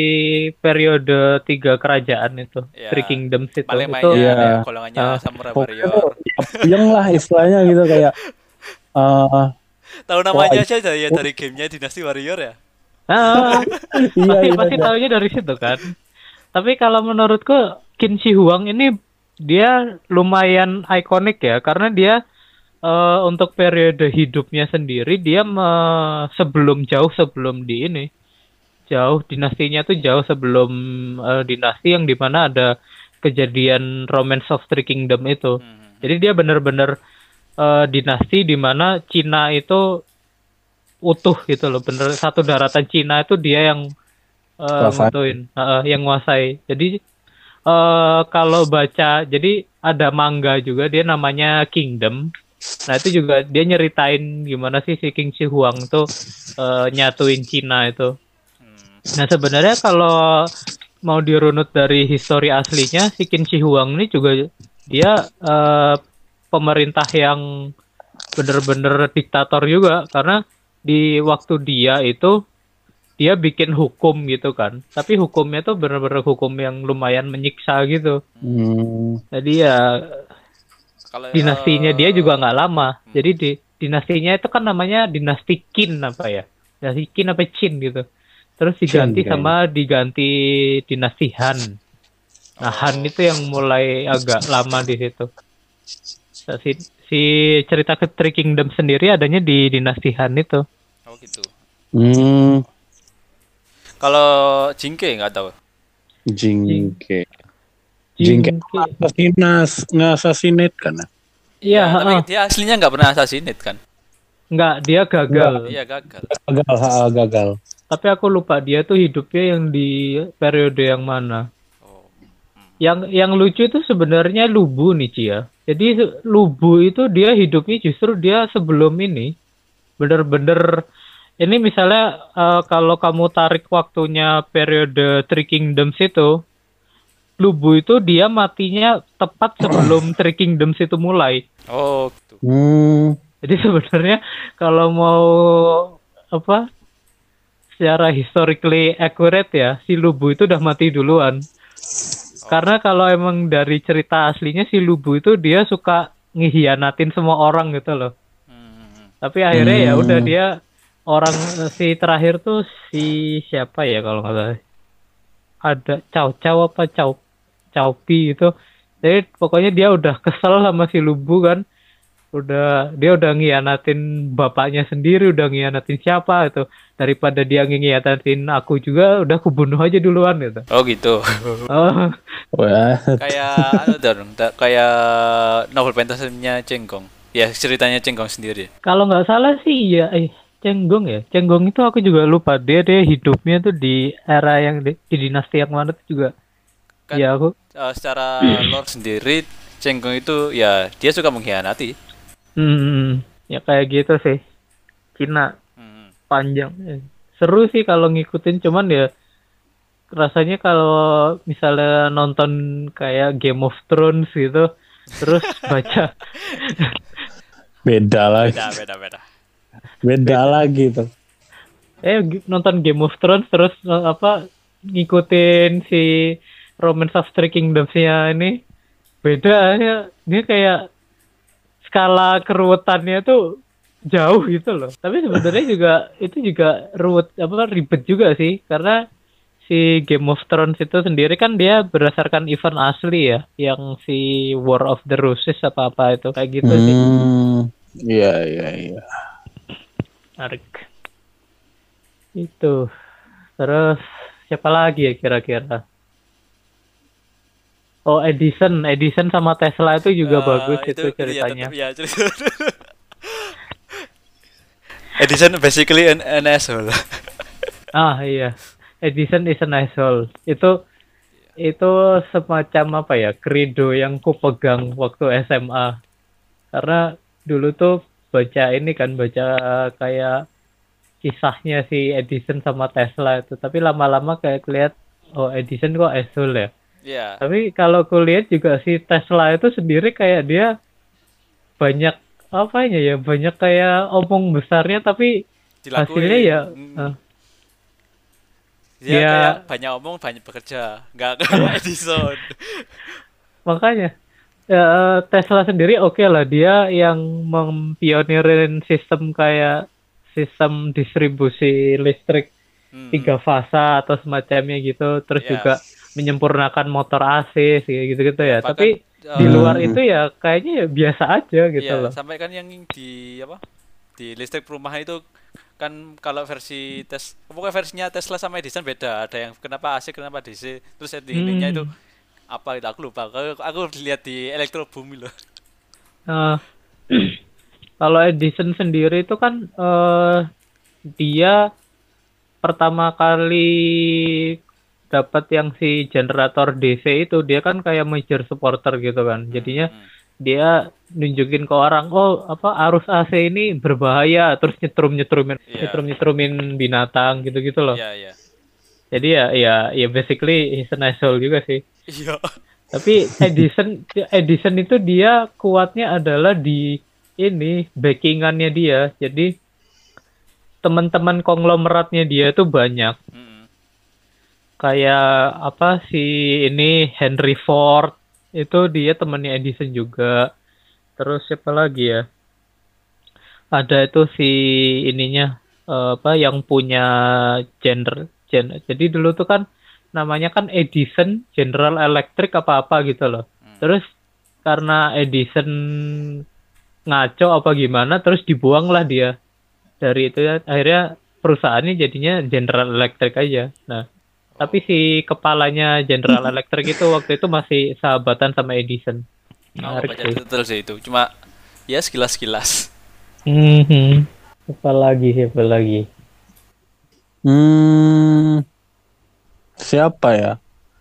Speaker 1: periode tiga kerajaan itu,
Speaker 2: Iya.
Speaker 1: Three Kingdoms itu.
Speaker 2: Paling
Speaker 1: itu
Speaker 2: mainnya
Speaker 5: Iya.
Speaker 2: ya, golongannya
Speaker 1: Ah,
Speaker 2: Samurai
Speaker 5: Pokoknya
Speaker 2: Warrior.
Speaker 5: tuh ya puyeng lah istilahnya gitu kayak eh
Speaker 2: Tahu namanya
Speaker 5: Wah,
Speaker 2: aja dari ya dari gamenya Dynasty Warrior ya.
Speaker 1: ah,
Speaker 5: iya
Speaker 1: pasti
Speaker 5: iya.
Speaker 1: pasti
Speaker 5: iya.
Speaker 1: tahunya dari situ kan. Tapi kalau menurutku Qin Shi Huang ini dia lumayan ikonik ya karena dia eh, untuk periode hidupnya sendiri dia me- sebelum jauh sebelum di ini jauh dinastinya tuh jauh sebelum eh, dinasti yang dimana ada kejadian Romance of Three Kingdom itu.
Speaker 2: Hmm.
Speaker 1: Jadi dia benar-benar eh, dinasti di mana Cina itu utuh gitu loh, bener satu daratan Cina itu dia yang eh,
Speaker 5: Kuasai.
Speaker 1: mutuin, eh, yang nguasai. Jadi eh, kalau baca, jadi ada manga juga dia namanya Kingdom. Nah itu juga dia nyeritain gimana sih si Qin Shi Huang tuh eh, nyatuin Cina itu.
Speaker 2: Hmm.
Speaker 1: Nah sebenarnya kalau mau dirunut dari histori aslinya si Qin Shi Huang ini juga dia eh, pemerintah yang bener-bener diktator juga karena di waktu dia itu dia bikin hukum gitu kan, tapi hukumnya tuh bener-bener hukum yang lumayan menyiksa gitu.
Speaker 5: Hmm.
Speaker 1: Jadi ya
Speaker 2: Kalau
Speaker 1: dinastinya
Speaker 2: eh,
Speaker 1: dia juga nggak lama.
Speaker 2: Hmm.
Speaker 1: Jadi di dinastinya itu kan namanya dinasti Qin apa ya? Dinasti Qin apa Qin gitu. Terus diganti
Speaker 5: kayaknya.
Speaker 1: sama diganti dinasti Han. Nah Han
Speaker 2: Oh.
Speaker 1: itu yang mulai agak lama di situ. Si, si cerita ke Three Kingdom sendiri adanya di Dinasti Han itu.
Speaker 2: Oh gitu.
Speaker 5: Hmm,
Speaker 2: Kalau Jingke nggak tahu.
Speaker 5: Jingke. Jingke Assasinas, nge-assassinate kan?
Speaker 1: Iya,
Speaker 2: Ya, tapi
Speaker 1: heeh.
Speaker 2: dia aslinya nggak pernah assassinate kan?
Speaker 1: Enggak, dia gagal.
Speaker 2: Iya gagal.
Speaker 5: Gagal, ha, gagal.
Speaker 1: Tapi aku lupa dia tuh hidupnya yang di periode yang mana.
Speaker 2: Oh.
Speaker 1: Yang yang lucu itu sebenarnya Lubu nih Cia. Jadi se- Lubu itu dia hidupnya justru dia sebelum ini bener-bener ini misalnya eh, kalau kamu tarik waktunya periode Three Kingdoms itu, Lubu itu dia matinya tepat sebelum Three Kingdoms itu mulai.
Speaker 2: Oh gitu.
Speaker 5: Hmm,
Speaker 1: Jadi sebenarnya kalau mau apa secara historically accurate ya, si Lubu itu udah mati duluan. Karena kalau emang dari cerita aslinya si Lubu itu dia suka ngehianatin semua orang gitu loh.
Speaker 2: Hmm.
Speaker 1: Tapi akhirnya ya
Speaker 5: Hmm.
Speaker 1: udah dia orang si terakhir tuh si siapa ya kalau nggak salah. Ada Chow Chow apa Chow Chow Pi itu. Jadi pokoknya dia udah kesel sama si Lubu kan. Udah dia udah ngianatin bapaknya sendiri, udah ngianatin siapa itu. Daripada dia ngianatin aku juga, udah kubunuh aja duluan gitu.
Speaker 2: Oh gitu.
Speaker 1: Oh,
Speaker 5: wah,
Speaker 2: Kayak anu dong, da- kayak novel fantasy-nya Cenggong. Ya ceritanya Cenggong sendiri.
Speaker 1: kalau nggak salah sih ya, eh, Cenggong ya. Cenggong itu aku juga lupa. Dia dia hidupnya tuh di era yang di, di dinasti yang mana tuh juga.
Speaker 2: Kan
Speaker 1: Ya aku.
Speaker 2: eh, secara lore sendiri Cenggong itu ya dia suka mengkhianati.
Speaker 1: Hmm, ya kayak gitu sih. Cina
Speaker 2: Hmm.
Speaker 1: panjang. Eh, Seru sih kalau ngikutin, cuman ya rasanya kalau misalnya nonton kayak Game of Thrones gitu, terus baca
Speaker 5: beda lagi,
Speaker 2: Beda beda beda.
Speaker 5: beda lagi tuh.
Speaker 1: eh g- nonton Game of Thrones terus eh, apa ngikutin si Romance of Three Kingdoms-nya ini beda ya. Dia kayak skala keruwetannya tuh jauh gitu loh. Tapi sebenarnya juga itu juga ruwet apa ribet juga sih karena si Game of Thrones itu sendiri kan dia berdasarkan event asli ya, yang si War of the Roses apa apa itu kayak gitu sih.
Speaker 5: Hmm, iya iya iya.
Speaker 1: Menarik. Itu. Terus siapa lagi ya kira-kira? Oh, Edison, Edison sama Tesla itu juga
Speaker 2: Eh,
Speaker 1: bagus itu,
Speaker 2: iya,
Speaker 1: ceritanya.
Speaker 2: tetep, ya, cerita. Edison basically an, an asshole.
Speaker 1: Ah iya, Edison is an asshole. Itu itu semacam apa ya, credo yang ku pegang waktu S M A. Karena dulu tuh baca ini kan, baca kayak kisahnya si Edison sama Tesla itu. Tapi lama-lama kayak lihat, oh Edison kok asshole ya.
Speaker 2: Iya.
Speaker 1: Tapi kalau kulihat juga si Tesla itu sendiri kayak dia banyak apanya ya, banyak kayak omong besarnya tapi
Speaker 2: Dilakuin.
Speaker 1: hasilnya ya
Speaker 2: Hmm.
Speaker 1: eh,
Speaker 2: Dia
Speaker 1: Ya.
Speaker 2: kayak banyak omong banyak bekerja, nggak kayak Edison.
Speaker 1: makanya ya, eh, Tesla sendiri oke lah, dia yang mempionirin sistem kayak sistem distribusi listrik
Speaker 2: Hmm.
Speaker 1: tiga fasa atau semacamnya gitu, terus
Speaker 2: Ya.
Speaker 1: juga menyempurnakan motor A C kayak gitu-gitu ya.
Speaker 2: Bahkan,
Speaker 1: Tapi
Speaker 2: eh,
Speaker 1: di luar
Speaker 5: Hmm.
Speaker 1: itu ya kayaknya ya biasa aja gitu
Speaker 2: iya,
Speaker 1: loh.
Speaker 2: sampai kan yang di apa? Di listrik perumahan itu kan kalau versi tes pokoknya versinya Tesla sama Edison beda. Ada yang kenapa A C kenapa D C, terus endingnya
Speaker 1: Hmm.
Speaker 2: itu apa itu aku lupa. Aku, aku lihat di Elektro Bumi loh.
Speaker 1: Eh, kalau Edison sendiri itu kan eh dia pertama kali dapat yang si generator D C itu, dia kan kayak major supporter gitu kan. Jadinya
Speaker 2: Hmm.
Speaker 1: dia nunjukin ke orang, oh apa arus A C ini berbahaya, terus nyetrum nyetrumin
Speaker 2: Iya.
Speaker 1: nyetrum nyetrumin binatang gitu-gitu loh.
Speaker 2: Iya, iya.
Speaker 1: Jadi ya ya ya basically he's an asshole juga sih.
Speaker 2: Iya.
Speaker 1: Tapi Edison Edison itu dia kuatnya adalah di ini backingannya dia. Jadi teman-teman konglomeratnya dia tuh banyak.
Speaker 2: Mm-mm.
Speaker 1: Kayak apa sih ini Henry Ford itu dia temannya Edison juga. Terus siapa lagi ya? Ada itu si ininya eh, apa yang punya gener gen. Jadi dulu tuh kan namanya kan Edison General Electric apa-apa gitu loh.
Speaker 2: Hmm.
Speaker 1: Terus karena Edison ngaco apa gimana terus dibuang lah dia dari itu ya, akhirnya perusahaannya jadinya General Electric aja. Nah tapi si kepalanya General Electric itu waktu itu masih sahabatan sama Edison.
Speaker 2: Aku
Speaker 1: Menarik
Speaker 2: baca
Speaker 1: sih.
Speaker 2: detail sih itu, cuma ya sekilas-sekilas.
Speaker 1: Mhm. Siapa lagi siapa lagi?
Speaker 5: Hmm, siapa ya?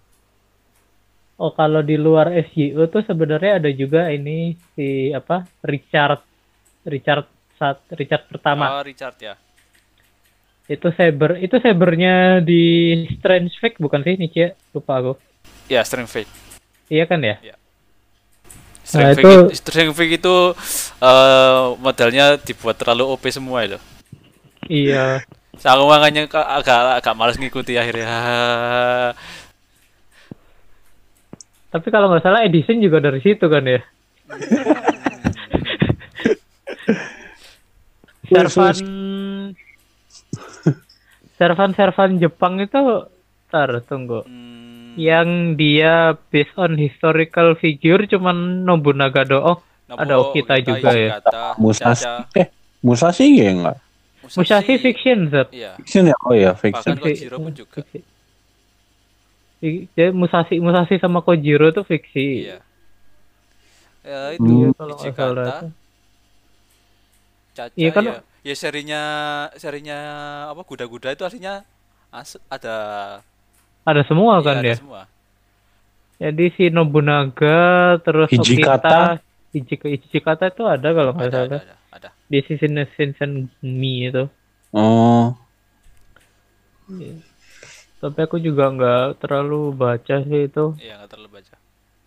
Speaker 1: Oh kalau di luar S J O tuh sebenarnya ada juga ini si apa Richard Richard saat Richard pertama.
Speaker 2: Oh, Richard ya.
Speaker 1: Itu saber itu sabernya di Strange Fate bukan sih Nietzsche? Lupa aku.
Speaker 2: Ya, Strength Fate.
Speaker 1: Iya kan ya?
Speaker 2: Strength
Speaker 1: itu-
Speaker 2: Fate itu, Strength Fate itu eh, modalnya dibuat terlalu O P semua itu.
Speaker 1: Iya.
Speaker 2: So, aku makanya ka- agak agak malas ngikuti akhirnya.
Speaker 1: Tapi kalau nggak salah Edison juga dari situ kan ya? Servan Servan Servan Jepang itu tar tunggu.
Speaker 2: Hmm,
Speaker 1: Yang dia based on historical figure cuman Nobunaga doang.
Speaker 2: Nobuo,
Speaker 1: ada Okita juga ya.
Speaker 2: Higata,
Speaker 5: Musashi.
Speaker 2: Chacha,
Speaker 5: Eh, Musashi ya enggak?
Speaker 1: Musashi fiction Zat.
Speaker 2: Iya.
Speaker 5: Fiction ya? Oh ya, fiction.
Speaker 2: Bahkan Kojiro pun juga.
Speaker 1: Fiksi. Fi- Jadi Musashi Musashi sama Kojiro tuh fiksi.
Speaker 2: Iya. Ya
Speaker 5: Hmm.
Speaker 2: itu
Speaker 1: Iya, kalau nggak salah
Speaker 2: Ichigata,
Speaker 1: tuh.
Speaker 2: Caca
Speaker 1: Iya, kan-
Speaker 2: ya. Ya serinya serinya apa kuda-kuda itu aslinya as- ada
Speaker 1: Ada semua
Speaker 2: iya,
Speaker 1: kan
Speaker 2: ada
Speaker 1: ya?
Speaker 2: semua.
Speaker 1: Jadi si Nobunaga terus
Speaker 5: Hijikata.
Speaker 1: Okita, Hijik- Hijikata itu ada kalau nggak
Speaker 2: Ada, ada,
Speaker 1: salah.
Speaker 2: ada, ada.
Speaker 1: Di season season Mi itu.
Speaker 5: Oh,
Speaker 1: Tapi aku juga nggak terlalu baca sih itu.
Speaker 2: Iya, nggak terlalu baca.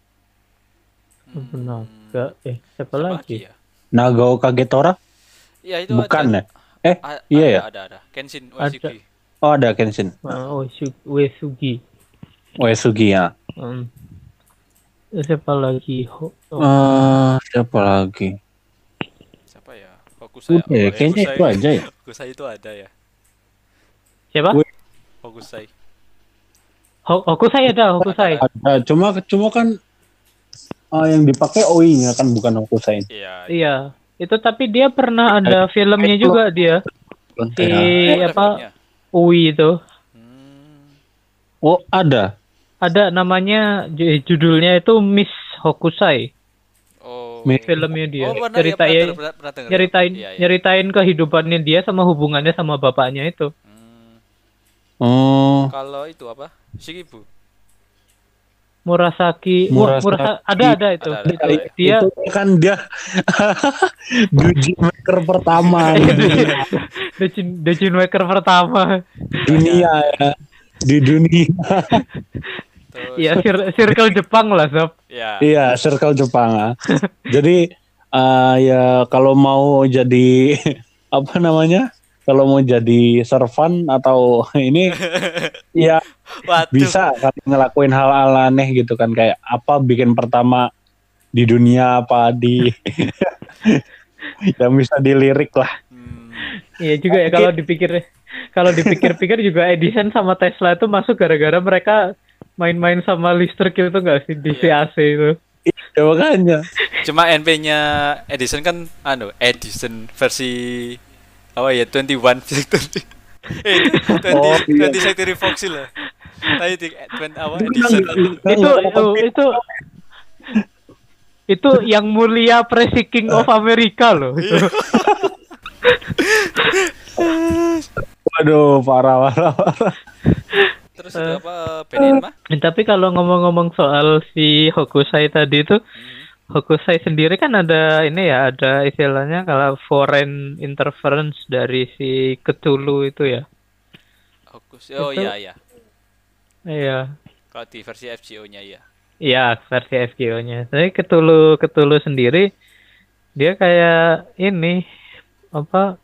Speaker 1: Nobunaga. Eh, siapa
Speaker 2: Siapa
Speaker 1: lagi?
Speaker 2: ya?
Speaker 5: Nagao Kagetora?
Speaker 2: Iya, itu
Speaker 5: Bukan
Speaker 2: ada.
Speaker 5: ya? Eh,
Speaker 2: A-
Speaker 5: iya
Speaker 2: ada,
Speaker 5: ya?
Speaker 2: Ada, ada. Kenshin
Speaker 1: Ada.
Speaker 2: Uesugi.
Speaker 5: Oh, ada Kenshin.
Speaker 1: Ah, oh, Shu- Uesugi.
Speaker 5: Uesugi ya.
Speaker 1: Hmm. Siapa lagi? Ho- oh,
Speaker 5: Eh, siapa lagi?
Speaker 2: Siapa ya? Hokusai.
Speaker 5: Udah ya,
Speaker 2: Oh,
Speaker 5: kayaknya
Speaker 2: Hokusai.
Speaker 5: itu aja ya.
Speaker 2: Hokusai itu ada ya.
Speaker 1: Siapa?
Speaker 5: Ue-
Speaker 2: Hokusai.
Speaker 1: Ho- Hokusai ada, Hokusai.
Speaker 5: Ada, cuma cuma kan eh, yang dipakai O I-nya kan bukan Hokusai.
Speaker 2: Iya.
Speaker 1: Iya. Itu tapi dia pernah ada filmnya juga dia. Si
Speaker 2: Oh, ada
Speaker 1: apa?
Speaker 2: filmnya.
Speaker 1: Ui itu.
Speaker 2: Hmm.
Speaker 5: Oh, ada.
Speaker 1: Ada namanya ju- judulnya itu Miss Hokusai.
Speaker 2: Oh.
Speaker 5: Mi-
Speaker 1: Filmnya dia.
Speaker 2: Oh, pernah, ya,
Speaker 1: Ceritain
Speaker 2: pernah, pernah, pernah dengar.
Speaker 1: nyeritain
Speaker 2: Iya, iya.
Speaker 1: nyeritain kehidupannya dia sama hubungannya sama bapaknya itu.
Speaker 2: Hmm.
Speaker 5: Oh,
Speaker 2: Kalau itu apa? Shikibu.
Speaker 1: Murasaki, Wah,
Speaker 5: Murasaki.
Speaker 1: Murasa- ada ada itu.
Speaker 2: Ada, ada,
Speaker 1: Itu
Speaker 2: ada.
Speaker 1: dia
Speaker 5: itu kan dia Duji Maker pertama
Speaker 1: The Chin The Chin Waker pertama.
Speaker 5: dunia ya. Di dunia.
Speaker 2: Terus,
Speaker 1: Iya, cir- circle Jepang lah, Sob.
Speaker 2: ya.
Speaker 5: Iya, circle Jepang. ah. Jadi eh, ya kalau mau jadi apa namanya? Kalau mau jadi servan atau ini ya
Speaker 2: Waduh.
Speaker 5: bisa kan ngelakuin hal-hal aneh gitu kan, kayak apa bikin pertama di dunia apa di yang bisa dilirik lah.
Speaker 2: Hmm.
Speaker 1: Iya juga ya kalau dipikir kalau dipikir-pikir juga Edison sama Tesla itu masuk gara-gara mereka main-main sama listrik itu enggak sih di C A C itu.
Speaker 5: Ya makanya.
Speaker 2: Cuma N P-nya Edison kan anu Edison versi apa ya dua puluh satu Factory. Eh dua puluh
Speaker 5: Oh, iya.
Speaker 2: dua puluh Factory Foxy lah. Tadi di dua puluh apa Edison.
Speaker 1: Itu itu itu itu yang mulia Presi King of America loh. Itu.
Speaker 5: Waduh, parah parah. parah.
Speaker 2: Terus itu apa Benenma?
Speaker 1: Tapi kalau ngomong-ngomong soal si Hokusai tadi itu, Hokusai sendiri kan ada ini ya, ada istilahnya kalau foreign interference dari si Cthulhu itu ya.
Speaker 2: Hokus. Oh
Speaker 1: Itu-
Speaker 2: iya iya.
Speaker 1: Iya.
Speaker 2: Kalau di versi F G O-nya ya.
Speaker 1: Iya, versi F G O-nya. Tapi Cthulhu Cthulhu sendiri dia kayak ini apa?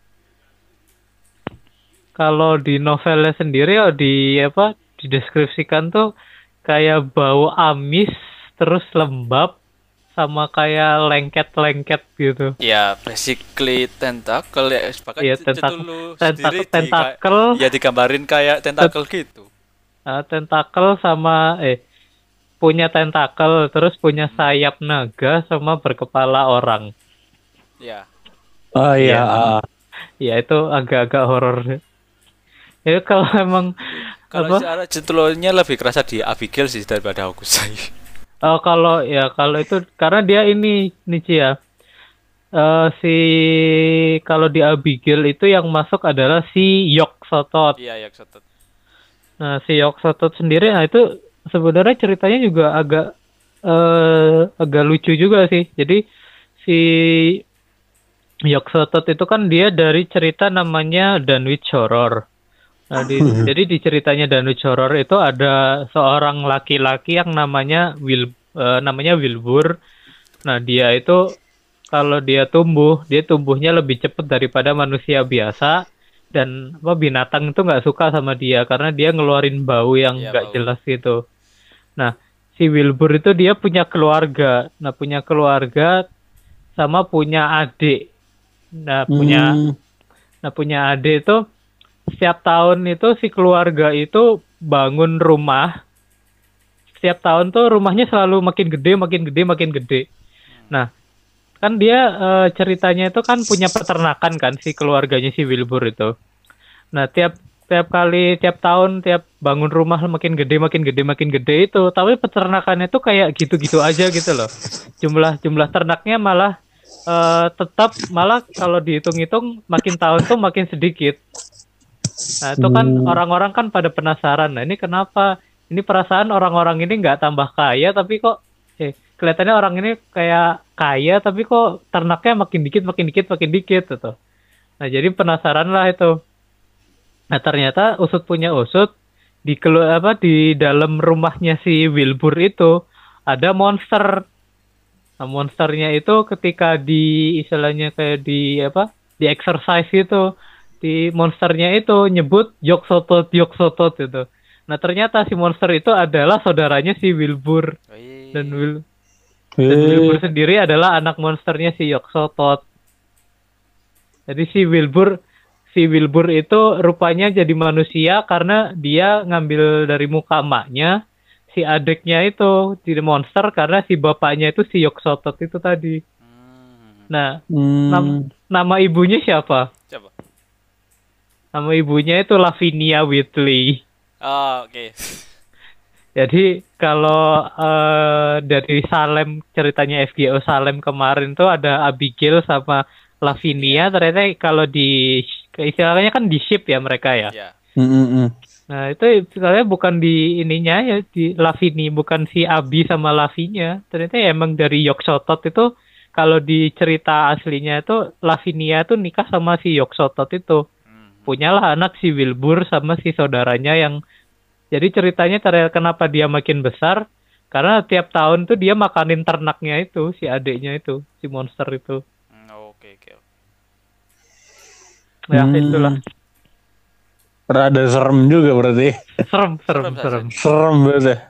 Speaker 1: Kalau di novelnya sendiri oh di apa? Dideskripsikan tuh kayak bau amis terus lembab sama kayak lengket-lengket gitu.
Speaker 2: Ya basically tentacle ya bahkan
Speaker 1: Iya,
Speaker 2: C-
Speaker 1: tentak-
Speaker 2: Cthulhu
Speaker 1: tentak-
Speaker 2: sendiri di-
Speaker 1: tentakel.
Speaker 2: ya digambarin kayak tentacle gitu.
Speaker 1: Uh, tentakel sama eh punya tentakel, terus punya sayap naga sama berkepala orang.
Speaker 2: Ya.
Speaker 5: Oh iya. ah.
Speaker 1: Ya itu agak-agak horor. Ya kalau emang
Speaker 2: Kalau
Speaker 1: apa?
Speaker 2: secara jentulnya lebih kerasa di Abigail sih daripada Hokusai.
Speaker 1: Oh kalau ya kalau itu karena dia ini Nichi ya. Eh, si kalau di Abigail itu yang masuk adalah si Yok Sotot.
Speaker 2: Iya, ya kesotot.
Speaker 1: Nah, si Yok Sotot sendiri, nah itu sebenarnya ceritanya juga agak eh agak lucu juga sih. Jadi si Yok Sotot itu kan dia dari cerita namanya Dunwich Horror. Nah, di, jadi di ceritanya Dunwich Horror itu ada seorang laki-laki yang namanya Will eh, namanya Wilbur. Nah, dia itu kalau dia tumbuh, dia tumbuhnya lebih cepat daripada manusia biasa. Dan apa binatang itu nggak suka sama dia karena dia ngeluarin bau yang
Speaker 2: Iya,
Speaker 1: nggak
Speaker 2: bau.
Speaker 1: jelas gitu. Nah, si Wilbur itu dia punya keluarga. Nah, punya keluarga sama punya adik. Nah, punya
Speaker 5: Hmm.
Speaker 1: nah punya adik itu setiap tahun itu si keluarga itu bangun rumah. Setiap tahun tuh rumahnya selalu makin gede, makin gede, makin gede. Nah, kan dia eh, ceritanya itu kan punya peternakan kan si keluarganya si Wilbur itu. Nah, tiap tiap kali tiap tahun tiap bangun rumah makin gede makin gede makin gede itu, tapi peternakannya tuh kayak gitu-gitu aja gitu loh. Jumlah jumlah ternaknya malah eh, tetap malah kalau dihitung-hitung makin tahun tuh makin sedikit. Nah, itu kan
Speaker 5: Hmm.
Speaker 1: orang-orang kan pada penasaran. Nah, ini kenapa? Ini perasaan orang-orang ini nggak tambah kaya tapi kok eh kelihatannya orang ini kayak kaya tapi kok ternaknya makin dikit makin dikit makin dikit gitu. Nah, jadi penasaran lah itu. Nah, ternyata usut punya usut di kelu apa di dalam rumahnya si Wilbur itu ada monster. Nah, monsternya itu ketika di istilahnya kayak di apa? Di exercise itu di monsternya itu nyebut Yogg-Sothoth Yogg-Sothoth itu. Nah, ternyata si monster itu adalah saudaranya si Wilbur
Speaker 2: Wih.
Speaker 1: dan Wil dan Wilbur
Speaker 5: Eh,
Speaker 1: sendiri adalah anak monsternya si Yogg-Sothoth. Jadi si Wilbur si Wilbur itu rupanya jadi manusia karena dia ngambil dari muka emaknya. Si adiknya itu jadi monster karena si bapaknya itu si Yogg-Sothoth itu tadi.
Speaker 2: Hmm.
Speaker 1: Nah,
Speaker 5: hmm.
Speaker 1: nam- nama ibunya siapa?
Speaker 2: Coba.
Speaker 1: Nama ibunya itu Lavinia Whitley.
Speaker 2: Oh, oke.
Speaker 1: Jadi kalau eh, dari Salem ceritanya F G O Salem kemarin tuh ada Abigail sama Lavinia. Ternyata kalau di istilahnya kan di ship ya mereka ya.
Speaker 2: Ya.
Speaker 5: Hmm, hmm, hmm.
Speaker 1: Nah itu sebenarnya bukan di ininya ya di Lavini, bukan si Abi sama Lavinia. Ternyata ya emang dari Yogg-Sothoth itu kalau di cerita aslinya itu Lavinia tuh nikah sama si Yogg-Sothoth itu.
Speaker 2: Hmm.
Speaker 1: Punyalah anak si Wilbur sama si saudaranya yang jadi ceritanya cara kenapa dia makin besar karena tiap tahun tuh dia makanin ternaknya itu si adiknya itu si monster itu.
Speaker 2: Hmm, Oke, oke.
Speaker 1: Ya
Speaker 5: Hmm.
Speaker 1: itulah
Speaker 5: Rada serem juga berarti.
Speaker 1: serem serem
Speaker 2: Serem,
Speaker 1: serem.
Speaker 5: Serem banget ya.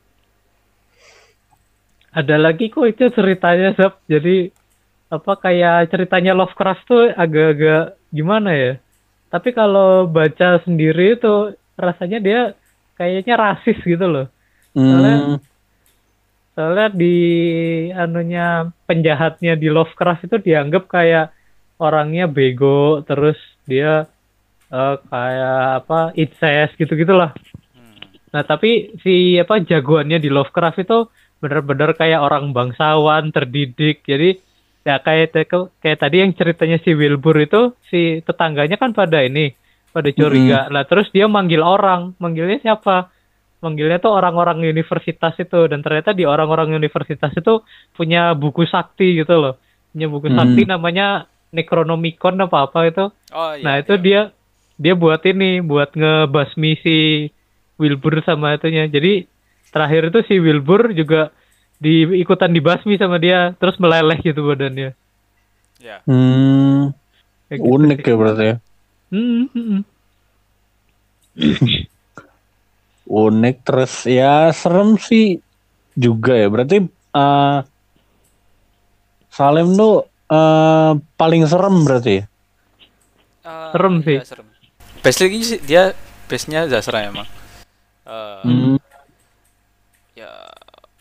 Speaker 1: Ada lagi kok itu ceritanya Zap. Jadi apa kayak ceritanya Lovecraft tuh agak-agak gimana ya? Tapi kalau baca sendiri itu rasanya dia kayaknya rasis gitu loh.
Speaker 5: Hmm.
Speaker 1: Soalnya di anunya penjahatnya di Lovecraft itu dianggap kayak orangnya bego, terus dia eh, kayak apa incest gitu-gitulah.
Speaker 2: Hmm.
Speaker 1: Nah, tapi si apa jagoannya di Lovecraft itu benar-benar kayak orang bangsawan, terdidik. Jadi ya kayak kayak tadi yang ceritanya si Wilbur itu si tetangganya kan pada ini, pada curiga. Lah terus dia manggil orang, manggilnya siapa? Manggilnya tuh orang-orang universitas itu dan ternyata di orang-orang universitas itu punya buku sakti gitu loh. Punya buku
Speaker 5: Hmm.
Speaker 1: sakti namanya Necronomicon apa apa itu.
Speaker 2: Oh iya.
Speaker 1: Nah, itu
Speaker 2: iya.
Speaker 1: dia dia buat ini, buat ngebasmi si Wilbur sama itunya. Jadi terakhir itu si Wilbur juga di ikutan dibasmi sama dia, terus meleleh gitu badannya.
Speaker 2: Ya.
Speaker 5: Hmm.
Speaker 1: Kayak gitu
Speaker 5: Unik
Speaker 1: sih.
Speaker 5: ya berarti ya.
Speaker 1: Hmm, hmm, hmm.
Speaker 5: Unik terus ya serem sih juga ya. Berarti eh, Salem tuh eh, paling serem berarti ya.
Speaker 2: Ah,
Speaker 1: Serem
Speaker 2: iya,
Speaker 1: sih.
Speaker 2: serem. Base lagi sih dia base-nya Zasra emang. Eh,
Speaker 5: Hmm.
Speaker 2: ya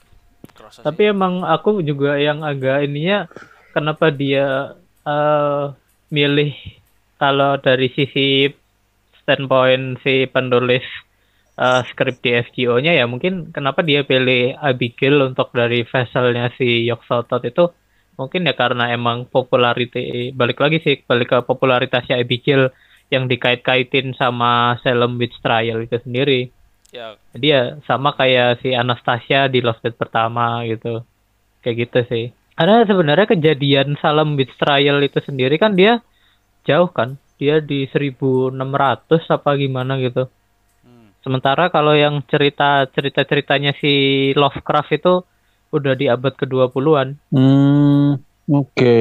Speaker 2: Masa sih?
Speaker 1: Tapi emang aku juga yang agak ininya, kenapa dia eh, milih, kalau dari sisi standpoint si penulis eh, skrip di F G O-nya ya, mungkin kenapa dia pilih Abigail untuk dari vesselnya si Yog-Sothoth itu, mungkin ya karena emang popularity, balik lagi sih, balik ke popularitasnya Abigail yang dikait-kaitin sama Salem Witch Trial itu sendiri.
Speaker 2: Ya,
Speaker 1: Jadi ya sama kayak si Anastasia di Lost Dead pertama gitu. Kayak gitu sih. Karena sebenarnya kejadian Salem Witch Trial itu sendiri kan dia jauh kan. Dia di seribu enam ratus apa gimana gitu.
Speaker 2: hmm.
Speaker 1: Sementara kalau yang cerita cerita-ceritanya si Lovecraft itu udah di abad ke dua puluhan.
Speaker 5: Hmm, oke.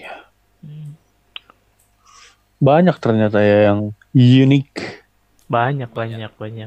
Speaker 5: Banyak ternyata ya yang unik.
Speaker 1: Banyak,
Speaker 2: Banyak.
Speaker 1: banyak, banyak.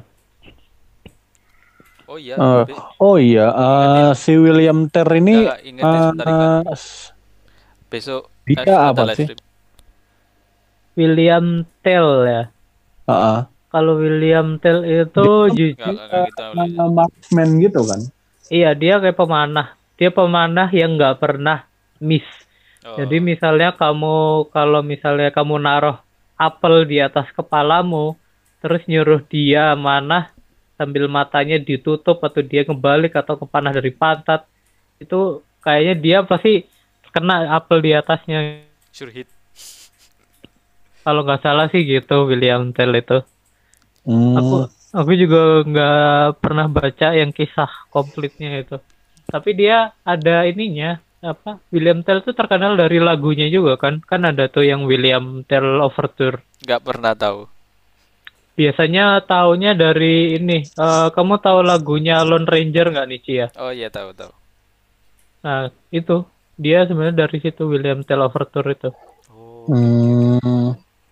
Speaker 2: Oh iya,
Speaker 5: Eh,
Speaker 2: be-
Speaker 5: oh iya, eh, si William Ter ini
Speaker 2: Nggak, nggak, ingetin sebentar, Ikan.
Speaker 5: eh, s-
Speaker 2: besok
Speaker 5: dia
Speaker 2: eh, ada
Speaker 5: apa
Speaker 2: live
Speaker 5: sih?
Speaker 2: stream.
Speaker 1: William Tell ya.
Speaker 5: Heeh.
Speaker 1: Kalau William Tell itu
Speaker 2: Nggak,
Speaker 1: jujur,
Speaker 2: nggak, nggak gitu boleh.
Speaker 5: Eh, marksman gitu kan?
Speaker 1: iya dia kayak pemanah. Dia pemanah yang nggak pernah miss.
Speaker 2: Oh,
Speaker 1: Jadi misalnya kamu, kalau misalnya kamu naruh apel di atas kepalamu, terus nyuruh dia manah sambil matanya ditutup atau dia ngebalik atau kepanah dari pantat, itu kayaknya dia pasti kena apel di atasnya.
Speaker 2: sure hit.
Speaker 1: Kalau nggak salah sih gitu William Tell itu.
Speaker 5: Hmm,
Speaker 1: Aku aku juga nggak pernah baca yang kisah komplitnya itu. Tapi dia ada ininya, apa, William Tell tuh terkenal dari lagunya juga kan. Kan ada tuh yang William Tell Overture.
Speaker 2: Nggak pernah tahu.
Speaker 1: Biasanya taunya dari ini. eh, kamu tahu lagunya Lone Ranger nggak nih Cia?
Speaker 2: Oh iya, tahu tahu.
Speaker 1: Nah itu dia sebenarnya dari situ William Tell Overture itu.
Speaker 2: Oh.
Speaker 5: hmm,
Speaker 2: Hmm.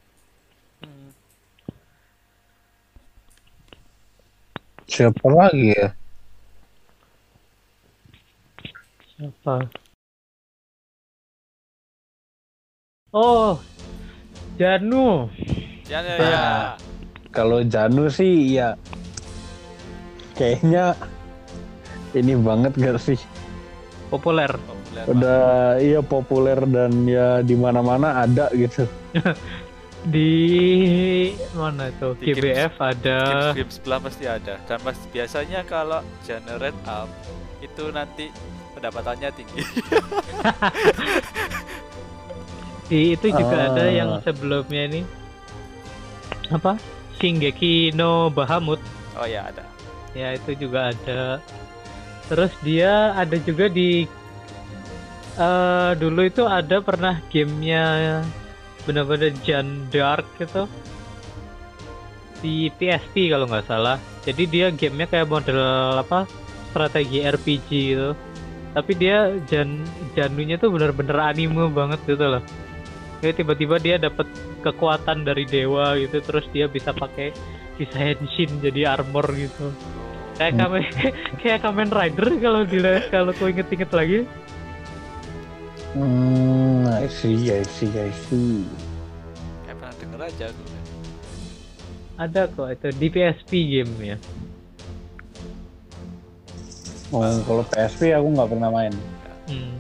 Speaker 5: siapa lagi ya?
Speaker 1: Apa? Oh, Janu.
Speaker 2: Ya, ya,
Speaker 5: Nah.
Speaker 2: ya.
Speaker 5: Kalau Janu sih ya kayaknya ini banget gak sih?
Speaker 1: Populer.
Speaker 2: Populer
Speaker 5: Udah iya populer dan ya di mana-mana ada gitu.
Speaker 1: Di mana itu?
Speaker 2: Di
Speaker 1: G B F ada.
Speaker 2: game sebelah pasti ada. Dan mas biasanya kalau generate up itu nanti pendapatannya tinggi.
Speaker 1: Di itu juga
Speaker 5: Ah.
Speaker 1: ada yang sebelumnya ini. Apa? Shingeki no Bahamut.
Speaker 2: Oh ya, ada.
Speaker 1: Ya itu juga ada. Terus dia ada juga di eh dulu itu ada pernah gamenya benar-benar Jeanne d'Arc gitu di P S P kalau nggak salah. Jadi dia gamenya kayak model apa, strategi R P G gitu. Tapi dia Jan Janunya tuh bener-bener anime banget gitu loh. Jadi tiba-tiba dia dapat kekuatan dari dewa gitu, terus dia bisa pakai kisah Henshin jadi armor gitu. Kayak
Speaker 5: Hmm.
Speaker 1: Kamen kayak Kamen Rider kalau dilihat, kalau aku inget-inget lagi.
Speaker 5: Hmm, I see, I see, I see.
Speaker 2: Kayak pernah denger aja aku.
Speaker 1: Ada kok itu di P S P game ya.
Speaker 5: Oh, kalau P S P aku nggak pernah main.
Speaker 1: Hmm.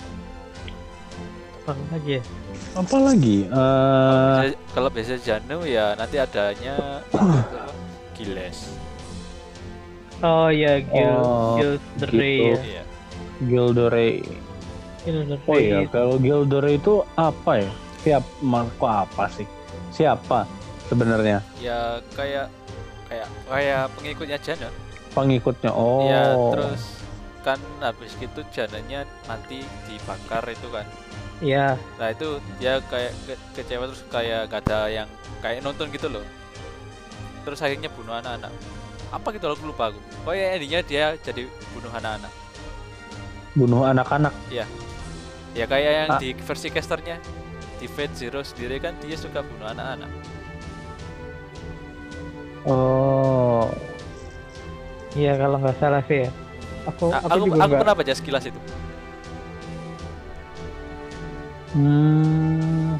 Speaker 1: Apa lagi ya?
Speaker 5: Apa lagi?
Speaker 2: Kalau
Speaker 5: Eh,
Speaker 2: biasa- Kalau biasa Janu ya nanti adanya Giles.
Speaker 1: Oh ya, Gil
Speaker 5: Oh,
Speaker 1: Gildore
Speaker 5: gitu.
Speaker 1: ya.
Speaker 2: Iya.
Speaker 5: Gildore.
Speaker 1: Gildore.
Speaker 5: Oh iya, kalau Gildore itu apa ya? Siap, Marco apa sih? Siapa sebenarnya
Speaker 2: Ya kayak kayak kayak pengikutnya Jana.
Speaker 5: pengikutnya? Oh.
Speaker 2: Ya terus kan habis gitu Jananya mati dibakar itu kan.
Speaker 1: Ya,
Speaker 2: Nah itu dia kayak ke- kecewa terus kayak gak ada yang kayak nonton gitu loh. Terus akhirnya bunuh anak-anak. Apa gitu aku lupa aku. Pokoknya endingnya dia jadi bunuh anak-anak.
Speaker 5: Bunuh anak-anak.
Speaker 2: Ya kayak yang
Speaker 5: Ah.
Speaker 2: di versi casternya di Fate Zero sendiri kan dia suka bunuh anak-anak.
Speaker 5: Oh.
Speaker 1: iya kalau nggak salah sih ya. Aku
Speaker 2: A-
Speaker 1: aku
Speaker 2: aku
Speaker 1: juga
Speaker 2: aku
Speaker 1: nggak.
Speaker 2: pernah baca sekilas itu.
Speaker 5: Hmm.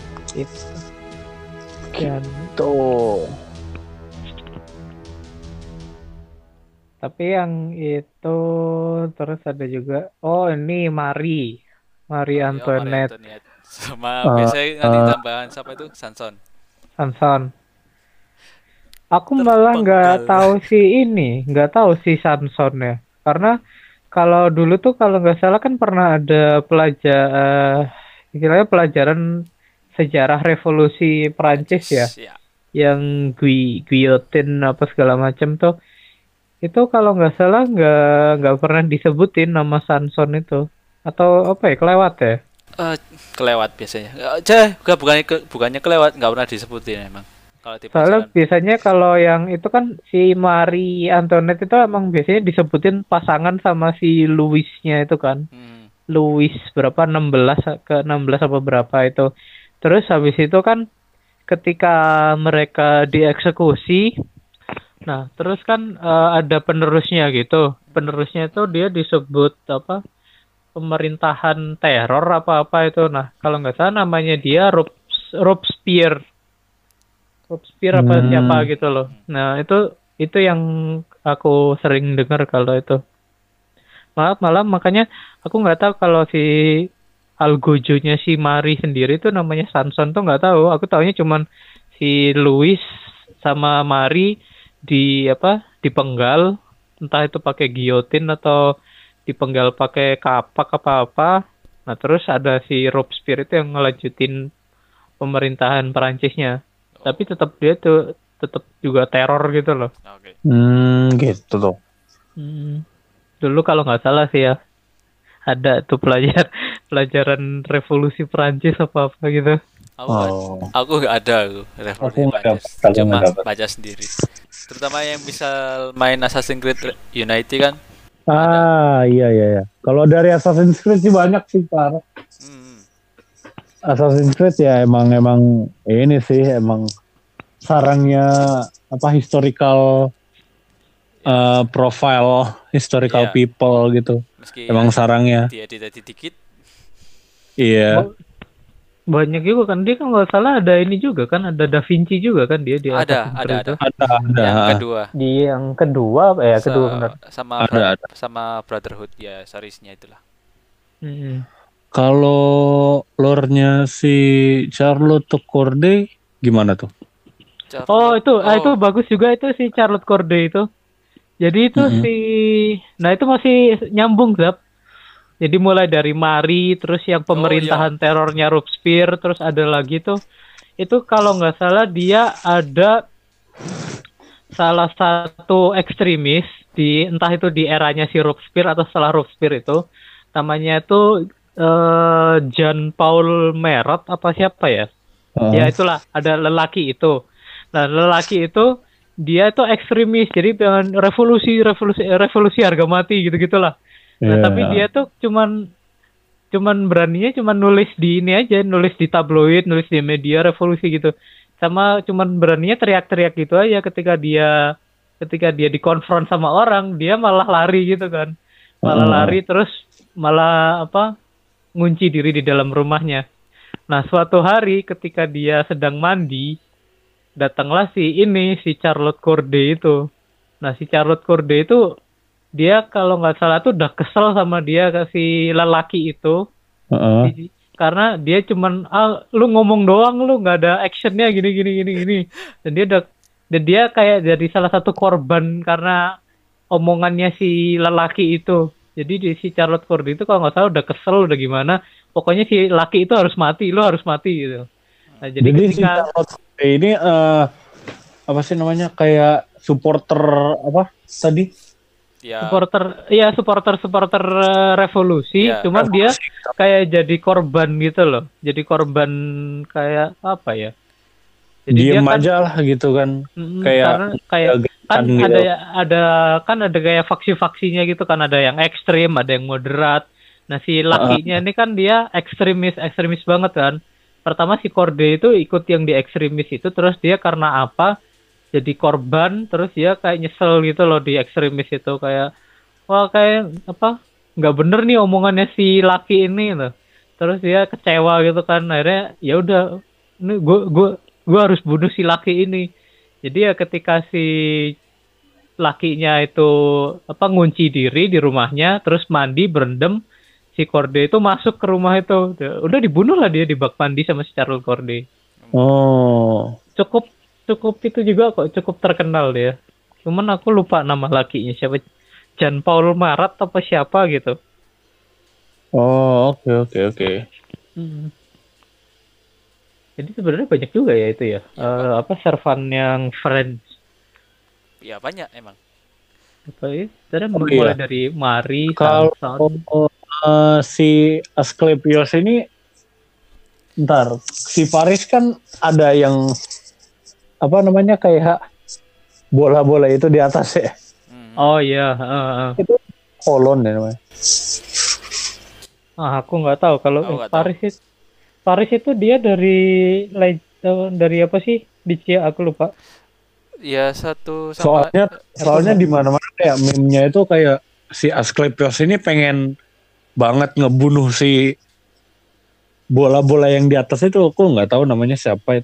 Speaker 1: Dan
Speaker 5: Tuh.
Speaker 1: Tapi yang itu terus ada juga, oh ini Marie, Marie
Speaker 2: Oh, iya, oh, Marie
Speaker 1: Antoinette,
Speaker 2: Antoinette. Sama
Speaker 5: Eh,
Speaker 2: biasanya nanti
Speaker 5: eh,
Speaker 2: tambahan siapa itu? Sanson.
Speaker 1: Sanson. Aku malah
Speaker 2: Terpenggal.
Speaker 1: nggak tahu si ini, nggak tahu si Sanson ya. Karena kalau dulu tuh kalau nggak salah kan pernah ada pelajar, eh, istilahnya pelajaran sejarah revolusi Prancis
Speaker 2: Prancis.
Speaker 1: ya,
Speaker 2: Ya.
Speaker 1: yang gui guillotine apa segala macam tuh. Itu kalau nggak salah nggak nggak pernah disebutin nama Sanson itu. Atau apa ya, kelewat ya?
Speaker 2: Eh, kelewat biasanya. Eh, Ceh, bukan bukannya ke- bukannya kelewat, nggak pernah disebutin emang. Kalau di
Speaker 1: Soalnya
Speaker 2: pelajaran.
Speaker 1: biasanya kalau yang itu kan si Marie Antoinette itu emang biasanya disebutin pasangan sama si Louisnya itu kan.
Speaker 2: Hmm.
Speaker 1: Louis berapa, enam belas ke enam belas apa berapa itu. Terus habis itu kan ketika mereka dieksekusi, nah terus kan eh, ada penerusnya gitu. Penerusnya itu dia disebut apa? Pemerintahan teror apa-apa itu. Nah, kalau nggak salah namanya dia Robes- Robespierre. Robespierre apa
Speaker 5: Hmm.
Speaker 1: siapa gitu loh. Nah, itu itu yang aku sering dengar kalau itu. Malah, malah makanya aku nggak tahu kalau si algojonya si Marie sendiri itu namanya Sanson tuh nggak tahu. Aku taunya cuman si Louis sama Marie di apa dipenggal, entah itu pakai guillotine atau dipenggal pakai kapak apa-apa. Nah, terus ada si Robespierre itu yang ngelanjutin pemerintahan Perancisnya. Tapi tetap dia tuh tetap juga teror gitu loh.
Speaker 2: Oke.
Speaker 5: hmm, gitu tuh.
Speaker 1: Hmm. Dulu kalau nggak salah sih ya ada tuh pelajar pelajaran revolusi Perancis apa apa gitu.
Speaker 2: Aku nggak,
Speaker 5: Oh.
Speaker 2: aku nggak ada aku revolusi
Speaker 5: Aku nggak
Speaker 2: Prancis.
Speaker 5: dapet, aku
Speaker 2: Cuma
Speaker 5: nggak dapet.
Speaker 2: baca sendiri. Terutama yang bisa main Assassin's Creed Unity kan.
Speaker 5: Ah, iya iya iya. Kalau dari Assassin's Creed sih banyak sih, parah.
Speaker 2: Hmm.
Speaker 5: Assassin's Creed ya emang emang ini sih emang sarangnya apa historical uh, profile historical
Speaker 2: Iya.
Speaker 5: people gitu.
Speaker 2: Meski
Speaker 5: Emang sarangnya.
Speaker 2: dia tidak dikit.
Speaker 5: Iya.
Speaker 1: Oh, banyak juga kan dia kan nggak salah ada ini juga kan ada Da Vinci juga kan dia di
Speaker 2: Ada,
Speaker 1: Assassin's
Speaker 2: ada,
Speaker 1: Creed
Speaker 2: ada.
Speaker 1: itu.
Speaker 5: Ada ada.
Speaker 2: Yang kedua.
Speaker 1: Di yang kedua eh
Speaker 2: Se-
Speaker 1: kedua benar.
Speaker 2: sama
Speaker 5: Ada,
Speaker 2: Bra-
Speaker 5: ada.
Speaker 2: sama Brotherhood ya, seriesnya itulah.
Speaker 1: Hmm.
Speaker 5: Kalau lore-nya si Charlotte Corday gimana tuh?
Speaker 1: Oh itu, ah,
Speaker 2: Oh,
Speaker 1: itu bagus juga itu si Charlotte Corday itu. Jadi itu
Speaker 5: Mm-mm.
Speaker 1: si, nah itu masih nyambung Zap. Jadi mulai dari Marie, terus yang pemerintahan terornya Robespierre, terus ada lagi tuh. Itu kalau nggak salah dia ada salah satu ekstremis di entah itu di eranya si Robespierre atau setelah Robespierre itu, namanya itu eh, Jean Paul Marat apa siapa ya?
Speaker 5: Uh,
Speaker 1: Ya itulah ada lelaki itu. Nah lelaki itu dia itu ekstremis jadi dengan revolusi revolusi eh, revolusi harga mati gitu gitulah. Nah
Speaker 5: iya.
Speaker 1: tapi dia tuh cuman cuman beraninya cuman nulis di ini aja, nulis di tabloid, nulis di media revolusi gitu. Sama cuman beraninya teriak-teriak gitu aja ketika dia ketika dia dikonfront sama orang dia malah lari gitu kan. Malah
Speaker 5: Uh,
Speaker 1: lari terus malah apa ngunci diri di dalam rumahnya. Nah, suatu hari ketika dia sedang mandi, datanglah si ini, si Charlotte Corday itu. Nah, si Charlotte Corday itu, dia kalau nggak salah tuh udah kesel sama dia, si lelaki itu.
Speaker 5: uh,
Speaker 1: Di- Karena dia cuman, ah, lu ngomong doang, lu nggak ada actionnya gini, gini, gini, gini. Dan dia udah, dan dia kayak jadi salah satu korban karena omongannya si lelaki itu. Jadi di si Charlotte Corday itu kalau nggak salah udah kesel, udah gimana. Pokoknya si laki itu harus mati, lu harus mati gitu. Nah, jadi,
Speaker 5: Jadi si
Speaker 1: ketika
Speaker 5: Charlotte Corday ini eh apa sih namanya kayak supporter apa tadi?
Speaker 2: ya
Speaker 1: supporter, iya supporter supporter eh, revolusi,
Speaker 2: Iya.
Speaker 1: cuman dia kayak jadi korban gitu loh, jadi korban kayak apa ya? Jadi
Speaker 5: Diem
Speaker 1: dia kan,
Speaker 5: aja lah gitu kan.
Speaker 1: mm,
Speaker 5: kayak
Speaker 1: karena kayak kan
Speaker 5: gitu.
Speaker 1: ada ada kan ada kayak faksi-faksinya gitu kan, ada yang ekstrim, ada yang moderat. Nah si lakinya ini kan dia ekstremis ekstremis banget kan. Pertama si Corday itu ikut yang di ekstremis itu, terus dia karena apa? Jadi korban, terus dia kayak nyesel gitu loh di ekstremis itu, kayak wah kayak apa nggak bener nih omongannya si laki ini loh. Terus dia kecewa gitu kan, akhirnya ya udah ini gue gue gue harus bunuh si laki ini. Jadi ya ketika si lakinya itu apa ngunci diri di rumahnya, terus mandi berendam, si Korde itu masuk ke rumah itu, udah dibunuh lah dia di bak mandi sama si Charles Korde.
Speaker 5: Oh.
Speaker 1: Cukup cukup itu juga kok, cukup terkenal dia. Cuman aku lupa nama lakinya siapa, Jean Paul Marat apa siapa gitu.
Speaker 5: Oh, oke oke oke.
Speaker 1: Hmm. Jadi sebenarnya banyak juga ya itu ya,
Speaker 2: Ya,
Speaker 1: Eh, apa servan yang French.
Speaker 2: Ya banyak emang.
Speaker 1: Apa ya? Tadi
Speaker 5: Oh,
Speaker 1: mulai
Speaker 5: iya.
Speaker 1: dari Mari,
Speaker 5: Kalau
Speaker 1: Samson.
Speaker 5: eh, si Asklepios ini, ntar si Paris kan ada yang apa namanya kayak bola-bola itu di atas ya.
Speaker 2: Hmm.
Speaker 1: Oh iya, heeh.
Speaker 5: Kolon ya namanya.
Speaker 1: Ah, aku nggak tahu kalau
Speaker 2: Aku
Speaker 1: eh,
Speaker 2: nggak tahu.
Speaker 1: Paris itu Paris itu dia dari leg- eh, dari apa sih? Di Cia aku lupa.
Speaker 2: Ya satu sama
Speaker 5: Soalnya soalnya di mana-mana kayak meme-nya itu kayak si Asklepios ini pengen banget ngebunuh si bola-bola yang di atas itu. Aku nggak tahu namanya siapa itu.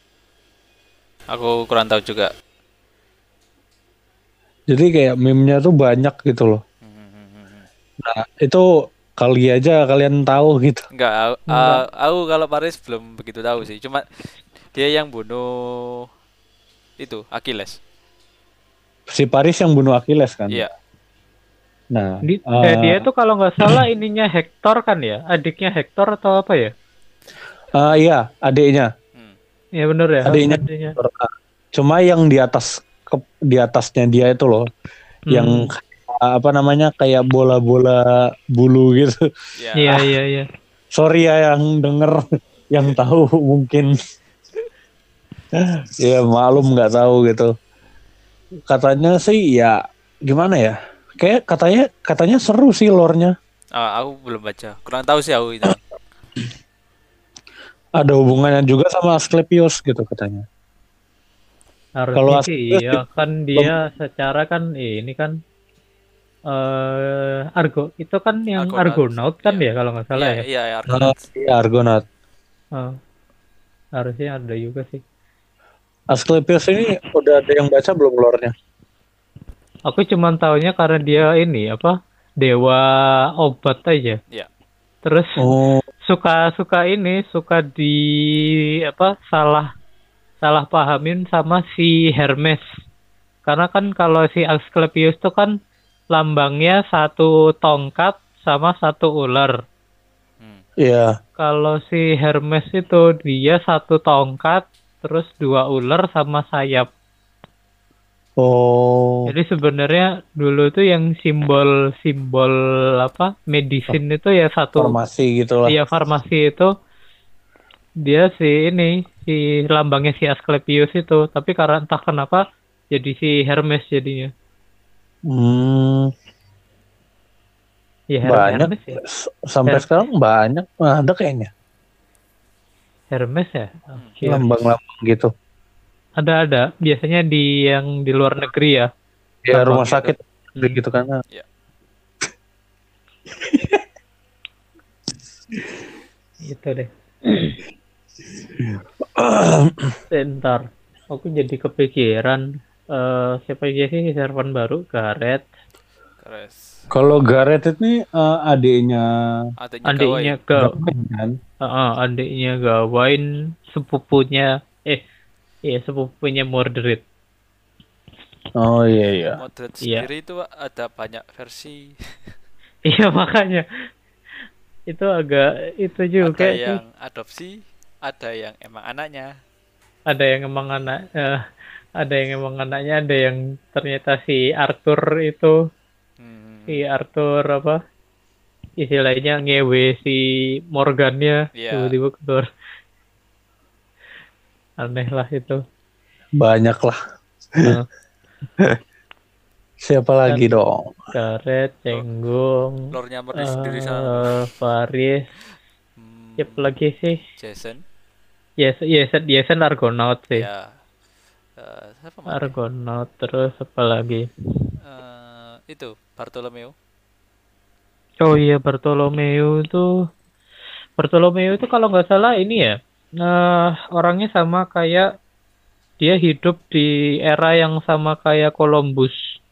Speaker 2: aku kurang tahu juga.
Speaker 5: Jadi kayak meme-nya tuh banyak gitu loh.
Speaker 2: Hmm.
Speaker 5: Nah, itu kali aja kalian tahu gitu.
Speaker 2: Enggak, aku,
Speaker 1: Enggak.
Speaker 2: uh, aku kalau Paris belum begitu tahu sih. Cuma dia yang bunuh itu Achilles.
Speaker 5: Si Paris yang bunuh Achilles kan.
Speaker 2: Iya.
Speaker 5: Nah,
Speaker 1: Di,
Speaker 5: eh,
Speaker 1: eh, dia itu kalau nggak salah ininya Hector kan ya, adiknya Hector atau apa ya?
Speaker 5: eh, iya, adiknya.
Speaker 2: Hmm.
Speaker 1: Ya bener ya.
Speaker 5: Adiknya.
Speaker 1: adiknya.
Speaker 5: Cuma yang di atas ke, di atasnya dia itu loh,
Speaker 1: Hmm.
Speaker 5: yang apa namanya kayak bola-bola bulu gitu.
Speaker 2: Ya.
Speaker 1: Iya iya iya.
Speaker 5: Sorry ya yang denger, yang tahu mungkin. Ya malum nggak tahu gitu. Katanya sih ya gimana ya? Kayak katanya katanya seru sih lore-nya.
Speaker 2: Ah, aku belum baca. Kurang tahu sih aku itu.
Speaker 5: Ada hubungannya juga sama Asklepios gitu katanya. Kalau
Speaker 1: Harusnya sih
Speaker 5: Asklepios
Speaker 1: iya kan dia secara kan eh, ini kan eh Argo itu kan yang
Speaker 2: Argonaut.
Speaker 1: Argonaut kan
Speaker 2: Iya.
Speaker 1: ya kalau nggak salah
Speaker 2: Iya,
Speaker 1: ya.
Speaker 2: iya,
Speaker 5: Eh,
Speaker 2: Argonaut.
Speaker 5: iya, Argonaut.
Speaker 1: Oh, harusnya ada juga sih.
Speaker 5: Asklepios ini udah ada yang baca belum lore-nya?
Speaker 1: Aku cuma taunya karena dia ini apa dewa obat aja.
Speaker 2: Iya.
Speaker 1: Terus
Speaker 5: Oh,
Speaker 1: suka suka ini suka di apa salah salah pahamin sama si Hermes. Karena kan kalau si Asklepios itu kan lambangnya satu tongkat sama satu ular.
Speaker 2: Hmm.
Speaker 5: iya.
Speaker 1: Kalau si Hermes itu dia satu tongkat terus dua ular sama sayap.
Speaker 5: Oh,
Speaker 1: Jadi sebenarnya dulu tuh yang simbol-simbol apa medisin itu ya satu,
Speaker 5: formasi gitu lah.
Speaker 1: iya farmasi itu dia si ini si lambangnya si Asklepios itu, tapi karena entah kenapa jadi si Hermes jadinya.
Speaker 5: Hmm,
Speaker 1: Ya Her-
Speaker 5: banyak.
Speaker 1: Hermes ya.
Speaker 5: S- Sampai
Speaker 1: Her-
Speaker 5: sekarang banyak. Nah, ada kayaknya
Speaker 1: Hermes ya. Oh,
Speaker 2: Hmm.
Speaker 1: iya.
Speaker 5: lambang-lambang gitu.
Speaker 1: Ada ada biasanya di yang di luar negeri ya.
Speaker 5: Ya
Speaker 1: Lambang
Speaker 5: rumah
Speaker 1: gitu.
Speaker 5: sakit
Speaker 1: Hmm.
Speaker 5: gitu kan.
Speaker 1: Gitu deh. Bentar, aku jadi kepikiran eh siapa aja sih servan baru Gareth,
Speaker 2: Keres.
Speaker 5: Kalau Gareth ini eh, adiknya
Speaker 2: Adanya
Speaker 1: adiknya
Speaker 2: Gawain.
Speaker 1: Ga,
Speaker 5: Gawain kan?
Speaker 1: Heeh, adiknya Gawain, sepupunya eh iya sepupunya Mordred.
Speaker 5: Oh iya iya.
Speaker 2: Modred
Speaker 1: Iya.
Speaker 2: sendiri itu ada banyak versi.
Speaker 1: Iya makanya itu agak itu juga
Speaker 2: Ada
Speaker 1: sih.
Speaker 2: yang adopsi, ada yang emang anaknya.
Speaker 1: Ada yang emang anak eh, ada yang emang anaknya, ada yang ternyata si Arthur itu
Speaker 2: Hmm.
Speaker 1: si Arthur apa istilahnya ngewe si Morgannya
Speaker 2: Iya.
Speaker 1: tiba-tiba keluar. Aneh lah itu.
Speaker 5: Banyak lah.
Speaker 1: Nah,
Speaker 5: Siapa lagi dong?
Speaker 1: Gareth, Cenggong,
Speaker 2: Lore-nya Mordred sendiri sana.
Speaker 1: eh Faris,
Speaker 2: Hmm.
Speaker 1: siapa lagi sih?
Speaker 2: Jason.
Speaker 1: Yes, yes, Jason Argonaut sih.
Speaker 2: Ya. Eh, siapa lagi?
Speaker 1: Argonaut terus apa lagi?
Speaker 2: Eh, itu Bartolomeo.
Speaker 1: Oh iya Bartolomeo itu Bartolomeo itu kalau nggak salah ini ya eh orangnya sama kayak dia hidup di era yang sama kayak Columbus.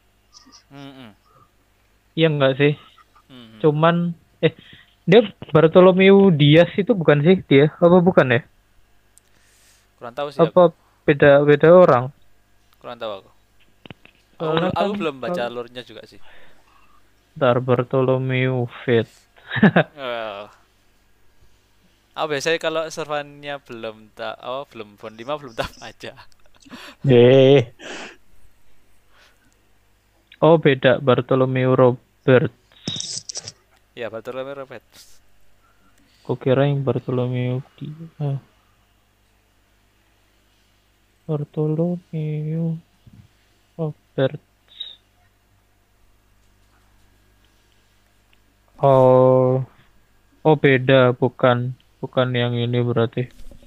Speaker 2: Mm-mm.
Speaker 1: Iya enggak sih?
Speaker 2: Mm-mm.
Speaker 1: Cuman eh dia Bartolomeu Dias itu bukan sih dia? Apa bukan ya?
Speaker 2: Kurang tahu sih aku.
Speaker 1: Apa beda beda orang?
Speaker 2: Kurang tahu aku. Aku,
Speaker 1: Soalnya
Speaker 2: belum- aku
Speaker 1: kan
Speaker 2: belum baca
Speaker 1: kalau-
Speaker 2: alurnya juga sih.
Speaker 1: Ntar Bartolomeu Fit.
Speaker 2: Eh, Aku biasanya kalau servannya belum tak, oh belum Bond lima belum tak baca.
Speaker 5: Eh,
Speaker 1: Oh beda Bartolomeu Robert.
Speaker 2: Ya, Bartolomeu Robert.
Speaker 1: Kukira yang Bartolomeu Dias. Ah. Bartolomeu Robert. Oh, oh beda, bukan, bukan yang ini berarti.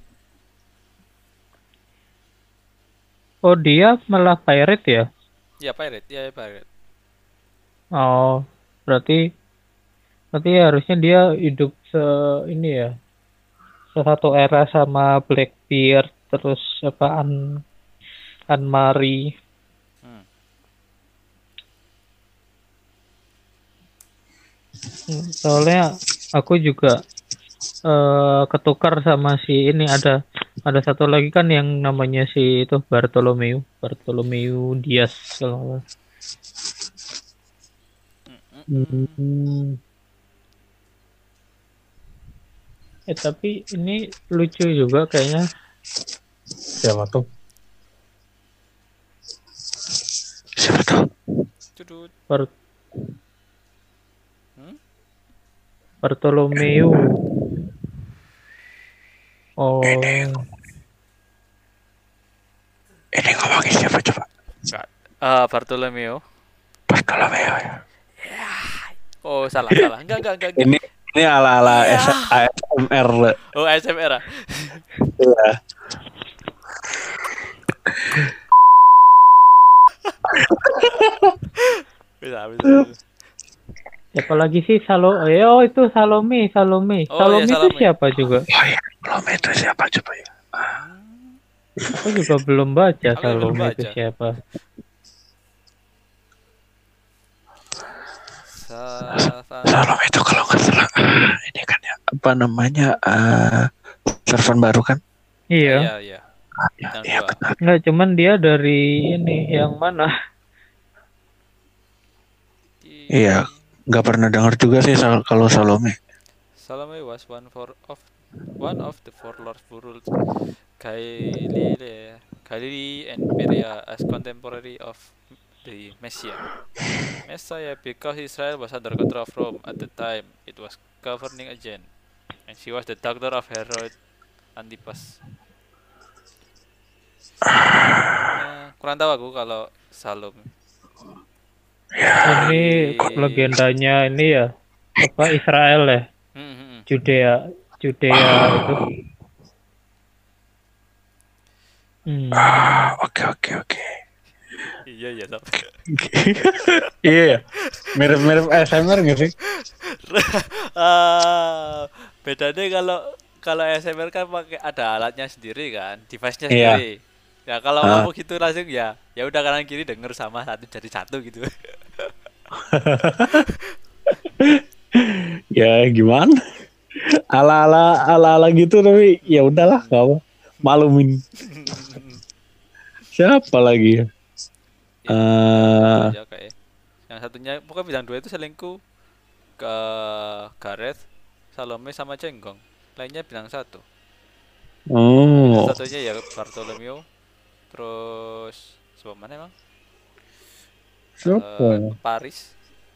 Speaker 1: Oh dia malah pirate ya?
Speaker 2: Ya, pirate, ya pirate.
Speaker 1: Oh, berarti, berarti harusnya dia hidup se ini ya, sesatu era sama Blackbeard, terus apa An Anmari.
Speaker 2: Hmm.
Speaker 1: Hmm, Soalnya aku juga eh, ketukar sama si ini ada ada satu lagi kan yang namanya si itu Bartolomeu Bartolomeu Dias kalau nggak salah.
Speaker 5: hmm,
Speaker 1: Eh tapi ini lucu juga kayaknya.
Speaker 5: siapa tuh? Siapa tuh?
Speaker 2: Cudut.
Speaker 1: Bar-
Speaker 2: Hmm?
Speaker 1: Bartolomeu. Oh,
Speaker 5: Ini ngomongin siapa coba?
Speaker 2: Ah, Bartolomeu.
Speaker 5: Bartolomeo ya.
Speaker 2: Oh, salah, salah. Enggak, enggak, enggak. enggak.
Speaker 5: Ini ini ala-ala
Speaker 2: Ya.
Speaker 5: A S M R lah.
Speaker 2: Oh, A S M R. ah?
Speaker 5: Iya.
Speaker 2: Bisa, bisa. bisa.
Speaker 1: siapa lagi sih Salo? Eh, oh itu Salome, Salome.
Speaker 2: Oh,
Speaker 1: Salome
Speaker 2: iya,
Speaker 1: itu
Speaker 2: Salome.
Speaker 1: siapa juga?
Speaker 5: Oh iya, belum itu siapa coba ya?
Speaker 1: Aku juga belum baca
Speaker 2: Aku juga belum
Speaker 1: Salome itu
Speaker 2: baca.
Speaker 1: siapa.
Speaker 2: Salva.
Speaker 5: Salome itu kalau nggak salah ah, ini kan ya apa namanya uh, servan baru kan?
Speaker 1: Iya.
Speaker 2: Iya, iya.
Speaker 5: Ya,
Speaker 2: Yang
Speaker 5: iya
Speaker 2: dua.
Speaker 5: benar.
Speaker 1: Nggak, cuman dia dari ini yang mana?
Speaker 5: Iya. Nggak pernah dengar juga sih sal- kalau Salome.
Speaker 2: Salome was one for of one of the four lords who ruled Galilee, Galilee and Perea as contemporary of the Messiah. Messiah because Israel was under control of Rome at the time it was governing again, and she was the daughter of Herod Antipas. Nah, kurang tahu aku kalau Salome.
Speaker 1: Ini legendanya ini ya apa Israel ya?
Speaker 2: Hmm, hmm, hmm.
Speaker 1: Judea, Judea itu. Hmm.
Speaker 5: Ah, oke oke oke.
Speaker 2: Iya, iya, Sob.
Speaker 5: Iya ya. Mirip-mirip A S M R nggak sih?
Speaker 2: Ah, bedanya kalau kalau A S M R kan pakai ada alatnya sendiri kan, device-nya
Speaker 5: Iya.
Speaker 2: sendiri. Ya kalau
Speaker 5: Ah.
Speaker 2: ngomong gitu langsung ya, ya udah kanan kiri denger sama satu jadi satu gitu.
Speaker 5: Ya gimana? Ala-ala ala-ala gitu tapi ya udahlah nggak apa. Malumin. Siapa lagi?
Speaker 2: Ya,
Speaker 5: Eh,
Speaker 2: itu aja kayak. Yang satunya pokoknya bidang dua itu selingkuh ke Gareth, Salome sama Cenggong. Lainnya bidang satu.
Speaker 5: oh,
Speaker 2: Satunya ya Bartolomeo. Terus siapa mana emang?
Speaker 5: siapa?
Speaker 2: Eh, Paris.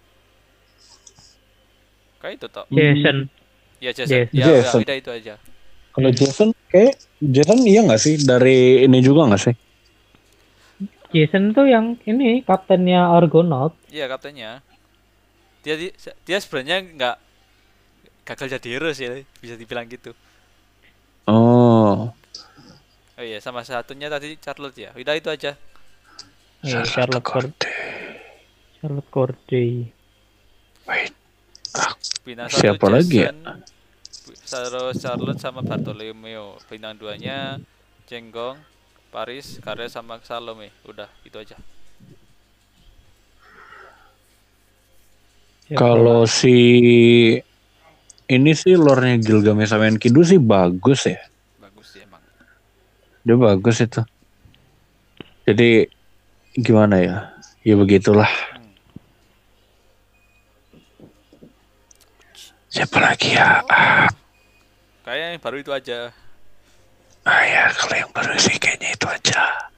Speaker 2: Kayak itu toh.
Speaker 1: Jason.
Speaker 2: Ya Jason.
Speaker 1: Jason.
Speaker 2: Ya,
Speaker 5: Jason.
Speaker 2: ya udah itu aja.
Speaker 5: Kalau Jason kayak Jason iya nggak sih dari ini juga nggak sih?
Speaker 1: Jason tuh yang ini kaptennya Argonaut.
Speaker 2: Iya kaptennya. Dia di- dia sebenarnya nggak gagal jadi hero sih, bisa dibilang gitu.
Speaker 5: Oh,
Speaker 2: Oh iya, sama satunya tadi Charlotte ya. Udah itu aja.
Speaker 1: Iya, Charlotte Corday. Charlotte Corday.
Speaker 5: Wait,
Speaker 2: Bintang
Speaker 5: Siapa
Speaker 2: satu
Speaker 5: lagi ya?
Speaker 2: Jason, terus Charlotte sama Bartolomeo. Bintang duanya Cenggong, Paris, Gareth sama Salome. Udah itu aja.
Speaker 1: Siapa
Speaker 5: Kalau
Speaker 1: lagi?
Speaker 5: si ini sih lore-nya Gilgamesh sama Enkidu sih bagus ya.
Speaker 2: Bagus sih emang.
Speaker 5: Dia bagus itu. Jadi gimana ya? Ya begitulah.
Speaker 2: Hmm.
Speaker 5: Siapa lagi ya? Ah,
Speaker 2: Kayaknya yang baru itu aja.
Speaker 5: ah ya kalau yang baru sih kayaknya itu aja.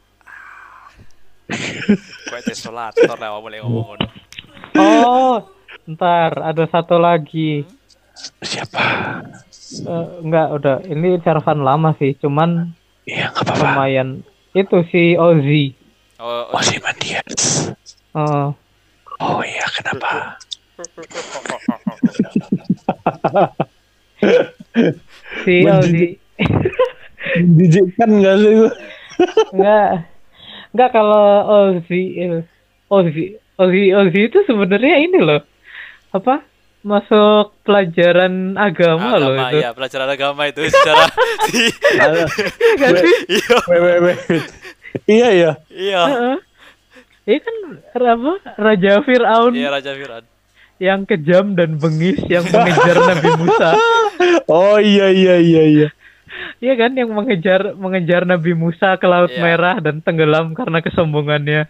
Speaker 2: Gue desolator lah boleh ngomong ngono.
Speaker 1: Oh, ntar ada satu lagi.
Speaker 5: Siapa?
Speaker 1: Eh, enggak, udah. Ini Charvan lama sih, cuman
Speaker 5: Iya nggak apa-apa.
Speaker 1: lumayan. Itu si Ozzy.
Speaker 2: Oh,
Speaker 5: Oh si Matias.
Speaker 1: Eh,
Speaker 5: Oh iya kenapa?
Speaker 1: si Ozzy.
Speaker 5: Menjijikkan nggak sih itu?
Speaker 1: Enggak. Enggak kalau Ozzy eh, Ozzy Ozzy Ozzy itu sebenarnya ini loh. Apa? Masuk pelajaran agama, loh
Speaker 2: agama
Speaker 1: itu.
Speaker 2: ya, pelajaran agama itu secara si
Speaker 1: Enggak sih?
Speaker 2: iya
Speaker 5: Wait, wait, wait. Iya ya.
Speaker 2: iya
Speaker 1: Heeh. Iya kan apa? Raja Firaun
Speaker 2: iya Raja Firan.
Speaker 1: yang kejam dan bengis yang mengejar Nabi Musa.
Speaker 5: Oh iya iya iya iya.
Speaker 1: Iya kan yang mengejar mengejar Nabi Musa ke Laut
Speaker 2: Iya.
Speaker 1: Merah dan tenggelam karena kesombongannya.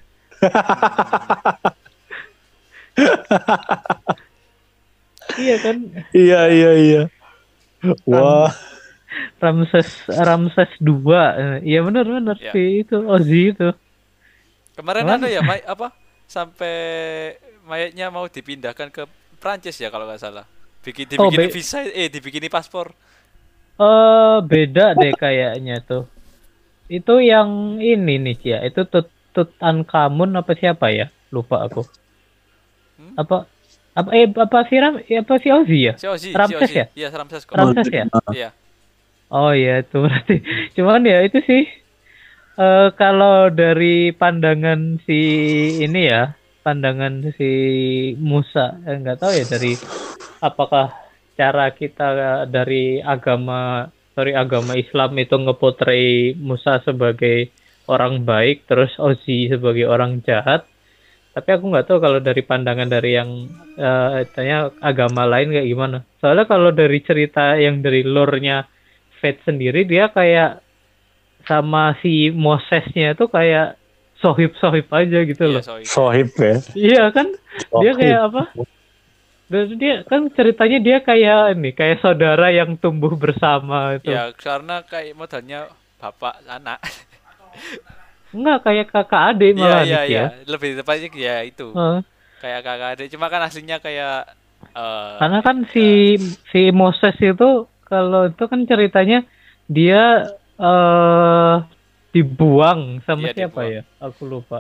Speaker 1: Iya kan?
Speaker 5: Iya iya iya. Wah.
Speaker 1: Ramses Ramses dua. Eh, Iya benar-benar
Speaker 2: Iya.
Speaker 1: sih itu Ozzy itu.
Speaker 2: Kemarin
Speaker 1: Cuman-
Speaker 2: anu ya, may, apa sampai mayatnya mau dipindahkan ke Prancis ya kalau nggak salah. Bikin
Speaker 1: Oh,
Speaker 2: dibikinin
Speaker 1: be-
Speaker 2: visa eh dibikinin paspor.
Speaker 1: Eh beda deh kayaknya tuh. Itu yang ini nih Cia. Itu Tut Tutankhamun apa siapa ya? Lupa aku.
Speaker 2: Hmm?
Speaker 1: Apa apa eh apa sih Ram eh, apa si Ozzy ya?
Speaker 2: Si Ozzy, si
Speaker 1: Ramses
Speaker 2: Ozzy.
Speaker 1: ya?
Speaker 2: Iya, Ramses kok.
Speaker 1: Ramses ya?
Speaker 2: Iya.
Speaker 1: Oh iya itu berarti. Cuman ya itu sih. Eh kalau dari pandangan si ini ya, pandangan si Musa, eh, nggak tahu ya dari apakah cara kita dari agama sorry agama Islam itu ngepotray Musa sebagai orang baik, terus Ozzy sebagai orang jahat. Tapi aku nggak tahu kalau dari pandangan dari yang eh tanya agama lain kayak gimana. Soalnya kalau dari cerita yang dari lore-nya Fate sendiri dia kayak sama si Mosesnya itu kayak sohib-sohib aja gitu
Speaker 2: Iya,
Speaker 1: loh.
Speaker 2: so itu.
Speaker 5: Sohib ya.
Speaker 1: Iya kan? Dia
Speaker 5: Sohib.
Speaker 1: kayak apa? Dan dia kan ceritanya dia kayak ini, kayak saudara yang tumbuh bersama itu.
Speaker 2: Ya, karena kayak modelnya bapak anak.
Speaker 1: Enggak kayak kakak adik
Speaker 2: Iya,
Speaker 1: malah
Speaker 2: iya,
Speaker 1: nih
Speaker 2: iya.
Speaker 1: ya.
Speaker 2: Lebih tepatnya ya itu.
Speaker 1: Heeh.
Speaker 2: Kayak kakak adik. Cuma kan aslinya kayak eh
Speaker 1: Karena kan si si Moses itu kalau itu kan ceritanya dia eh dibuang sama
Speaker 2: Iya,
Speaker 1: siapa
Speaker 2: dibuang.
Speaker 1: ya? Aku lupa.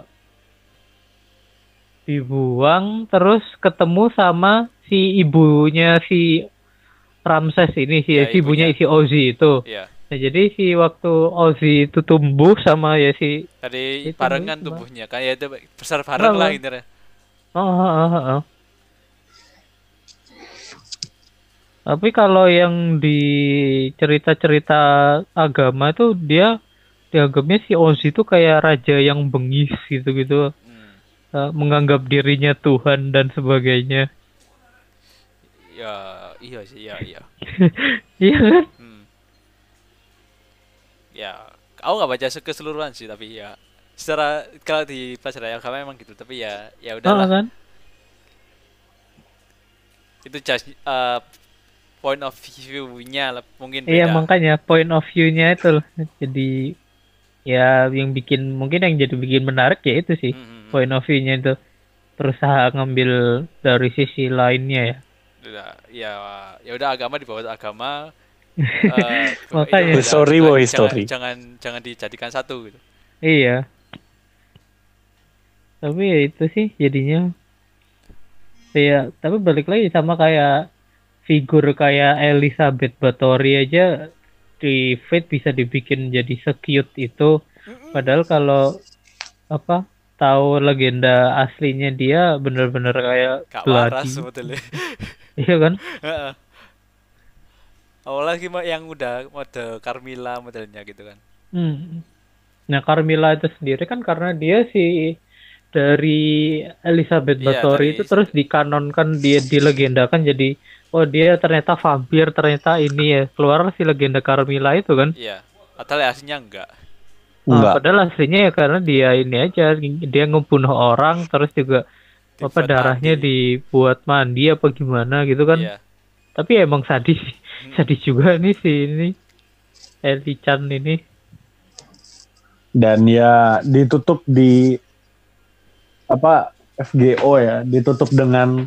Speaker 1: Dibuang terus ketemu sama si ibunya si Ramses ini si,
Speaker 2: Ya,
Speaker 1: si ibunya
Speaker 2: ibunya.
Speaker 1: si Ozzy itu.
Speaker 2: iya.
Speaker 1: Nah, jadi si waktu Ozzy itu tumbuh sama ya si
Speaker 2: Tadi
Speaker 1: Itu,
Speaker 2: barengan
Speaker 1: Bang.
Speaker 2: tumbuhnya kan ya itu besar bareng
Speaker 1: Bang,
Speaker 2: lah
Speaker 1: Bang.
Speaker 2: intinya.
Speaker 1: oh, oh, oh, oh, oh. Tapi kalau yang di cerita-cerita agama itu dia dianggapnya si Ozzy itu kayak raja yang bengis gitu-gitu.
Speaker 2: Hmm.
Speaker 1: Eh, menganggap dirinya Tuhan dan sebagainya.
Speaker 2: Ya, iya sih, iya, iya.
Speaker 1: Iya kan?
Speaker 2: Hmm. Ya, aku nggak baca keseluruhan sih, tapi ya secara kalau di pelajaran agama emang gitu, tapi ya ya
Speaker 1: Oh,
Speaker 2: udahlah.
Speaker 1: kan?
Speaker 2: Itu just uh, point of view-nya lah, mungkin
Speaker 1: Iya,
Speaker 2: beda.
Speaker 1: makanya point of view-nya itu loh. Jadi ya yang bikin mungkin yang jadi bikin menarik ya itu sih.
Speaker 2: Hmm, hmm, hmm.
Speaker 1: Point of view-nya itu berusaha ngambil dari sisi lainnya ya.
Speaker 2: Udah, ya ya udah agama di bawah agama. eh,
Speaker 1: Makanya.
Speaker 2: itu
Speaker 5: History,
Speaker 2: jangan-
Speaker 5: boh,
Speaker 2: jangan-
Speaker 5: history.
Speaker 2: Jangan jangan dijadikan satu gitu.
Speaker 1: Iya. Tapi ya itu sih jadinya. Ya, tapi balik lagi sama kayak figur kayak Elizabeth Bathory aja di Fate bisa dibikin jadi se-cute itu. Padahal kalau apa tahu legenda aslinya dia bener-bener kayak
Speaker 2: Gak waras
Speaker 1: bloody.
Speaker 2: sebetulnya.
Speaker 1: Iya kan?
Speaker 2: Heeh. Apalagi mah yang udah mode Carmilla modelnya gitu kan.
Speaker 1: Hmm. Nah, Carmilla itu sendiri kan karena dia si dari Elizabeth
Speaker 2: Iya,
Speaker 1: Bathory
Speaker 2: dari-
Speaker 1: itu terus dikanonkan, dia dilegendakan jadi oh dia ternyata vampir, ternyata ini ya, keluar si legenda Carmilla itu kan.
Speaker 2: Iya. Padahal aslinya enggak.
Speaker 1: Ah,
Speaker 5: Enggak.
Speaker 1: padahal aslinya ya karena dia ini aja, dia ngebunuh orang terus juga apa
Speaker 2: Dibuat
Speaker 1: darahnya
Speaker 2: mandi.
Speaker 1: dibuat mandi apa gimana gitu kan.
Speaker 2: Iya.
Speaker 1: Tapi emang sadis, sadis juga nih si ini Ellie Chan ini.
Speaker 5: Dan ya ditutup di apa F G O ya, ditutup dengan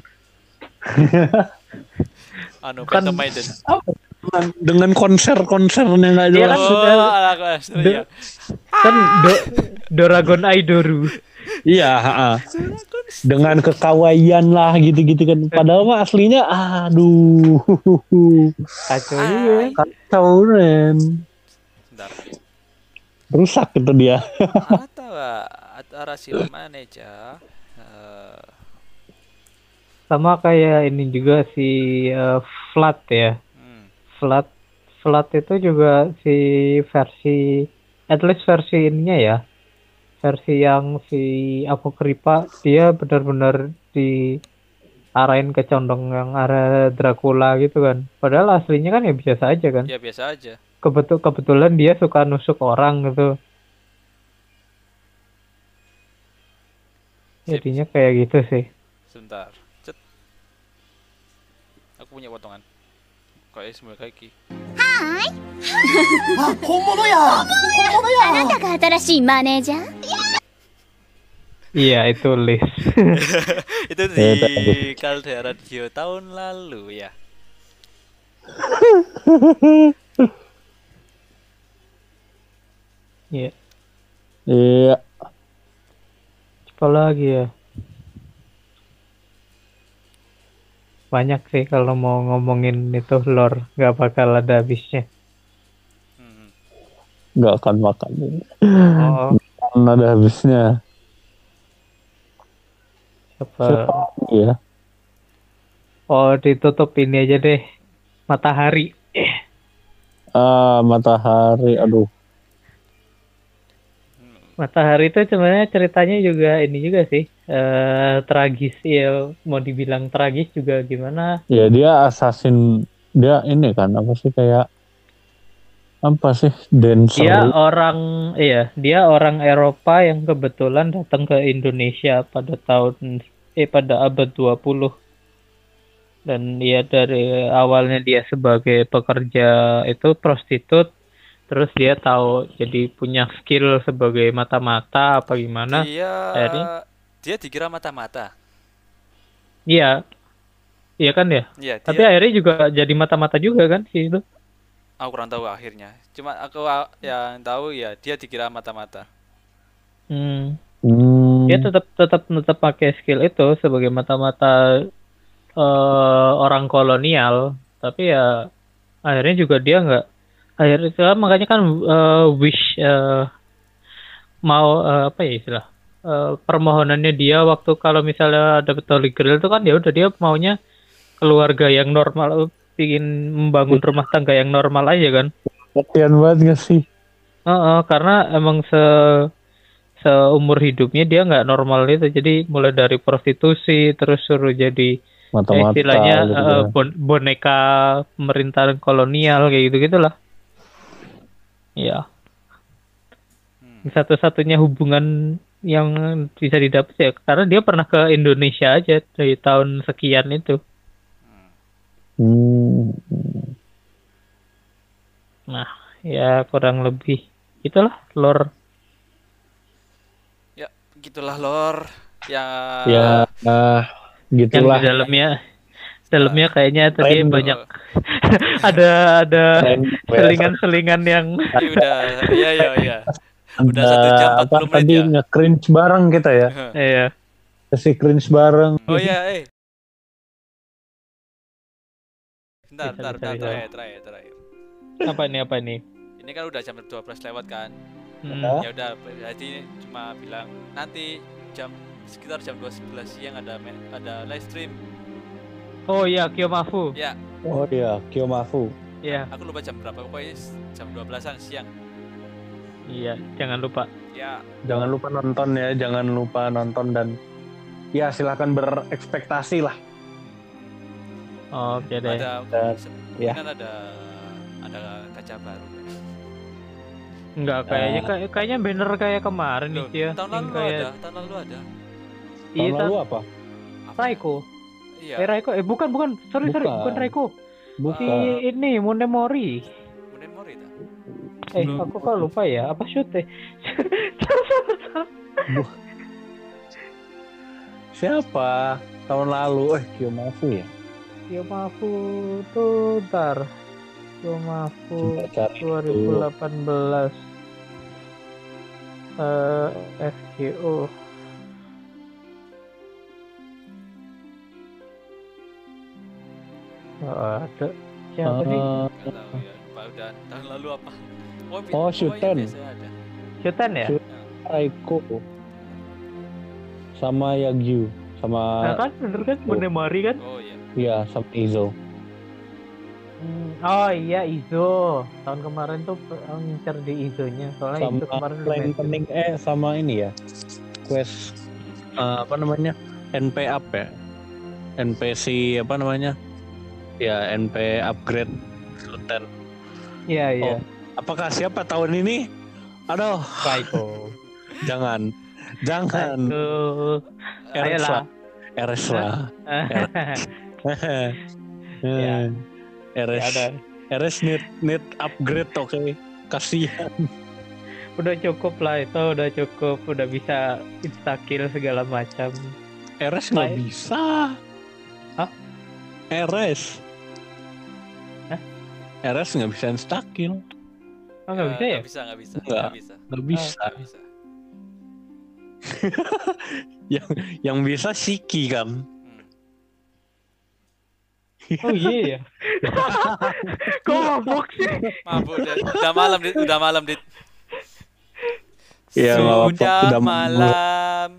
Speaker 2: Anu
Speaker 1: Kan-
Speaker 2: Phantom Maiden.
Speaker 5: dengan, dengan konser-konsernya nggak
Speaker 1: Iya
Speaker 5: jelas.
Speaker 1: kan,
Speaker 2: Oh,
Speaker 1: sudah.
Speaker 2: ala kelas. Iya.
Speaker 1: Kan do, Doragon Aidoru.
Speaker 5: Iya, ha-ha. Dengan kekawaian lah gitu-gitu kan. Padahal mah aslinya aduh.
Speaker 1: Kacau
Speaker 2: Ah,
Speaker 1: juga.
Speaker 5: Kacau Ren.
Speaker 2: Bentar.
Speaker 5: Rusak itu dia.
Speaker 2: Atau antara film manager eh,
Speaker 1: Sama kayak ini juga si eh, Flat ya.
Speaker 2: hmm,
Speaker 1: Flat Flat itu juga si versi, at least versi ininya ya. Versi yang si Apokripa dia benar-benar diarahin ke condong yang arah Dracula gitu kan. Padahal aslinya kan ya biasa aja kan.
Speaker 2: ya biasa aja.
Speaker 1: Kebetul kebetulan dia suka nusuk orang gitu.
Speaker 2: Sip.
Speaker 1: Jadinya kayak gitu sih.
Speaker 2: Sebentar. Cet. Aku punya potongan. Kayak semua kaki.
Speaker 6: あなたが新しいマネージャー
Speaker 1: Iya itu list.
Speaker 2: Itu
Speaker 5: Ya,
Speaker 2: di Caldera Radio tahun lalu ya.
Speaker 1: Iya.
Speaker 5: Iya.
Speaker 1: Apa lagi ya? Banyak sih kalau mau ngomongin itu lore, nggak bakal ada habisnya.
Speaker 2: Hmm.
Speaker 5: Nggak akan makan.
Speaker 1: Oh,
Speaker 5: Kan ada habisnya.
Speaker 1: apa?
Speaker 5: Iya.
Speaker 1: Oh, ditutup ini aja deh. Matahari.
Speaker 5: Ah, matahari. Aduh.
Speaker 1: Matahari itu sebenarnya ceritanya juga ini juga sih. Eh tragis ya, mau dibilang tragis juga gimana?
Speaker 5: Ya dia assassin. Dia ini kan apa sih kayak apa sih dancer.
Speaker 1: Dia orang iya, dia orang Eropa yang kebetulan datang ke Indonesia pada tahun eh pada abad dua puluh. Dan dia dari awalnya dia sebagai pekerja itu prostitut, terus dia tahu jadi punya skill sebagai mata-mata apa gimana.
Speaker 2: Dia
Speaker 1: akhirnya-
Speaker 2: dia dikira mata-mata.
Speaker 1: Iya. Iya kan ya?
Speaker 2: Iya, dia
Speaker 1: Tapi akhirnya juga jadi mata-mata juga kan sih itu.
Speaker 2: aku kurang tahu akhirnya. Cuma aku a- yang tahu ya dia dikira mata-mata.
Speaker 1: Hmm.
Speaker 5: Hmm.
Speaker 1: Dia tetap tetap tetap pakai skill itu sebagai mata-mata eh, orang kolonial, tapi ya akhirnya juga dia nggak akhirnya kan makanya kan eh, wish eh, mau eh, apa ya istilah eh, permohonannya dia waktu kalau misalnya dapet Holy Grail itu kan ya udah dia maunya keluarga yang normal, ingin membangun rumah tangga yang normal aja kan.
Speaker 5: Kasian banget gak sih?
Speaker 1: Heeh, karena emang se seumur hidupnya dia nggak normal itu, jadi mulai dari prostitusi terus suruh jadi eh,
Speaker 5: Mata-mata.
Speaker 1: istilahnya
Speaker 5: gitu
Speaker 1: eh,
Speaker 5: ya.
Speaker 1: bon- boneka pemerintahan kolonial kayak gitu gitulah. Ya,
Speaker 2: Hmm.
Speaker 1: satu-satunya hubungan yang bisa didapat ya karena dia pernah ke Indonesia aja dari tahun sekian itu.
Speaker 5: Hmm.
Speaker 1: Nah, ya kurang lebih itulah lore.
Speaker 2: Ya, gitulah lor. Ya,
Speaker 5: Ya, nah,
Speaker 1: Yang
Speaker 5: gitulah.
Speaker 1: di dalamnya dalamnya kayaknya tadi
Speaker 5: Lain-
Speaker 1: banyak ada ada
Speaker 5: Lain-
Speaker 1: selingan-selingan yang
Speaker 2: Ini udah ya ya ya. Udah satu jam
Speaker 5: Ada
Speaker 2: empat puluh
Speaker 5: apa tadi
Speaker 2: menit ya.
Speaker 5: nge-cringe bareng kita ya.
Speaker 1: iya.
Speaker 5: Kasih cringe bareng.
Speaker 2: Oh ya, eh. Bentar,
Speaker 1: Bisa,
Speaker 2: bentar,
Speaker 1: bisa,
Speaker 2: bentar,
Speaker 1: bisa.
Speaker 2: terakhir, terakhir, terakhir.
Speaker 1: Apa ini apa ini?
Speaker 2: Ini kan udah jam dua belas lewat kan.
Speaker 1: Hmm.
Speaker 5: Hah?
Speaker 2: Ya udah, berarti cuma bilang nanti jam sekitar jam dua belas siang ada me- ada live stream.
Speaker 1: Oh iya, Kiyomafu.
Speaker 2: Ya,
Speaker 5: Oh iya, Kiyomafu.
Speaker 1: Iya.
Speaker 2: aku lupa jam berapa, pokoknya jam dua belasan siang.
Speaker 1: Iya, jangan lupa.
Speaker 2: Ya,
Speaker 5: Jangan lupa nonton ya, jangan lupa nonton dan ya silahkan berekspektasi lah.
Speaker 1: Oke deh.
Speaker 2: ada
Speaker 5: Dan- ya.
Speaker 2: kemungkinan ada ada kaca baru.
Speaker 1: Enggak kayaknya kayak kayaknya banner kayak kemarin nih
Speaker 2: Loh,
Speaker 1: ya.
Speaker 2: tahun
Speaker 1: Yang
Speaker 2: lalu
Speaker 1: kayak
Speaker 2: ada, tahun lalu ada.
Speaker 1: Iya,
Speaker 5: Tahun lalu
Speaker 1: ta-
Speaker 5: apa?
Speaker 2: Apa?
Speaker 1: Raiko.
Speaker 2: Iya.
Speaker 1: Eh Raiko, eh bukan bukan, sorry sorry,
Speaker 5: Bukan.
Speaker 1: bukan Raiko. Si
Speaker 5: Bukan.
Speaker 1: ini Munemori.
Speaker 2: Kemudian Mori ta?
Speaker 1: Eh
Speaker 2: Belum.
Speaker 1: aku kok lupa ya, apa shoot eh?
Speaker 5: Siapa? Tahun lalu, eh Kiyomafu ya.
Speaker 1: Kiyomafu tuh ntar Kiyomafu
Speaker 5: Coba cari
Speaker 1: dua ribu delapan belas eh F G O. Oh, ada siapa sih?
Speaker 5: Eh,
Speaker 2: Nggak tahu ya. Lupa udah tahun lalu apa? Oh, bi-
Speaker 5: Oh,
Speaker 2: pokoknya
Speaker 5: Shuten.
Speaker 2: biasanya ada.
Speaker 1: Shootan ya?
Speaker 5: Shoot. Raiko sama Yagyu sama
Speaker 1: Nah kan bener kan Munemori kan?
Speaker 2: Oh iya.
Speaker 5: ya sama Izo.
Speaker 1: Hmm, oh iya Izo tahun kemarin tuh pe- ngincer di Izonya soalnya
Speaker 5: Sama
Speaker 1: itu kemarin udah
Speaker 5: Plan
Speaker 1: mention.
Speaker 5: Pening eh sama ini ya. Quest eh, apa namanya? N P up ya. N P C apa namanya? Ya N P upgrade Sultan.
Speaker 1: Iya iya.
Speaker 5: Oh. Apakah siapa tahun ini? Aduh,
Speaker 1: Raiko.
Speaker 5: jangan. Jangan.
Speaker 1: Raiko.
Speaker 5: Eres
Speaker 1: Ayolah.
Speaker 5: lah. Eres lah.
Speaker 1: Ya.
Speaker 5: Eres.
Speaker 1: Ya udah.
Speaker 5: Eres need need upgrade oke. Kasihan.
Speaker 1: Udah cukup lah itu, udah cukup, udah bisa insta kill segala macam.
Speaker 5: Eres nggak
Speaker 1: Baik.
Speaker 5: bisa.
Speaker 1: Hah?
Speaker 5: Eres.
Speaker 1: Hah?
Speaker 5: Eres nggak bisa insta kill.
Speaker 1: Oh nggak bisa ya?
Speaker 2: Nggak bisa, nggak bisa.
Speaker 5: Nggak.
Speaker 2: Nggak bisa.
Speaker 5: Nggak bisa.
Speaker 2: Nggak bisa.
Speaker 5: yang yang bisa Shiki kan.
Speaker 2: Hmm.
Speaker 1: Oh iya ya. Kok mabuk sih?
Speaker 2: Mabuk deh. Udah malam, Dit. Udah malam, Dit.
Speaker 5: Iya, nggak apa-apa.
Speaker 2: Sudah
Speaker 5: Udah
Speaker 2: malam.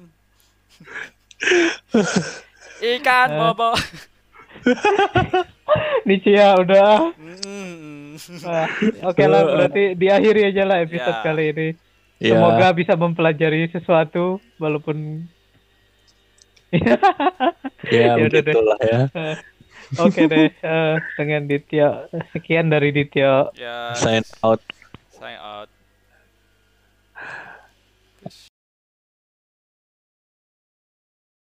Speaker 2: Ikan
Speaker 1: Eh.
Speaker 2: bobo.
Speaker 1: Nicia udah.
Speaker 2: Mm.
Speaker 1: Ah, Oke lah, berarti diakhiri aja lah episode
Speaker 2: Ya.
Speaker 1: kali ini.
Speaker 5: Ya,
Speaker 1: Semoga bisa mempelajari sesuatu walaupun
Speaker 5: ya
Speaker 1: Ya udah deh.
Speaker 5: begitulah ya.
Speaker 1: Oke deh, eh, dengan Ditya sekian dari Ditya.
Speaker 2: Ya.
Speaker 5: Sign out.